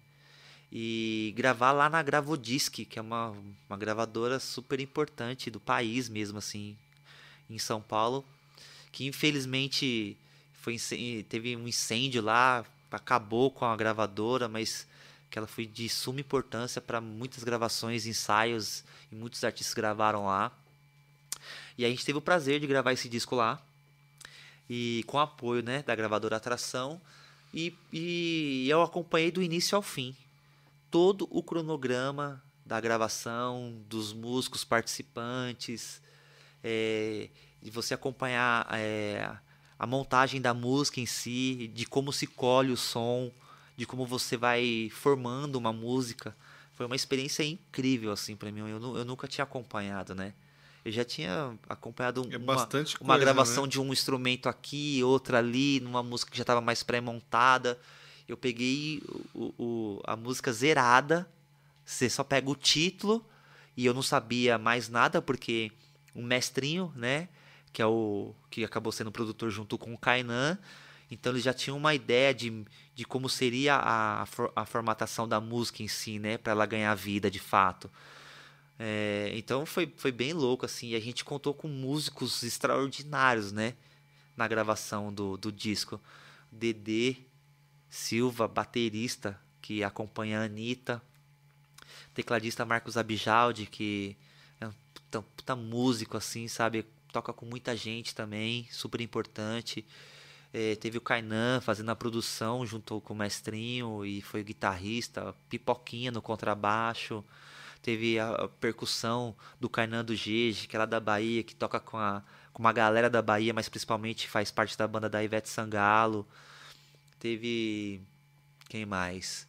E gravar lá na Gravodisc, que é uma, uma gravadora super importante do país mesmo, assim, em São Paulo, que infelizmente foi, teve um incêndio lá, acabou com a gravadora, mas que ela foi de suma importância para muitas gravações, ensaios, e muitos artistas gravaram lá. E a gente teve o prazer de gravar esse disco lá, e com apoio, né, da gravadora Atração, e, e eu acompanhei do início ao fim todo o cronograma da gravação, dos músicos participantes, é, de você acompanhar é, a montagem da música em si, de como se colhe o som, de como você vai formando uma música. Foi uma experiência incrível, assim, para mim. Eu, eu nunca tinha acompanhado, né? Eu já tinha acompanhado É uma, bastante uma coisa, gravação né? de um instrumento aqui, outra ali, numa música que já estava mais pré-montada. Eu peguei o, o, a música zerada, você só pega o título, e eu não sabia mais nada, porque o Mestrinho, né, que é o que acabou sendo produtor junto com o Kainan, então eles já tinham uma ideia de, de como seria a, a formatação da música em si, né, para ela ganhar vida de fato. É, então foi, foi bem louco, assim, e a gente contou com músicos extraordinários, né, na gravação do, do disco. Dedê Silva, baterista, que acompanha a Anitta, tecladista Marcos Abijaldi, que é um puta, puta músico, assim, sabe, toca com muita gente também, super importante. É, teve o Kainan fazendo a produção junto com o Mestrinho e foi guitarrista, Pipoquinha no contrabaixo. Teve a, a percussão do Kainan do Gege, que é lá da Bahia, que toca com, a, com uma galera da Bahia, mas principalmente faz parte da banda da Ivete Sangalo. Teve... Quem mais?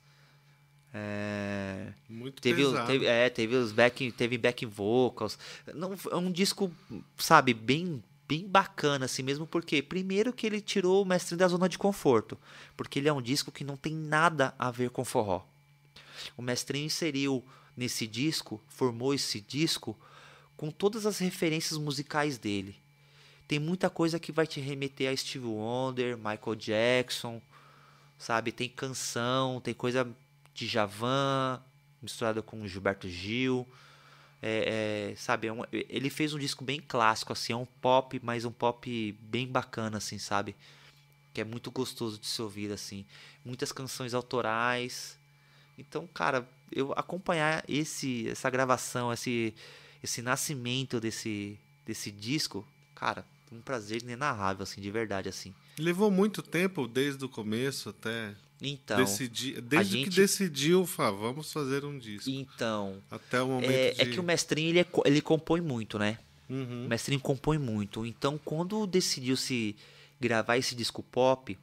É... Muito Teve, pesado. teve, é, teve os back, teve back vocals. Não, é um disco, sabe, bem, bem bacana, assim mesmo, porque primeiro que ele tirou o Mestrinho da zona de conforto, porque ele é um disco que não tem nada a ver com forró. O Mestrinho inseriu nesse disco, formou esse disco com todas as referências musicais dele. Tem muita coisa que vai te remeter a Stevie Wonder, Michael Jackson, sabe? Tem canção, tem coisa de Djavan misturada com Gilberto Gil. É, é, sabe, é um- ele fez um disco bem clássico, assim, é um pop, mas um pop bem bacana, assim, sabe? Que é muito gostoso de se ouvir, assim. Muitas canções autorais. Então, cara, eu acompanhar esse, essa gravação, esse, esse nascimento desse, desse disco, cara, um prazer inenarrável, assim, de verdade, assim. Levou muito tempo, desde o começo até Então, decidir. Desde gente- que decidiu, Fá, vamos fazer um disco. então, Até o momento é, de. é que o Mestrinho, ele, é co- ele compõe muito, né? Uhum. O Mestrinho compõe muito. Então, quando decidiu se gravar esse disco pop,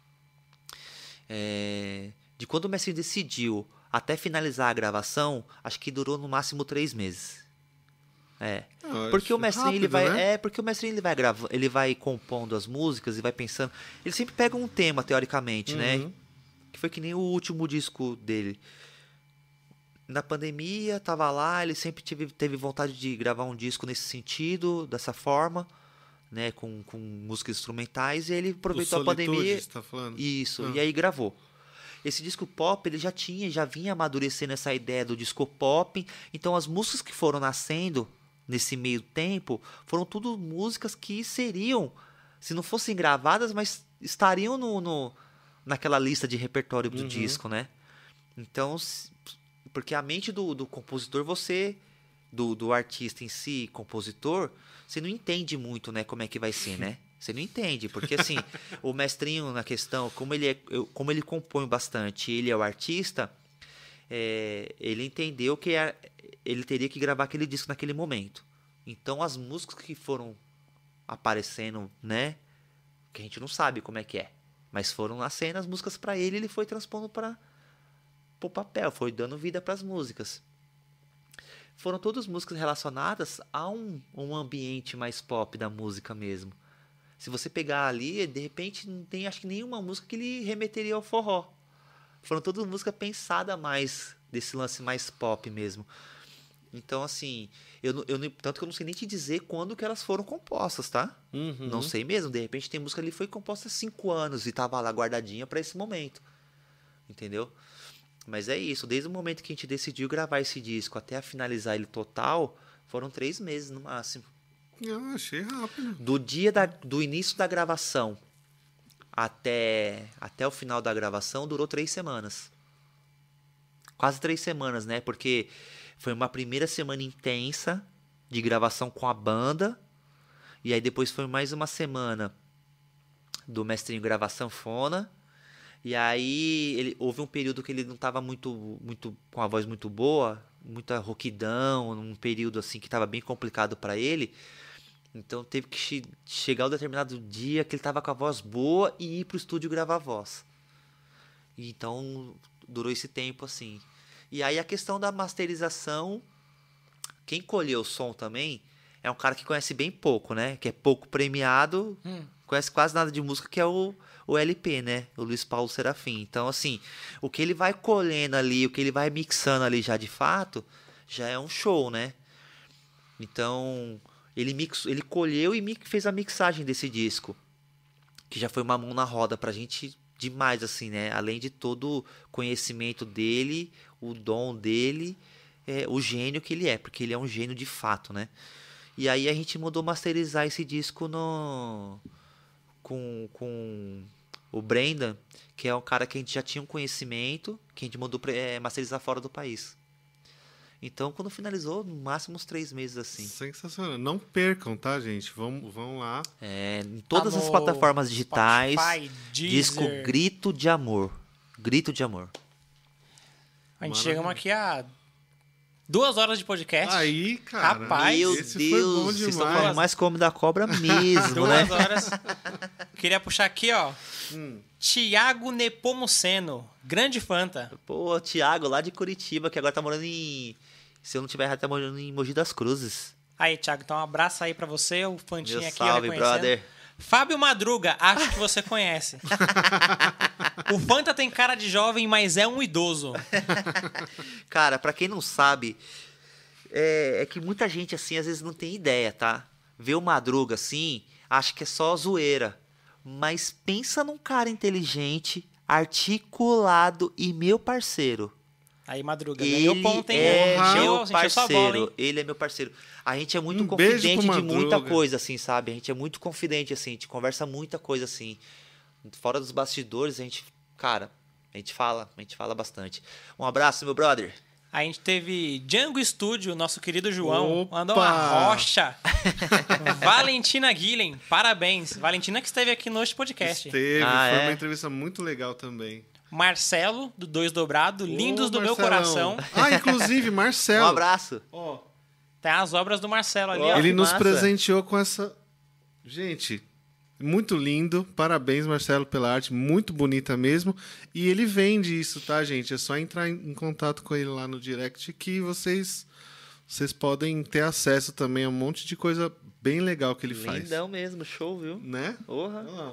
é, de quando o Mestrinho decidiu até finalizar a gravação, acho que durou no máximo três meses. É. Ah, Porque o acho Mestrinho ele rápido, vai, né? é, porque o Mestrinho ele vai grava, ele vai compondo as músicas e vai pensando, ele sempre pega um tema teoricamente, né? Uhum. Que foi que nem o último disco dele. Na pandemia, tava lá, ele sempre teve, teve vontade de gravar um disco nesse sentido, dessa forma, né, com, com músicas instrumentais, e ele aproveitou O a pandemia. Solitude, você tá falando? Isso, Ah. e aí gravou. Esse disco pop, ele já tinha, já vinha amadurecendo essa ideia do disco pop, então as músicas que foram nascendo nesse meio tempo, foram tudo músicas que seriam, se não fossem gravadas, mas estariam no, no naquela lista de repertório do Uhum. disco, né? Então, se- porque a mente do, do compositor, você, do, do artista em si, compositor, você não entende muito, né, como é que vai ser, né? Você não entende, porque assim, o Mestrinho na questão, como ele, é, eu- como ele compõe bastante, ele é o artista, é, ele entendeu que a- ele teria que gravar aquele disco naquele momento. Então, as músicas que foram aparecendo, né, que a gente não sabe como é que é, mas foram nascendo as músicas pra ele, ele foi transpondo para o papel, foi dando vida para as músicas. Foram todas músicas relacionadas a um, um ambiente mais pop da música mesmo. Se você pegar ali, de repente não tem acho que nenhuma música que ele remeteria ao forró. Foram todas músicas pensadas mais desse lance mais pop mesmo. Então, assim, eu, não- eu, não- tanto que eu não sei nem te dizer quando que elas foram compostas, tá? Uhum. Não sei mesmo. De repente tem música ali que foi composta há cinco anos e tava lá guardadinha para esse momento. Entendeu? Mas é isso. Desde o momento que a gente decidiu gravar esse disco até a finalizar ele total, foram três meses no máximo. Eu achei rápido. Do dia da, do início da gravação até, até o final da gravação, durou três semanas. Quase três semanas, né? Porque foi uma primeira semana intensa de gravação com a banda. E aí depois foi mais uma semana do Mestrinho gravar sanfona. E aí ele, houve um período que ele não estava muito, muito com a voz muito boa, muita rouquidão, um período assim que estava bem complicado para ele. Então teve que che- chegar um determinado dia que ele estava com a voz boa e ir pro estúdio gravar a voz. E então durou esse tempo assim. E aí a questão da masterização, quem colheu o som também é um cara que conhece bem pouco, né? Que é pouco premiado, Hum. conhece quase nada de música, que é o, o L P, né? O Luiz Paulo Serafim. Então, assim, o que ele vai colhendo ali, o que ele vai mixando ali já de fato, já é um show, né? Então, ele, mix, ele colheu e mi- fez a mixagem desse disco, que já foi uma mão na roda pra gente demais, assim, né? Além de todo o conhecimento dele, o dom dele, é, o gênio que ele é, porque ele é um gênio de fato, né? E aí a gente mandou masterizar esse disco no com, com o Brendan, que é um cara que a gente já tinha um conhecimento, que a gente mandou pra, é, masterizar fora do país. Então, quando finalizou, no máximo uns três meses assim. Sensacional. Não percam, tá, gente? Vão, vão lá. É, em todas Tá as no plataformas digitais, Spotify, disco Deezer. Grito de Amor. Grito de Amor. A gente Maravilha. chegamos aqui a duas horas de podcast. Aí, cara. Rapaz, Meu esse Deus, foi bom vocês estão demais. falando mais como da cobra mesmo, Duas né? horas. Queria puxar aqui, ó. Hum. Tiago Nepomuceno, grande Fanta. Pô, o Thiago lá de Curitiba, que agora tá morando em... Se eu não tiver errado, tá morando em Mogi das Cruzes. Aí, Thiago, então um abraço aí pra você, o Fantinha Meu aqui, ó, salve, reconhecendo. brother. Fábio Madruga, acho que você conhece. O Fanta tem cara de jovem, mas é um idoso. Cara, pra quem não sabe, é, é que muita gente, assim, às vezes não tem ideia, tá? Vê o Madruga, assim, acha que é só zoeira. Mas pensa num cara inteligente, articulado e meu parceiro. Aí, Madruga, Ele ganhou ponto, hein? é Porra. meu Sentiu sua bola, parceiro. hein? Ele é meu parceiro. A gente é muito Um beijo confidente pro de muita Madruga. coisa, assim, sabe? A gente é muito confidente, assim. A gente conversa muita coisa, assim. Fora dos bastidores, a gente... Cara, a gente fala. A gente fala bastante. Um abraço, meu brother. A gente teve Django Studio, nosso querido João. Opa! Mandou uma rocha. Valentina Guilhem, parabéns. Valentina que esteve aqui no Hoje Podcast. Teve, Ah, foi é? uma entrevista muito legal também. Marcelo, do Dois Dobrado, lindos Ô, do meu Marcelão. coração. Ah, inclusive, Um Marcelo. abraço. Ó, Tem as obras do Marcelo ali, Ó, ó. ele que nos massa. presenteou com essa... Gente, muito lindo. Parabéns, Marcelo, pela arte. Muito bonita mesmo. E ele vende isso, tá, gente? É só entrar em em contato com ele lá no direct que vocês, vocês podem ter acesso também a um monte de coisa bem legal que ele faz. Lindão mesmo, show, viu? Né? Porra. Ó.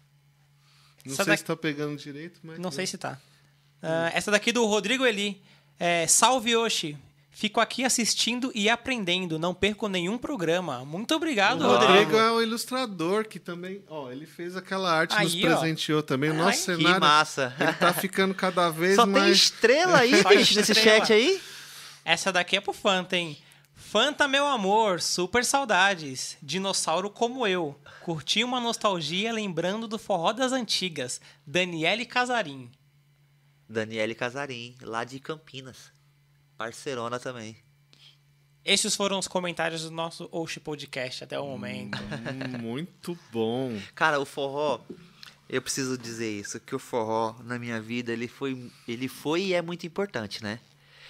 Não Essa sei daqui- se tá pegando direito, mas... Não sei se tá. Ah, essa daqui do Rodrigo Eli. É, Salve, Oshi. Fico aqui assistindo e aprendendo. Não perco nenhum programa. Muito obrigado, O Rodrigo. Rodrigo é o ilustrador que também, ó, ele fez aquela arte, Aí, nos ó. presenteou também. O Ai, nosso Que cenário, massa. ele tá ficando cada vez Só tem mais... estrela aí, Só bicho, nesse estrela. chat aí. Essa daqui é pro Fanta, hein? Fanta, meu amor, super saudades. Dinossauro como eu. Curti uma nostalgia lembrando do forró das antigas. Daniele Casarim. Daniele Casarim, lá de Campinas. Parceirona também. Esses foram os comentários do nosso Oshi Podcast até o momento. Hum, muito bom. Cara, o forró, eu preciso dizer isso, que o forró na minha vida, ele foi, ele foi e é muito importante, né?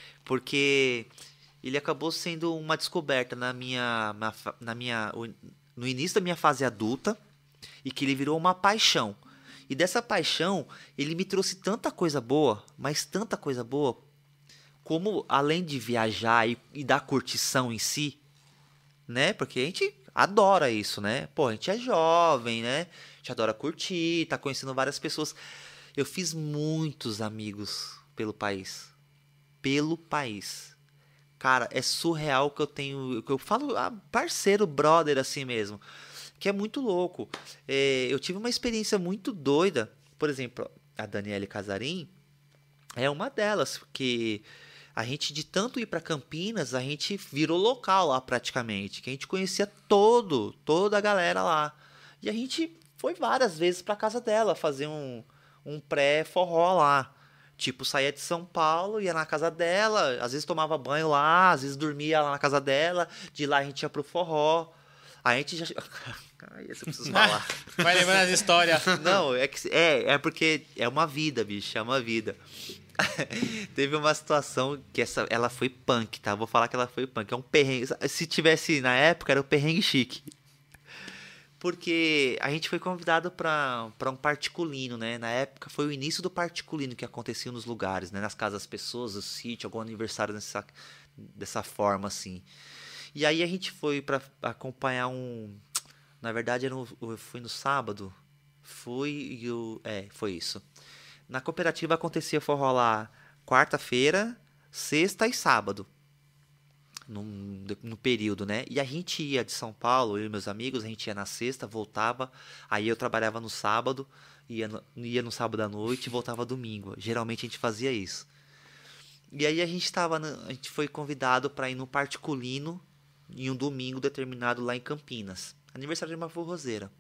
Porque ele acabou sendo uma descoberta na minha, na, fa- na minha, no início da minha fase adulta e que ele virou uma paixão. E dessa paixão, ele me trouxe tanta coisa boa, mas tanta coisa boa, como além de viajar e, e da curtição em si, né? Porque a gente adora isso, né? Pô, a gente é jovem, né? A gente adora curtir, tá conhecendo várias pessoas. Eu fiz muitos amigos pelo país. Pelo país. Cara, é surreal que eu tenho... Que eu falo, ah, parceiro, brother, assim mesmo. Que é muito louco. É, eu tive uma experiência muito doida. Por exemplo, a Daniele Casarim é uma delas, que... A gente, de tanto ir para Campinas, a gente virou local lá praticamente. Que a gente conhecia todo, toda a galera lá. E a gente foi várias vezes para casa dela fazer um, um pré-forró lá. Tipo, saía de São Paulo, ia na casa dela, às vezes tomava banho lá, às vezes dormia lá na casa dela. De lá a gente ia pro forró. A gente já... Ai, esse eu preciso falar. Vai lembrando as histórias. Não, é, que, é, é porque é uma vida, bicho, é uma vida. Teve uma situação que essa, ela foi punk, tá? Vou falar que ela foi punk. É um perrengue. Se tivesse na época, era o perrengue chique. Porque a gente foi convidado para um particulino, né? Na época foi o início do particulino que acontecia nos lugares, né? Nas casas das pessoas, no sítio, algum aniversário dessa, dessa forma, assim. E aí a gente foi para acompanhar um... Na verdade, era um, eu fui no sábado. Fui e eu... É, foi isso. Na cooperativa acontecia forró lá quarta-feira, sexta e sábado. No, no período, né? E a gente ia de São Paulo, eu e meus amigos, a gente ia na sexta, voltava. Aí eu trabalhava no sábado, ia no, ia no sábado à noite e voltava domingo. Geralmente a gente fazia isso. E aí a gente tava, a gente foi convidado para ir no particulino em um domingo determinado lá em Campinas. Aniversário de uma forrozeira.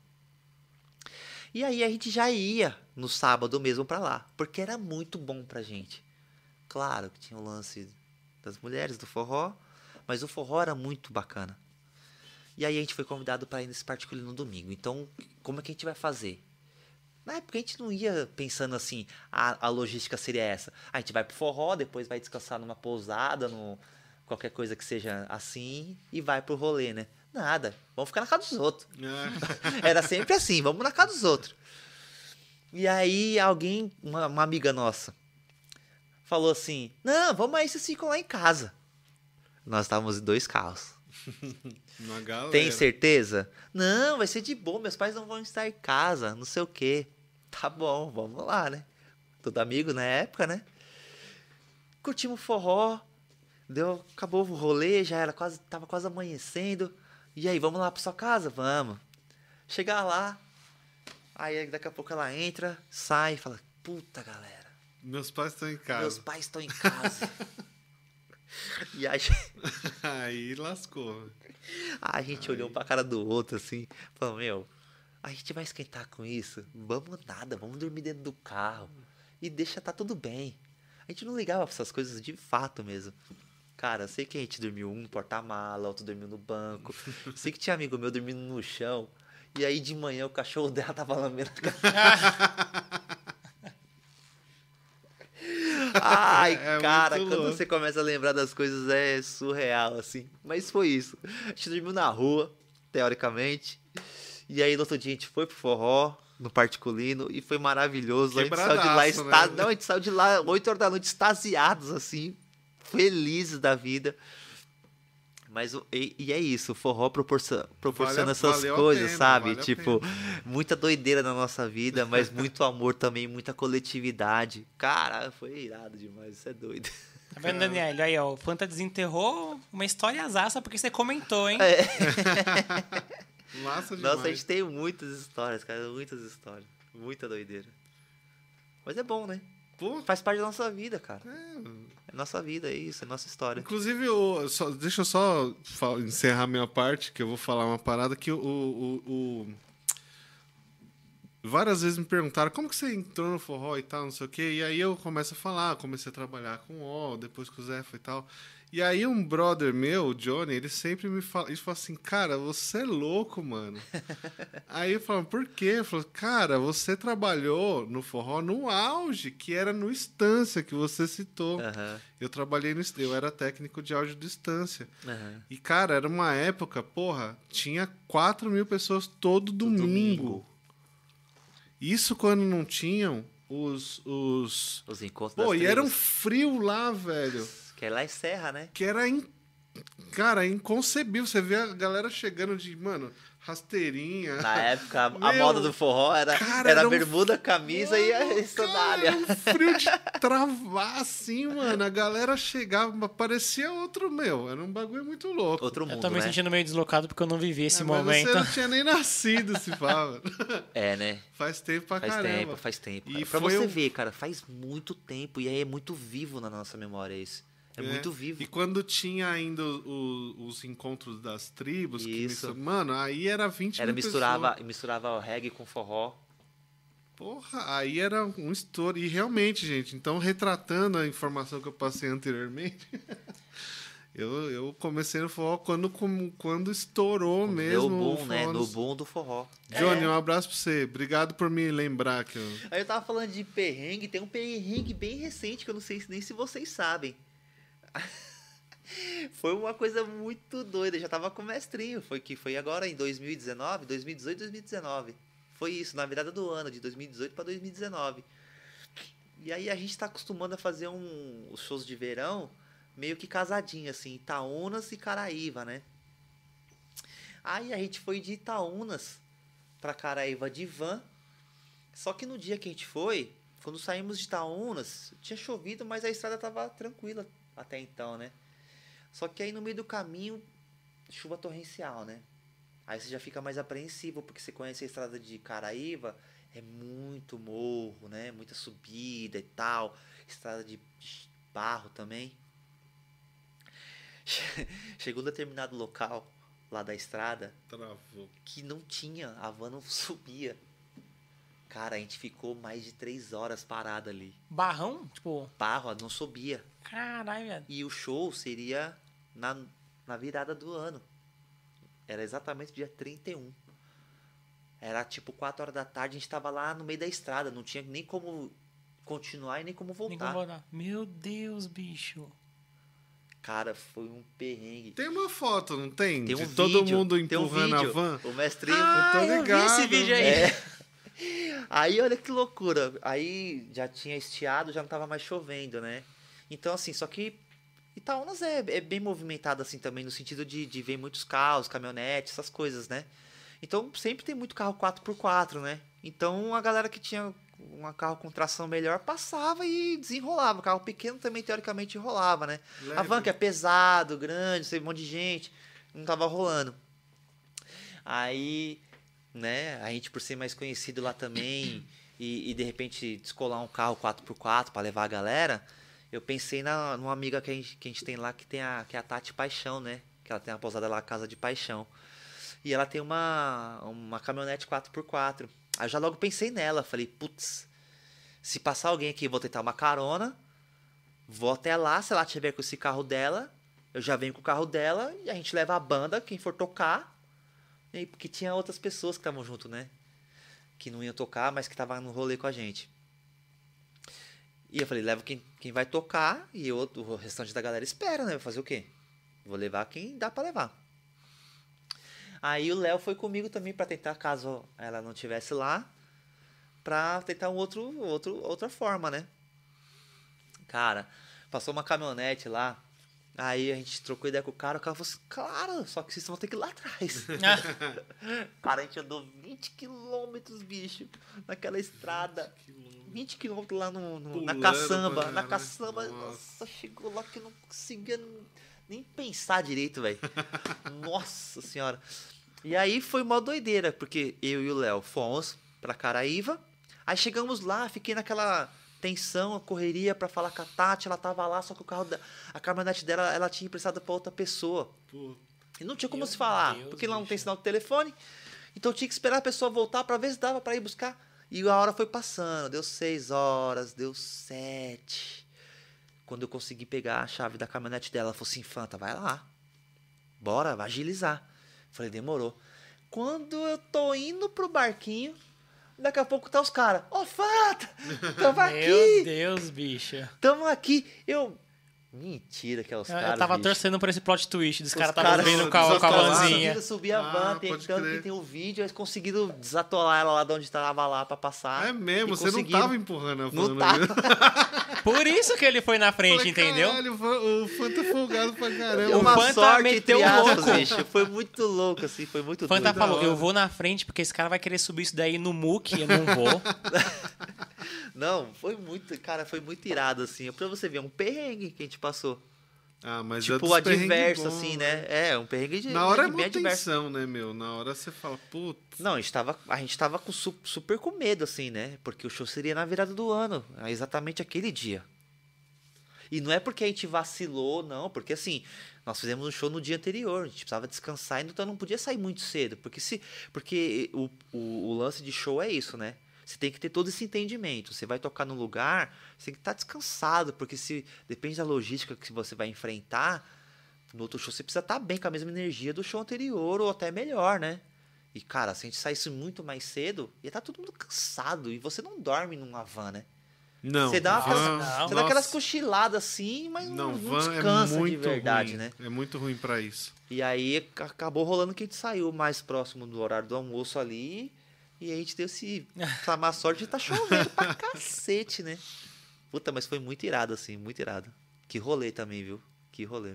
E aí a gente já ia no sábado mesmo pra lá, porque era muito bom pra gente. Claro que tinha o lance das mulheres, do forró, mas o forró era muito bacana. E aí a gente foi convidado para ir nesse particular no domingo. Então, como é que a gente vai fazer? Na época a gente não ia pensando assim, a, a logística seria essa. A gente vai pro forró, depois vai descansar numa pousada, no, qualquer coisa que seja assim, e vai pro rolê, né? Nada, vamos ficar na casa dos outros. É. Era sempre assim, vamos na casa dos outros. E aí alguém, uma, uma amiga nossa, falou assim, não, vamos aí, vocês ficam lá em casa. Nós estávamos em dois carros. Uma galera. Tem certeza? Não, vai ser de boa, meus pais não vão estar em casa, não sei o quê. Tá bom, vamos lá, né? Todo amigo na época, né? Curtimos forró, deu, acabou o rolê, já era quase, tava quase amanhecendo. E aí, vamos lá pra sua casa? Vamos. Chegar lá, aí daqui a pouco ela entra, sai e fala, puta galera, Meus pais estão em casa. Meus pais estão em casa. E a gente... Aí lascou. a gente Aí... olhou pra cara do outro, assim, falou, meu, a gente vai esquentar com isso? Vamos nada, vamos dormir dentro do carro. E deixa, tá tudo bem. A gente não ligava pra essas coisas de fato mesmo. Cara, eu sei que a gente dormiu um no porta-mala, outro dormiu no banco. Sei que tinha amigo meu dormindo no chão. E aí de manhã o cachorro dela tava lambendo a Ai, É cara, muito quando louco. você começa a lembrar das coisas é surreal, assim. Mas foi isso. A gente dormiu na rua, teoricamente. E aí no outro dia a gente foi pro forró, no Particulino, e foi maravilhoso. A gente saiu de lá, Quebradaço, exta... né? Não, a gente saiu de lá oito horas da noite, extasiados, assim, felizes da vida. Mas o- e, e é isso, o forró proporciona, proporciona Vale a- essas valeu a coisas, pena, sabe? vale a Tipo, muita doideira na nossa vida, mas muito amor também, muita coletividade. Cara, foi irado demais, isso é doido. Tá vendo, Daniel? Aí, ó, o Fanta desenterrou uma história azaça porque você comentou, hein? Massa demais. Nossa, a gente tem muitas histórias, cara, muitas histórias. Muita doideira. Mas é bom, né? Pô, Faz parte da nossa vida, cara. é... É nossa vida, é isso, é nossa história. Inclusive, o, só- deixa eu só fa- encerrar minha parte, que eu vou falar uma parada que o, o- o- várias vezes me perguntaram como que você entrou no forró e tal, não sei o quê. E aí eu começo a falar, comecei a trabalhar com o, depois com o Zé foi e tal. E aí um brother meu, o Johnny, ele sempre me fala, ele fala assim, cara, você é louco, mano. Aí eu falo, por quê? Eu falo, cara, você trabalhou no forró no auge, que era no Estância, que você citou. Aham, Eu trabalhei no Est- eu era técnico de áudio distância. aham. E, cara, era uma época, porra, tinha quatro mil pessoas todo domingo. domingo. Isso quando não tinham os. os... Os encontros Pô, das e era um tribos. frio lá, velho. Que é lá em Serra, né? Que era. In... Cara, inconcebível. Você vê a galera chegando de, mano, rasteirinha. Na época, a, a Meu, moda do forró era, cara, era era um- bermuda, camisa e a Mano, sandália. cara, era um frio de travar, assim, mano. A galera chegava, parecia outro, meu. Era um bagulho muito louco. Outro Eu mundo, tô me né? sentindo meio deslocado porque eu não vivi esse É, mas momento. você não tinha nem nascido, se fala. É, né? Faz tempo pra Faz caramba. tempo, faz tempo. E Cara. Pra foi você um- ver, cara, faz muito tempo e aí é muito vivo na nossa memória isso. É, muito vivo. E quando tinha ainda o- os encontros das tribos, que Isso. mistura- mano, aí era vinte Era mil misturava, pessoas. misturava o reggae com forró. Porra, aí era um estouro. E realmente, gente, então retratando a informação que eu passei anteriormente, eu, eu comecei no forró quando, como- quando estourou Deu mesmo. o boom, forró né? no- No boom do forró. Johnny, É. um abraço pra você. Obrigado por me lembrar que eu... Aí eu tava falando de perrengue, tem um perrengue bem recente que eu não sei se- nem se vocês sabem. Foi uma coisa muito doida, eu já tava com o mestrinho, foi que foi agora em dois mil e dezenove, dois mil e dezoito, dois mil e dezenove. Foi isso, na virada do ano, de dois mil e dezoito para dois mil e dezenove. E aí a gente tá acostumando a fazer um, os shows de verão meio que casadinho, assim, Itaúnas e Caraíva, né? Aí a gente foi de Itaúnas pra Caraíva de van. Só que no dia que a gente foi, quando saímos de Itaúnas, tinha chovido, mas a estrada tava tranquila até então, né? Só que aí no meio do caminho, chuva torrencial, né? Aí você já fica mais apreensivo, porque você conhece a estrada de Caraíva, é muito morro, né? Muita subida e tal. Estrada de barro também. Chegou um determinado local lá da estrada Travou. que não tinha, a van não subia. Cara, a gente ficou mais de três horas parado ali. Barrão? Tipo, Barro não subia. caralho, velho. E o show seria na, na virada do ano. Era exatamente dia trinta e um. Era tipo quatro horas da tarde, a gente tava lá no meio da estrada. Não tinha nem como continuar e nem como Nem como voltar. voltar. Meu Deus, bicho. Cara, foi um perrengue. Tem uma foto, não tem? Tem um de vídeo. todo mundo tem um empurrando a vídeo. van? O mestrinho. Ah, tô eu vi ligado. esse vídeo aí. É. Aí olha que loucura. Aí já tinha estiado, já não tava mais chovendo, né? Então, assim, só que Itaúnas é, é bem movimentado assim também, no sentido de, de ver muitos carros, caminhonetes, essas coisas, né? Então sempre tem muito carro quatro por quatro, né? Então a galera que tinha um carro com tração melhor passava e desenrolava. O carro pequeno também teoricamente rolava, né? Leve. A van que é pesado, grande, sei, um monte de gente, não tava rolando. Aí, né, a gente por ser mais conhecido lá também e, e de repente descolar um carro quatro por quatro para levar a galera, eu pensei na, numa amiga que a, gente, que a gente tem lá, que, tem a, que é a Tati Paixão, né? Que ela tem uma pousada lá, Casa de Paixão. E ela tem uma, uma caminhonete quatro por quatro. Aí eu já logo pensei nela. Falei, putz, se passar alguém aqui, eu vou tentar uma carona. Vou até lá, se ela tiver com esse carro dela, eu já venho com o carro dela e a gente leva a banda, quem for tocar. E, porque tinha outras pessoas que estavam junto, né? Que não iam tocar, mas que estavam no rolê com a gente. E eu falei, leva quem, quem vai tocar e eu, o restante da galera espera, né? Vai fazer o quê? Vou levar quem dá pra levar. Aí o Léo foi comigo também pra tentar, caso ela não estivesse lá, pra tentar um outro, outro, outra forma, né? Cara, passou uma caminhonete lá, aí a gente trocou ideia com o cara, o cara falou assim, claro, só que vocês vão ter que ir lá atrás. Cara, a gente andou vinte quilômetros, bicho, naquela estrada. vinte quilômetros lá no, no, na caçamba, na caçamba. Nossa, chegou lá que eu não conseguia nem pensar direito, velho. Nossa senhora. E aí foi uma doideira, porque eu e o Léo fomos pra Caraíva. Aí chegamos lá, fiquei naquela tensão, correria pra falar com a Tati. Ela tava lá, só que o carro da, a caminhonete dela, ela tinha emprestado pra outra pessoa. Pô. E não tinha como Meu se falar, Deus, porque lá não bicho. tem sinal de telefone. Então tinha que esperar a pessoa voltar pra ver se dava pra ir buscar. E a hora foi passando, deu seis horas, deu sete. Quando eu consegui pegar a chave da caminhonete dela, ela falou assim, Fanta, vai lá. Bora, vai agilizar. Falei, demorou. Quando eu tô indo pro barquinho, daqui a pouco tá os caras. Ô, Fanta, tamo Meu aqui, Deus, bicho. tamo aqui. Eu... Mentira que é os Eu, caras, eu tava bicho. torcendo por esse plot twist. Dos Os caras estavam caras vindo com a, com a desatolaram. vanzinha. conseguiram subir a Ah, van, tem, pode tanto crer. que tem o vídeo, eles conseguiram desatolar ela lá de onde tava lá pra passar. É mesmo, E você não conseguiram. tava empurrando a van. Não né? tava. Por isso que ele foi na frente, Falei, entendeu? Caralho, o Fan- o Fanta é folgado pra É caramba. uma Fanta sorte, meteu entre o aspas, louco. bicho. Foi muito louco, assim, foi muito Fanta doido. falou, hora. eu vou na frente porque esse cara vai querer subir isso daí no M U C, eu não vou. Não, foi muito, cara, foi muito irado, assim. Pra você ver, é um perrengue que a gente passou. Ah, mas é Tipo, dos perrengue adverso, bom, assim, né? É, um perrengue de Na hora é bem uma adverso. tensão, né, meu? Na hora você fala, putz. Não, a gente tava, a gente tava com su- super com medo, assim, né? Porque o show seria na virada do ano, é exatamente aquele dia. E não é porque a gente vacilou, não, porque assim, nós fizemos um show no dia anterior, a gente precisava descansar, então não podia sair muito cedo, porque se, porque o, o, o lance de show é isso, né? Você tem que ter todo esse entendimento. Você vai tocar num lugar, você tem que estar descansado, porque se depende da logística que você vai enfrentar, no outro show você precisa estar bem com a mesma energia do show anterior ou até melhor, né? E cara, se a gente saísse muito mais cedo, ia estar todo mundo cansado e você não dorme numa van, né? Não. Você dá, uma, van, não. você nossa, dá aquelas cochiladas assim, mas não, Não, não van descansa é muito de verdade, ruim. né? É muito ruim pra isso. E aí ac- acabou rolando que a gente saiu mais próximo do horário do almoço ali. E a gente deu esse. Essa má sorte de tá chovendo pra cacete, né? Puta, mas foi muito irado, assim, muito irado. Que rolê também, viu? Que rolê.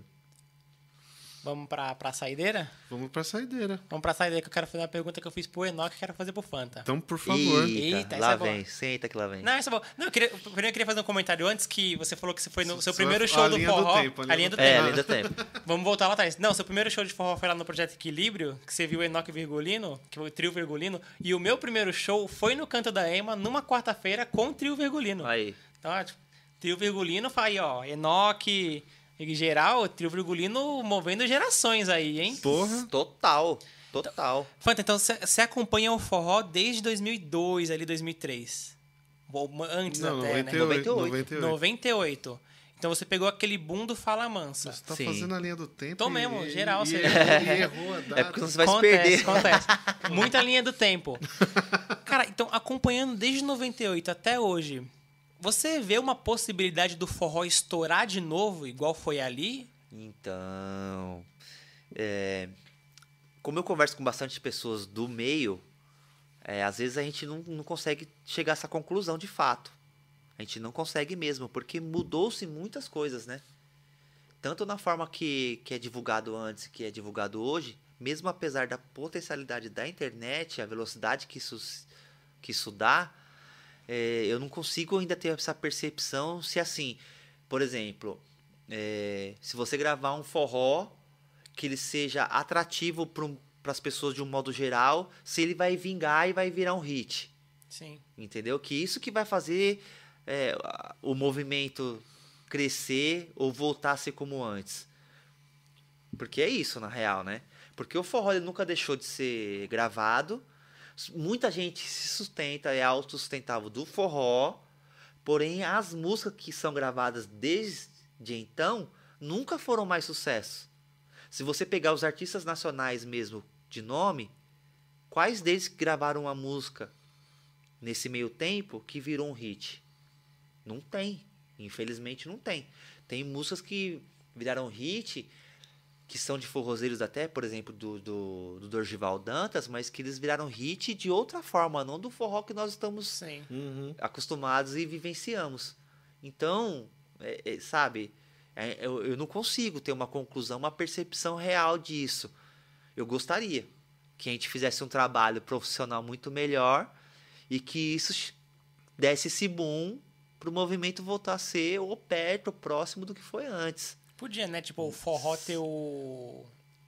Vamos pra, pra saideira? Vamos pra saideira. Vamos pra saideira, que eu quero fazer uma pergunta que eu fiz pro Enoch e quero fazer pro Fanta. Então, por favor. Eita, Eita, essa lá é boa. vem. Senta que lá vem. Não, essa é boa. Não, eu queria, primeiro eu queria fazer um comentário antes que você falou que você foi no seu Só primeiro a show do linha do forró. tempo, a linha do É, tempo. além do tempo. Vamos voltar lá atrás. Não, seu primeiro show de forró foi lá no Projeto Equilíbrio, que você viu o Enoch Virgulino, que foi o Trio Virgulino. E o meu primeiro show foi no Canto da Ema, numa quarta-feira, com o Trio Virgulino. Aí. Então, ó, tipo, Trio Virgulino, faz aí, ó, Enoch, em geral, Trio Virgulino movendo gerações aí, hein? Porra. Total. Total. Fanta, então você acompanha o forró desde dois mil e dois, ali, dois mil e três. Ou antes Não, até, noventa né? e oito, noventa e oito. noventa e oito. noventa e oito. Então você pegou aquele boom do Fala Mansa. Você tá Sim. fazendo a linha do tempo. Tô e- mesmo, geral, E, você- e, errou, e errou a data. É porque você vai se Acontece, perder. acontece. Muita linha do tempo. Cara, então, acompanhando desde noventa e oito até hoje, você vê uma possibilidade do forró estourar de novo, igual foi ali? Então, é, como eu converso com bastante pessoas do meio, é, às vezes a gente não, não consegue chegar a essa conclusão de fato. A gente não consegue mesmo, porque mudou-se muitas coisas, né? Tanto na forma que, que é divulgado antes que é divulgado hoje, mesmo apesar da potencialidade da internet, a velocidade que isso, que isso dá, é, eu não consigo ainda ter essa percepção se assim, por exemplo... É, se você gravar um forró que ele seja atrativo para as pessoas de um modo geral, se ele vai vingar e vai virar um hit. Sim. Entendeu? Que isso que vai fazer é, o movimento crescer ou voltar a ser como antes. Porque é isso, na real, né? Porque o forró ele nunca deixou de ser gravado. Muita gente se sustenta, é autossustentável do forró. Porém, as músicas que são gravadas desde então nunca foram mais sucesso. Se você pegar os artistas nacionais mesmo de nome, quais deles gravaram uma música nesse meio tempo que virou um hit? Não tem. Infelizmente não tem. Tem músicas que viraram hit, que são de forrozeiros até, por exemplo, do, do, do Dorgival Dantas, mas que eles viraram hit de outra forma, não do forró que nós estamos Sim. Uhum. acostumados e vivenciamos. Então, é, é, sabe, é, eu, eu não consigo ter uma conclusão, uma percepção real disso. Eu gostaria que a gente fizesse um trabalho profissional muito melhor e que isso desse esse boom para o movimento voltar a ser ou perto, ou próximo do que foi antes. Podia, né? Tipo, o forró ter o...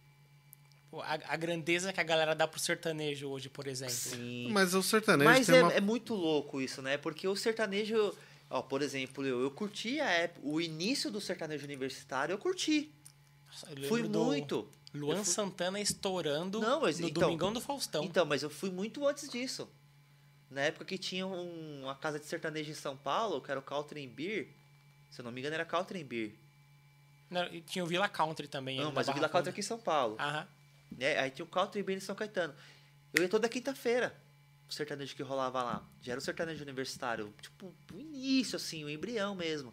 A, a grandeza que a galera dá pro sertanejo hoje, por exemplo. Sim. Mas o sertanejo Mas tem é, uma... é muito louco isso, né? Porque o sertanejo... Ó, por exemplo, eu, eu curti a época, o início do sertanejo universitário, eu curti. Nossa, eu lembro Fui do muito. Luan Eu fui- Santana estourando Não, mas no então- Domingão do Faustão. Então, mas eu fui muito antes disso. Na época que tinha um- uma casa de sertanejo em São Paulo, que era o Country Beer. Se eu não me engano, era Country Beer. Não, e tinha o Villa Country também. Não, ali mas na o Villa Barra Country aqui em São Paulo. Funda. Aham. Né? Aí tinha o Country Beer em São Caetano. Eu ia toda quinta-feira. O sertanejo que rolava lá. Já era o sertanejo universitário. Tipo, o início, assim, o embrião mesmo.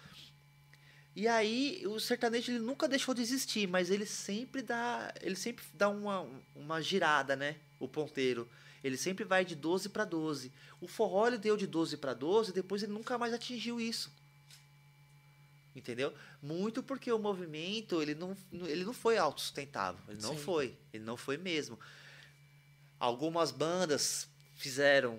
E aí, o sertanejo ele nunca deixou de existir, mas ele sempre dá, ele sempre dá uma, uma girada, né? O ponteiro. Ele sempre vai de doze para doze. O forró ele deu de doze para doze e depois ele nunca mais atingiu isso. Entendeu? Muito porque o movimento ele não, ele não foi autossustentável. Ele não Sim. foi. Ele não foi mesmo. Algumas bandas fizeram.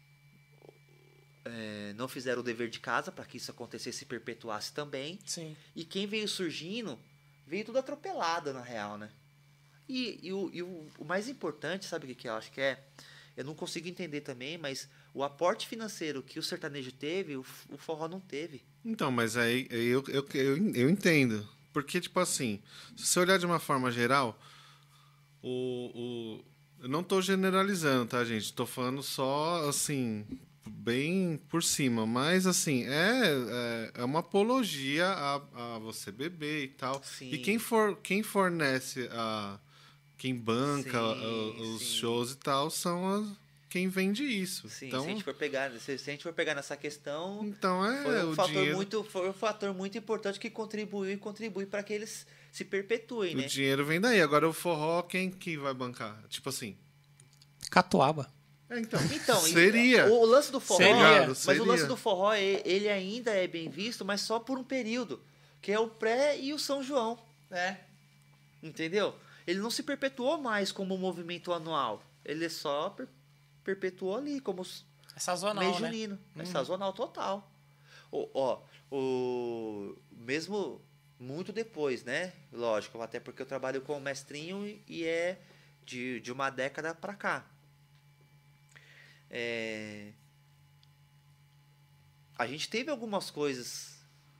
é, não fizeram o dever de casa para que isso acontecesse e perpetuasse também. Sim. E quem veio surgindo, veio tudo atropelado, na real, né? E, e, o, e o, o mais importante, sabe o que, que eu acho que é? Eu não consigo entender também, mas o aporte financeiro que o sertanejo teve, o, o forró não teve. Então, mas aí aí eu, eu, eu, eu entendo. Porque, tipo assim, se você olhar de uma forma geral, o, o, eu não tô generalizando, tá, gente? Tô falando só, assim, bem por cima. Mas, assim, é, é, é uma apologia a, a você beber e tal. Sim. E quem, for, quem fornece, a, quem banca Sim, a- os sim. shows e tal, são as, quem vende isso. Sim, então, se a gente for pegar, se, se a gente for pegar nessa questão, então é foi um o fator dinheiro. muito, foi um fator muito importante que contribuiu e contribui para que eles se perpetuem, O né? dinheiro vem daí. Agora o forró, quem que vai bancar? Tipo assim. Catuaba. É, então. Então, e- seria. o, o lance do forró, Seria. mas Seria. o lance do forró, e- ele ainda é bem visto, mas só por um período, que é o pré e o São João, É. entendeu? Ele não se perpetuou mais como um movimento anual, ele só per- perpetuou ali como s- É sazonal, mês né? junino, é Uhum. sazonal total. O, ó, o mesmo muito depois, né? Lógico, até porque eu trabalho com o mestrinho e- e é de, de uma década pra cá. É, a gente teve algumas coisas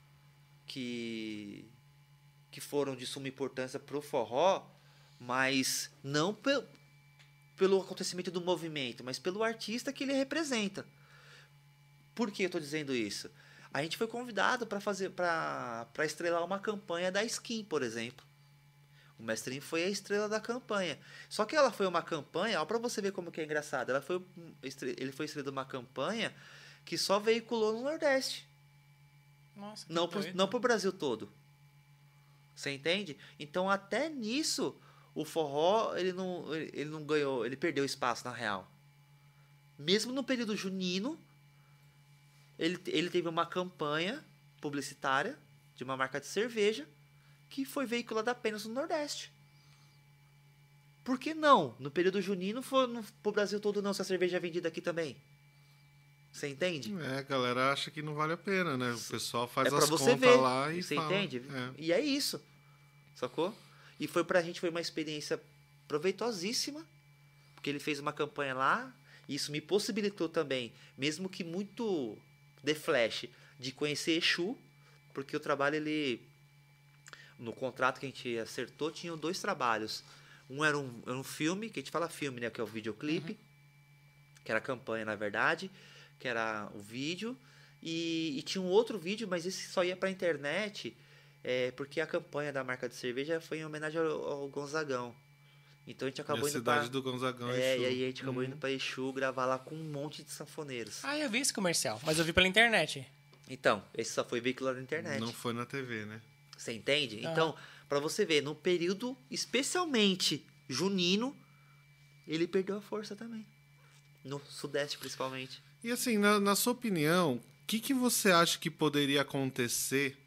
que que foram de suma importância pro forró, mas não pe- pelo acontecimento do movimento, mas pelo artista que ele representa. Por que eu estou dizendo isso? A gente foi convidado para fazer para para estrelar uma campanha da Skin, por exemplo. O Mestrinho foi a estrela da campanha. Só que ela foi uma campanha, ó, para você ver como que é engraçado. Ela foi um estre- ele foi estrela de uma campanha que só veiculou no Nordeste, Nossa, que não pro, doido. não pro Brasil todo. Você entende? Então até nisso o forró ele não ele ele não ganhou, ele perdeu espaço na real. Mesmo no período junino, ele, ele teve uma campanha publicitária de uma marca de cerveja que foi veiculada apenas no Nordeste. Por que não? No período junino, foi no, pro Brasil todo não, se a cerveja é vendida aqui também. Você entende? É, a galera acha que não vale a pena, né? O pessoal faz É pra as você contas ver. lá e Você fala. entende? É. E é isso. Sacou? E foi pra gente foi uma experiência proveitosíssima, porque ele fez uma campanha lá Isso me possibilitou também, mesmo que muito de flash, de conhecer Exu, porque o trabalho, ele no contrato que a gente acertou, tinham dois trabalhos. Um era um, era um filme, que a gente fala filme, né? Que é o videoclipe, uhum. que era a campanha, na verdade, que era o vídeo. E, e tinha um outro vídeo, mas esse só ia pra internet, é, porque a campanha da marca de cerveja foi em homenagem ao, ao Gonzagão. Então a gente acabou e a indo cidade pra... do Gonzagão é, Exu. e aí a gente acabou uhum. indo pra Exu gravar lá com um monte de sanfoneiros. Ah, eu vi esse comercial, mas eu vi pela internet. Então, esse só foi veiculado na internet. Não foi na T V, né? Você entende? Ah. Então, pra você ver, no período especialmente junino, ele perdeu a força também. No Sudeste, principalmente. E assim, na, na sua opinião, o que, que você acha que poderia acontecer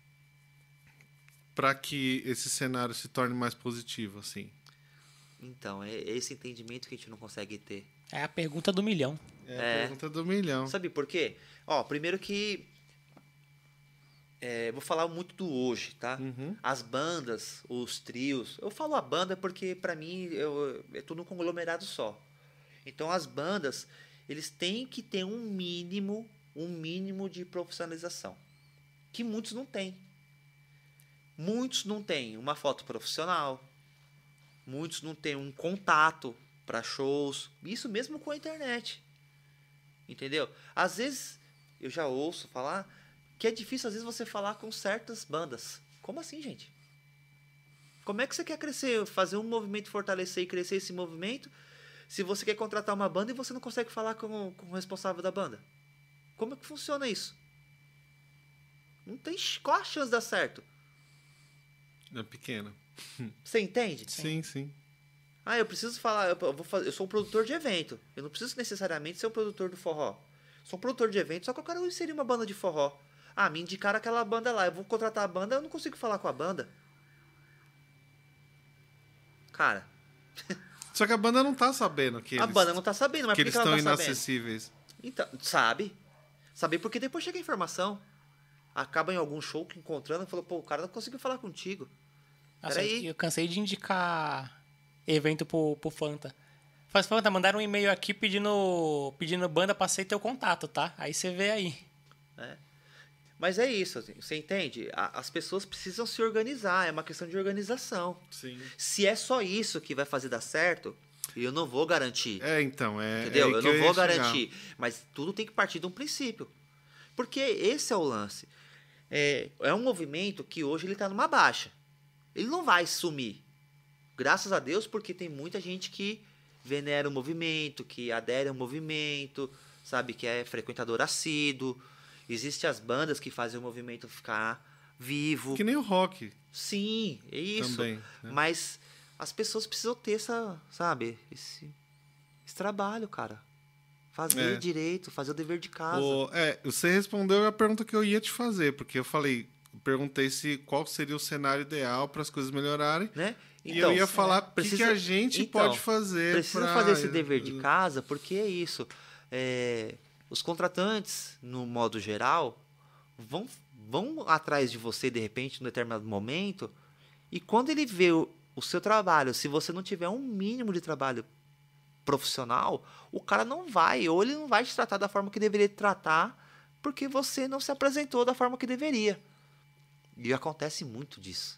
para que esse cenário se torne mais positivo, assim? Então, é esse entendimento que a gente não consegue ter. É a pergunta do milhão. É a É. pergunta do milhão. Sabe por quê? Ó, primeiro que... É, vou falar muito do hoje, tá? Uhum. As bandas, os trios... Eu falo a banda porque, pra mim, eu, é tudo um conglomerado só. Então, as bandas, eles têm que ter um mínimo, um mínimo de profissionalização. Que muitos não têm. Muitos não têm uma foto profissional. Muitos não têm um contato para shows. Isso mesmo com a internet. Entendeu? Às vezes, eu já ouço falar que é difícil, às vezes, você falar com certas bandas. Como assim, gente? Como é que você quer crescer, fazer um movimento, fortalecer e crescer esse movimento, se você quer contratar uma banda e você não consegue falar com, com o responsável da banda? Como é que funciona isso? Não tem... Qual a chance de dar certo? É pequena. Você entende? Sim, sim. Ah, eu preciso falar, eu, vou fazer, eu sou um produtor de evento. Eu não preciso necessariamente ser um produtor do forró. Sou um produtor de evento, só que eu quero inserir uma banda de forró. Ah, me indicaram aquela banda lá. Eu vou contratar a banda, eu não consigo falar com a banda. Cara... Só que a banda não tá sabendo que a eles, banda não tá sabendo, mas que por que, eles que ela estão não tá sabendo? inacessíveis. Então, sabe? Sabe porque depois chega a informação. Acaba em algum show que encontrando e falou, pô, o cara não conseguiu falar contigo. Nossa, Peraí. eu cansei de indicar evento pro, pro Fanta. Faz Fanta, mandaram um e-mail aqui pedindo, pedindo banda pra ser teu contato, tá? Aí você vê aí. É. Mas é isso, assim, você entende? A, as pessoas precisam se organizar, é uma questão de organização. Sim. Se é só isso que vai fazer dar certo, eu não vou garantir. É, então, é. Entendeu? é aí eu que não ia vou chegar. garantir. Mas tudo tem que partir de um princípio. Porque esse é o lance. É, é um movimento que hoje ele está numa baixa. Ele não vai sumir. Graças a Deus, porque tem muita gente que venera o movimento, que adere ao movimento, sabe? Que é frequentador assíduo. Existem as bandas que fazem o movimento ficar vivo. Que nem o rock. Sim, é isso. Também, né? Mas as pessoas precisam ter essa, sabe? Esse, esse trabalho, cara. Fazer É. direito, fazer o dever de casa. O- é, você respondeu a pergunta que eu ia te fazer, porque eu falei, perguntei se qual seria o cenário ideal para as coisas melhorarem. Né? E eu ia falar o que, precisa- que a gente então, pode fazer. Precisa pra- fazer esse dever de casa, porque é isso. É, os contratantes, no modo geral, vão, vão atrás de você, de repente, num determinado momento, e quando ele vê o, o seu trabalho, se você não tiver um mínimo de trabalho profissional, o cara não vai, ou ele não vai te tratar da forma que deveria te tratar, porque você não se apresentou da forma que deveria. E acontece muito disso.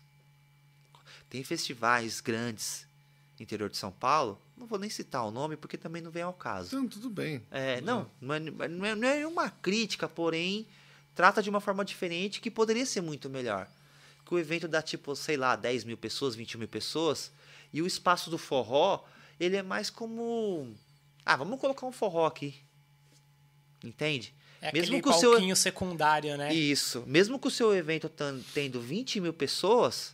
Tem festivais grandes no interior de São Paulo, não vou nem citar o nome, porque também não vem ao caso. Então, tudo bem. É, não, não é, não, é, não é uma crítica, porém, trata de uma forma diferente que poderia ser muito melhor. Que o evento dá tipo, sei lá, dez mil pessoas, vinte mil pessoas, e o espaço do forró, ele é mais como... Ah, vamos colocar um forró aqui. Entende? É Mesmo aquele que o seu- palquinho secundário, né? Isso. Mesmo que o seu evento tan- tendo vinte mil pessoas,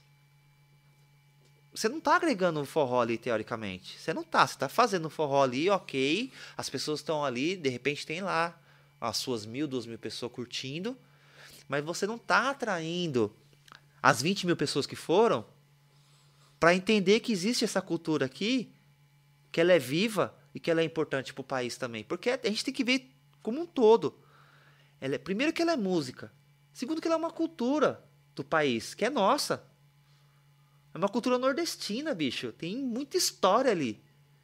você não tá agregando um forró ali, teoricamente. Você não tá. Você tá fazendo um forró ali, ok. As pessoas estão ali, de repente tem lá as suas mil, duas mil pessoas curtindo. Mas você não tá atraindo as vinte mil pessoas que foram para entender que existe essa cultura aqui, que ela é viva e que ela é importante para o país também. Porque a gente tem que ver como um todo. Ela é, primeiro que ela é música. Segundo que ela é uma cultura do país, que é nossa. É uma cultura nordestina, bicho. Tem muita história ali.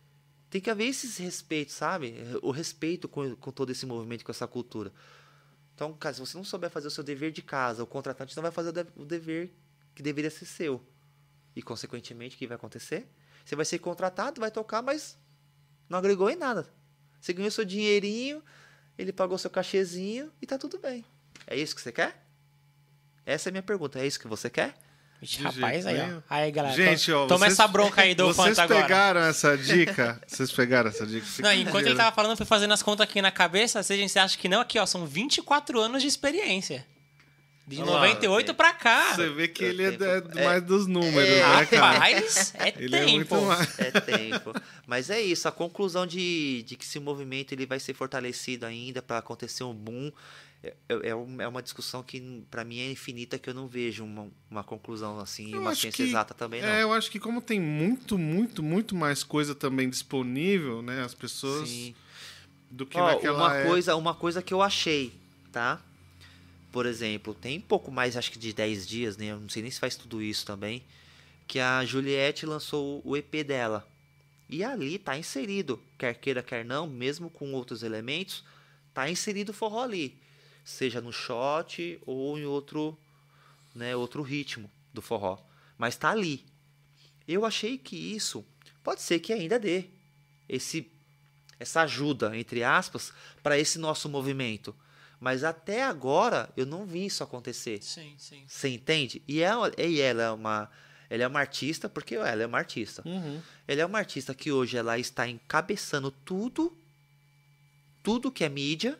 Tem que haver esse respeito, sabe? O respeito com, com todo esse movimento, com essa cultura. Então, cara, se você não souber fazer o seu dever de casa, o contratante não vai fazer o, de, o dever que deveria ser seu. E, consequentemente, o que vai acontecer? Você vai ser contratado, vai tocar, mas não agregou em nada. Você ganhou seu dinheirinho, ele pagou seu cachezinho e tá tudo bem. É isso que você quer? Essa é a minha pergunta. É isso que você quer? Ixi, rapaz, aí, ó. Aí, galera. Gente, ó, toma vocês, essa bronca aí do vocês Fanta agora. Vocês pegaram essa dica? Vocês pegaram essa dica? Não, enquanto ele tava falando, eu fui fazendo as contas aqui na cabeça. Você, você acha que não? Aqui, ó, são vinte e quatro anos de experiência. De Olha noventa e oito lá, pra cá. Você vê que É ele é, tempo. é mais dos números, É, né, cara? Rapaz, é Ele é muito tempo. mais. É tempo. Mas é isso, a conclusão de, de que esse movimento ele vai ser fortalecido ainda para acontecer um boom, é, é, é uma discussão que para mim é infinita, que eu não vejo uma, uma conclusão assim, Eu uma acho ciência que- exata também não. É, eu acho que como tem muito, muito, muito mais coisa também disponível, né? As pessoas Sim. do que Ó, naquela uma época. coisa, uma coisa que eu achei, tá? Por exemplo, tem pouco mais, acho que de dez dias, né? Eu não sei nem se faz tudo isso também, que a Juliette lançou o E P dela. E ali tá inserido, quer queira, quer não, mesmo com outros elementos, tá inserido o forró ali. Seja no shot ou em outro, né, outro ritmo do forró. Mas tá ali. Eu achei que isso pode ser que ainda dê esse, essa ajuda, entre aspas, para esse nosso movimento. Mas até agora eu não vi isso acontecer. Sim, sim. Você entende? E ela, e ela é uma, ela é uma artista, porque ela é uma artista. Uhum. Ela é uma artista que hoje ela está encabeçando tudo, tudo que é mídia,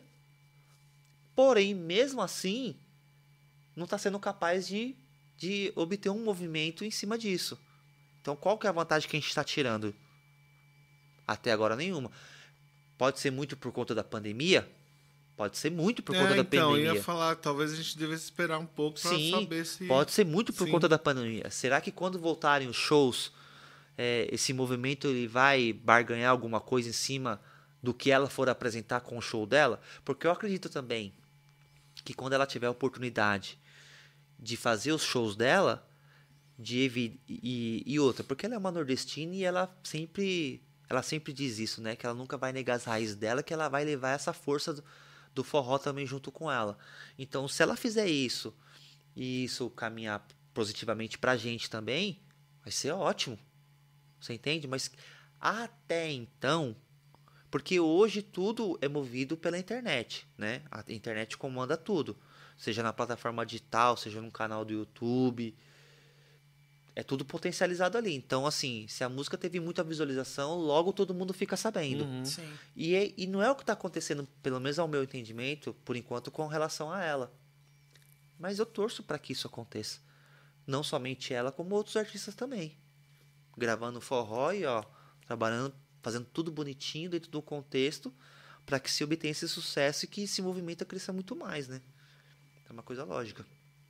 porém, mesmo assim, não está sendo capaz de, de obter um movimento em cima disso. Então, qual que é a vantagem que a gente está tirando? Até agora, nenhuma. Pode ser muito por conta da pandemia? Pode ser muito por É, conta da então, eu pandemia. ia falar, talvez a gente devesse esperar um pouco para Sim, saber se... pode ser muito por Sim. conta da pandemia. Será que quando voltarem os shows, é, esse movimento ele vai barganhar alguma coisa em cima do que ela for apresentar com o show dela? Porque eu acredito também que quando ela tiver a oportunidade de fazer os shows dela, de evi- e, e outra, porque ela é uma nordestina e ela sempre, ela sempre diz isso, né? Que ela nunca vai negar as raízes dela, que ela vai levar essa força do, do forró também junto com ela. Então, se ela fizer isso e isso caminhar positivamente pra gente também, vai ser ótimo. Você entende? Mas até então, porque hoje tudo é movido pela internet, né? A internet comanda tudo. Seja na plataforma digital, seja no canal do YouTube. É tudo potencializado ali. Então, assim, se a música teve muita visualização, logo todo mundo fica sabendo. Uhum. Sim. E, é- e não é o que está acontecendo, pelo menos ao meu entendimento, por enquanto, com relação a ela. Mas eu torço para que isso aconteça. Não somente ela, como outros artistas também. Gravando forró e, ó, trabalhando, fazendo tudo bonitinho dentro do contexto, para que se obtenha esse sucesso e que esse movimento cresça muito mais, né? É uma coisa lógica.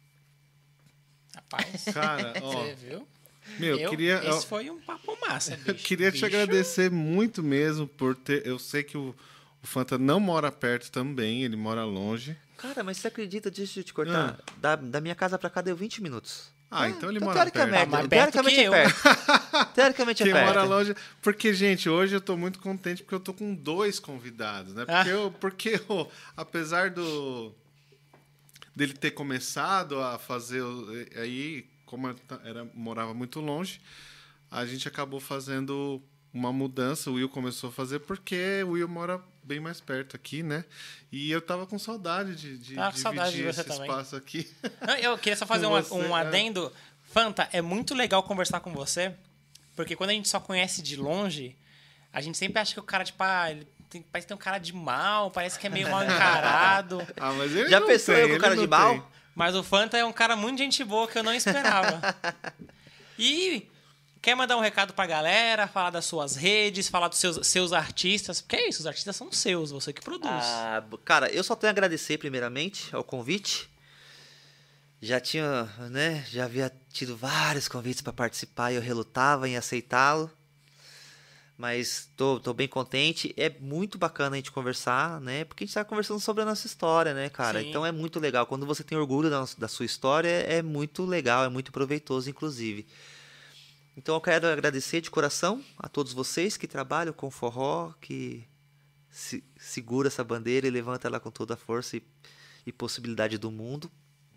Rapaz, Cara, ó, você viu? meu, eu, queria... esse eu- foi um papo massa, bicho. Eu queria te Bicho. agradecer muito mesmo por ter. Eu sei que o, o Fanta não mora perto também, ele mora longe. Cara, mas você acredita, deixa eu te cortar, Ah. da, da minha casa pra cá deu vinte minutos. Ah, É, então ele então, mora teoricamente, perto. Ah, mais perto teoricamente que é eu. perto. Teoricamente é Quem perto. mora longe. Porque, gente, hoje eu tô muito contente porque eu tô com dois convidados, né? Porque, Ah. eu, porque eu, apesar do dele ter começado a fazer o- aí, como eu ta- era, morava muito longe, a gente acabou fazendo uma mudança. O Will começou a fazer porque o Will mora bem mais perto aqui, né? E eu tava com saudade de, de Tava com saudade de dividir você esse também. espaço aqui. Não, eu queria só fazer Com um, você, um é. adendo. Fanta, é muito legal conversar com você, porque quando a gente só conhece de longe, a gente sempre acha que o cara, tipo, ah, ele tem, parece que tem um cara de mal, parece que é meio mal encarado. Ah, mas ele Já não pensou tem, eu com ele cara de não mal? tem. Mas o Fanta é um cara muito gente boa que eu não esperava. E quer mandar um recado pra galera, falar das suas redes, falar dos seus, seus artistas? Porque é isso, os artistas são seus, você que produz. Ah, b- cara, eu só tenho a agradecer primeiramente ao convite. Já tinha, né, já havia tido vários convites para participar e eu relutava em aceitá-lo. Mas tô, tô bem contente. É muito bacana a gente conversar, né? Porque a gente tá conversando sobre a nossa história, né, cara? Sim. Então é muito legal. Quando você tem orgulho da, da sua história, é muito legal, é muito proveitoso, inclusive. Então eu quero agradecer de coração a todos vocês que trabalham com forró, que se, segura essa bandeira e levanta ela com toda a força e, e possibilidade do mundo.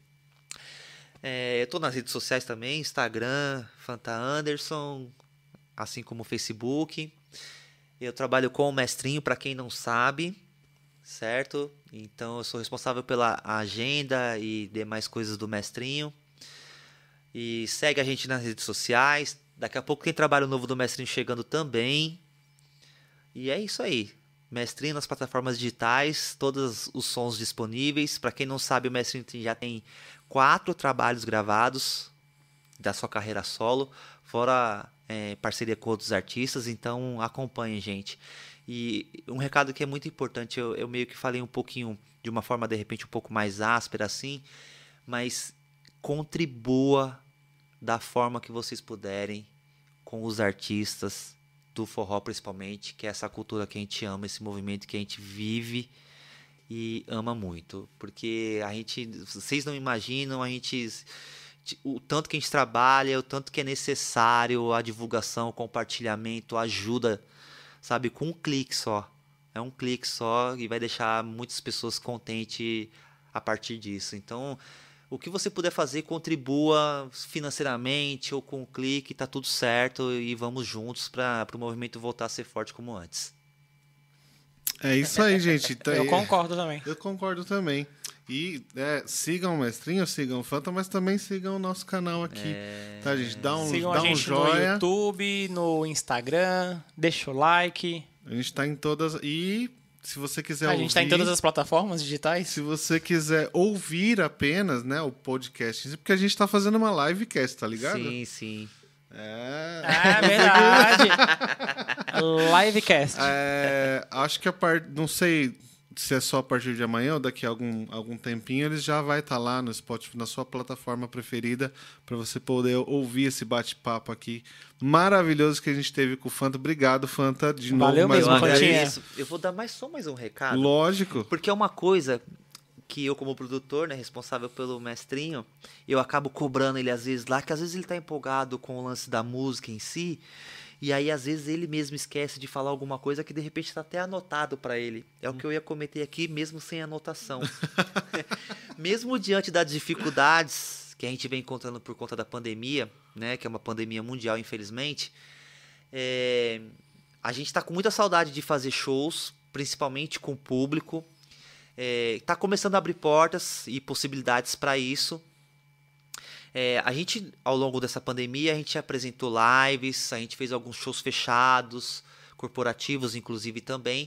É, eu estou nas redes sociais também, Instagram, Fanta Anderson, assim como Facebook. Eu trabalho com o Mestrinho, para quem não sabe, certo? Então eu sou responsável pela agenda e demais coisas do Mestrinho. E segue a gente nas redes sociais. Daqui a pouco tem trabalho novo do Mestrinho chegando também. E é isso aí. Mestrinho nas plataformas digitais, todos os sons disponíveis. Para quem não sabe, o Mestrinho já tem quatro trabalhos gravados da sua carreira solo, fora é, parceria com outros artistas. Então acompanhem, gente. E um recado que é muito importante, eu, eu meio que falei um pouquinho de uma forma de repente um pouco mais áspera assim, mas contribua da forma que vocês puderem com os artistas do forró principalmente, que é essa cultura que a gente ama, esse movimento que a gente vive e ama muito, porque a gente, vocês não imaginam, a gente, o tanto que a gente trabalha, o tanto que é necessário a divulgação, o compartilhamento, a ajuda, sabe, com um clique só, é um clique só e vai deixar muitas pessoas contentes a partir disso. Então o que você puder fazer, contribua financeiramente ou com um clique, tá tudo certo e vamos juntos para o movimento voltar a ser forte como antes. É isso aí, gente. Tá Eu aí. concordo também. Eu concordo também. E é, sigam o Mestrinho, sigam o Fanta, mas também sigam o nosso canal aqui. É... Tá, gente? Dá um, sigam dá a um gente joia. no YouTube, no Instagram, deixa o like. A gente tá em todas... E... Se você quiser a ouvir... A gente tá em todas as plataformas digitais. Se você quiser ouvir apenas, né, o podcast, porque a gente tá fazendo uma livecast, tá ligado? Sim, sim. É, é verdade. Livecast. É, acho que a part... não sei se é só a partir de amanhã ou daqui a algum, algum tempinho, eles já vai estar tá lá no Spotify, na sua plataforma preferida, para você poder ouvir esse bate-papo aqui maravilhoso que a gente teve com o Fanta. Obrigado, Fanta, de Valeu novo. Mesmo, mais uma vez. Eu vou dar mais, só mais um recado. Lógico. Porque é uma coisa que eu, como produtor, né, responsável pelo Mestrinho, eu acabo cobrando ele às vezes lá, que às vezes ele tá empolgado com o lance da música em si, e aí às vezes ele mesmo esquece de falar alguma coisa que de repente está até anotado para ele. É o que eu ia cometer aqui, mesmo sem anotação. Mesmo diante das dificuldades que a gente vem encontrando por conta da pandemia, né, que é uma pandemia mundial, infelizmente, é, a gente está com muita saudade de fazer shows, principalmente com o público. Está é, começando a abrir portas e possibilidades para isso. É, a gente, ao longo dessa pandemia, a gente apresentou lives, a gente fez alguns shows fechados, corporativos inclusive também.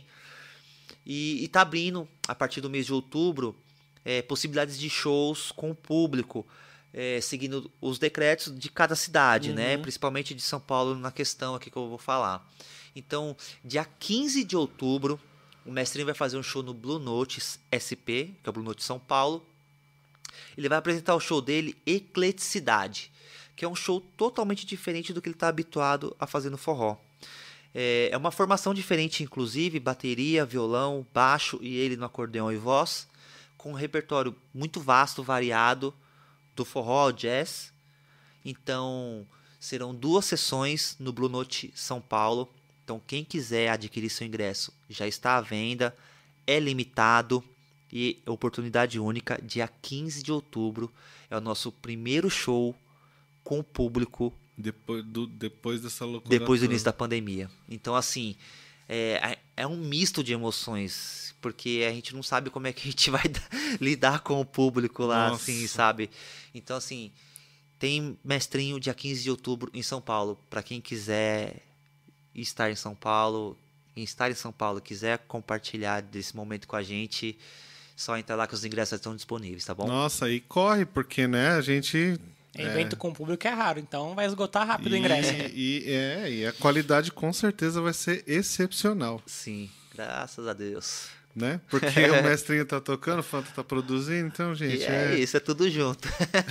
E está abrindo, a partir do mês de outubro, é, possibilidades de shows com o público, é, seguindo os decretos de cada cidade, uhum. né? Principalmente de São Paulo, na questão aqui que eu vou falar. Então, dia quinze de outubro, o Mestrinho vai fazer um show no Blue Note S P, que é o Blue Note São Paulo. Ele vai apresentar o show dele, Ecleticidade, que é um show totalmente diferente do que ele está habituado a fazer no forró. É, é uma formação diferente, inclusive, bateria, violão, baixo e ele no acordeão e voz, com um repertório muito vasto, variado, do forró ao jazz. Então, serão duas sessões no Blue Note São Paulo. Então, quem quiser adquirir seu ingresso já está à venda, é limitado. E oportunidade única, dia quinze de outubro, é o nosso primeiro show com o público. Depois, do, depois dessa loucura. Depois do início da pandemia. Então, assim, é, é um misto de emoções, porque a gente não sabe como é que a gente vai lidar com o público lá, Nossa. assim, sabe? Então, assim, tem Mestrinho dia quinze de outubro em São Paulo. Para quem quiser estar em São Paulo, quem estar em São Paulo, quiser compartilhar desse momento com a gente, só entrar lá que os ingressos estão disponíveis, tá bom? Nossa, e corre, porque, né, a gente... Evento é... com público é raro, então vai esgotar rápido e, o ingresso. E, é, e a qualidade com certeza vai ser excepcional. Sim, graças a Deus. Né? Porque o Mestrinho tá tocando, o Fanta tá produzindo, então, gente... E é, é isso, é tudo junto.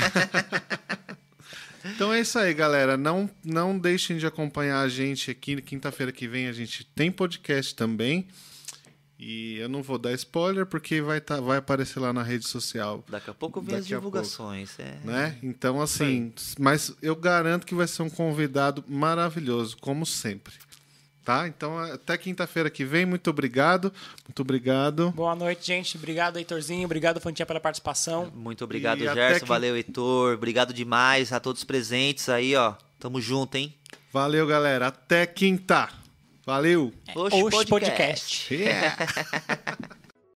Então é isso aí, galera. Não, não deixem de acompanhar a gente aqui. Quinta-feira que vem a gente tem podcast também. E eu não vou dar spoiler porque vai, tá, vai aparecer lá na rede social. Daqui a pouco vem as divulgações. É. Né? Então, assim, mas eu garanto que vai ser um convidado maravilhoso, como sempre. Tá? Então, até quinta-feira que vem. Muito obrigado. Muito obrigado. Boa noite, gente. Obrigado, Heitorzinho. Obrigado, Fantinha, pela participação. Muito obrigado, E Gerson. que... Valeu, Heitor. Obrigado demais a todos presentes aí, ó. Tamo junto, hein? Valeu, galera. Até quinta. Valeu. Oxe, Oxe Podcast. podcast. Yeah.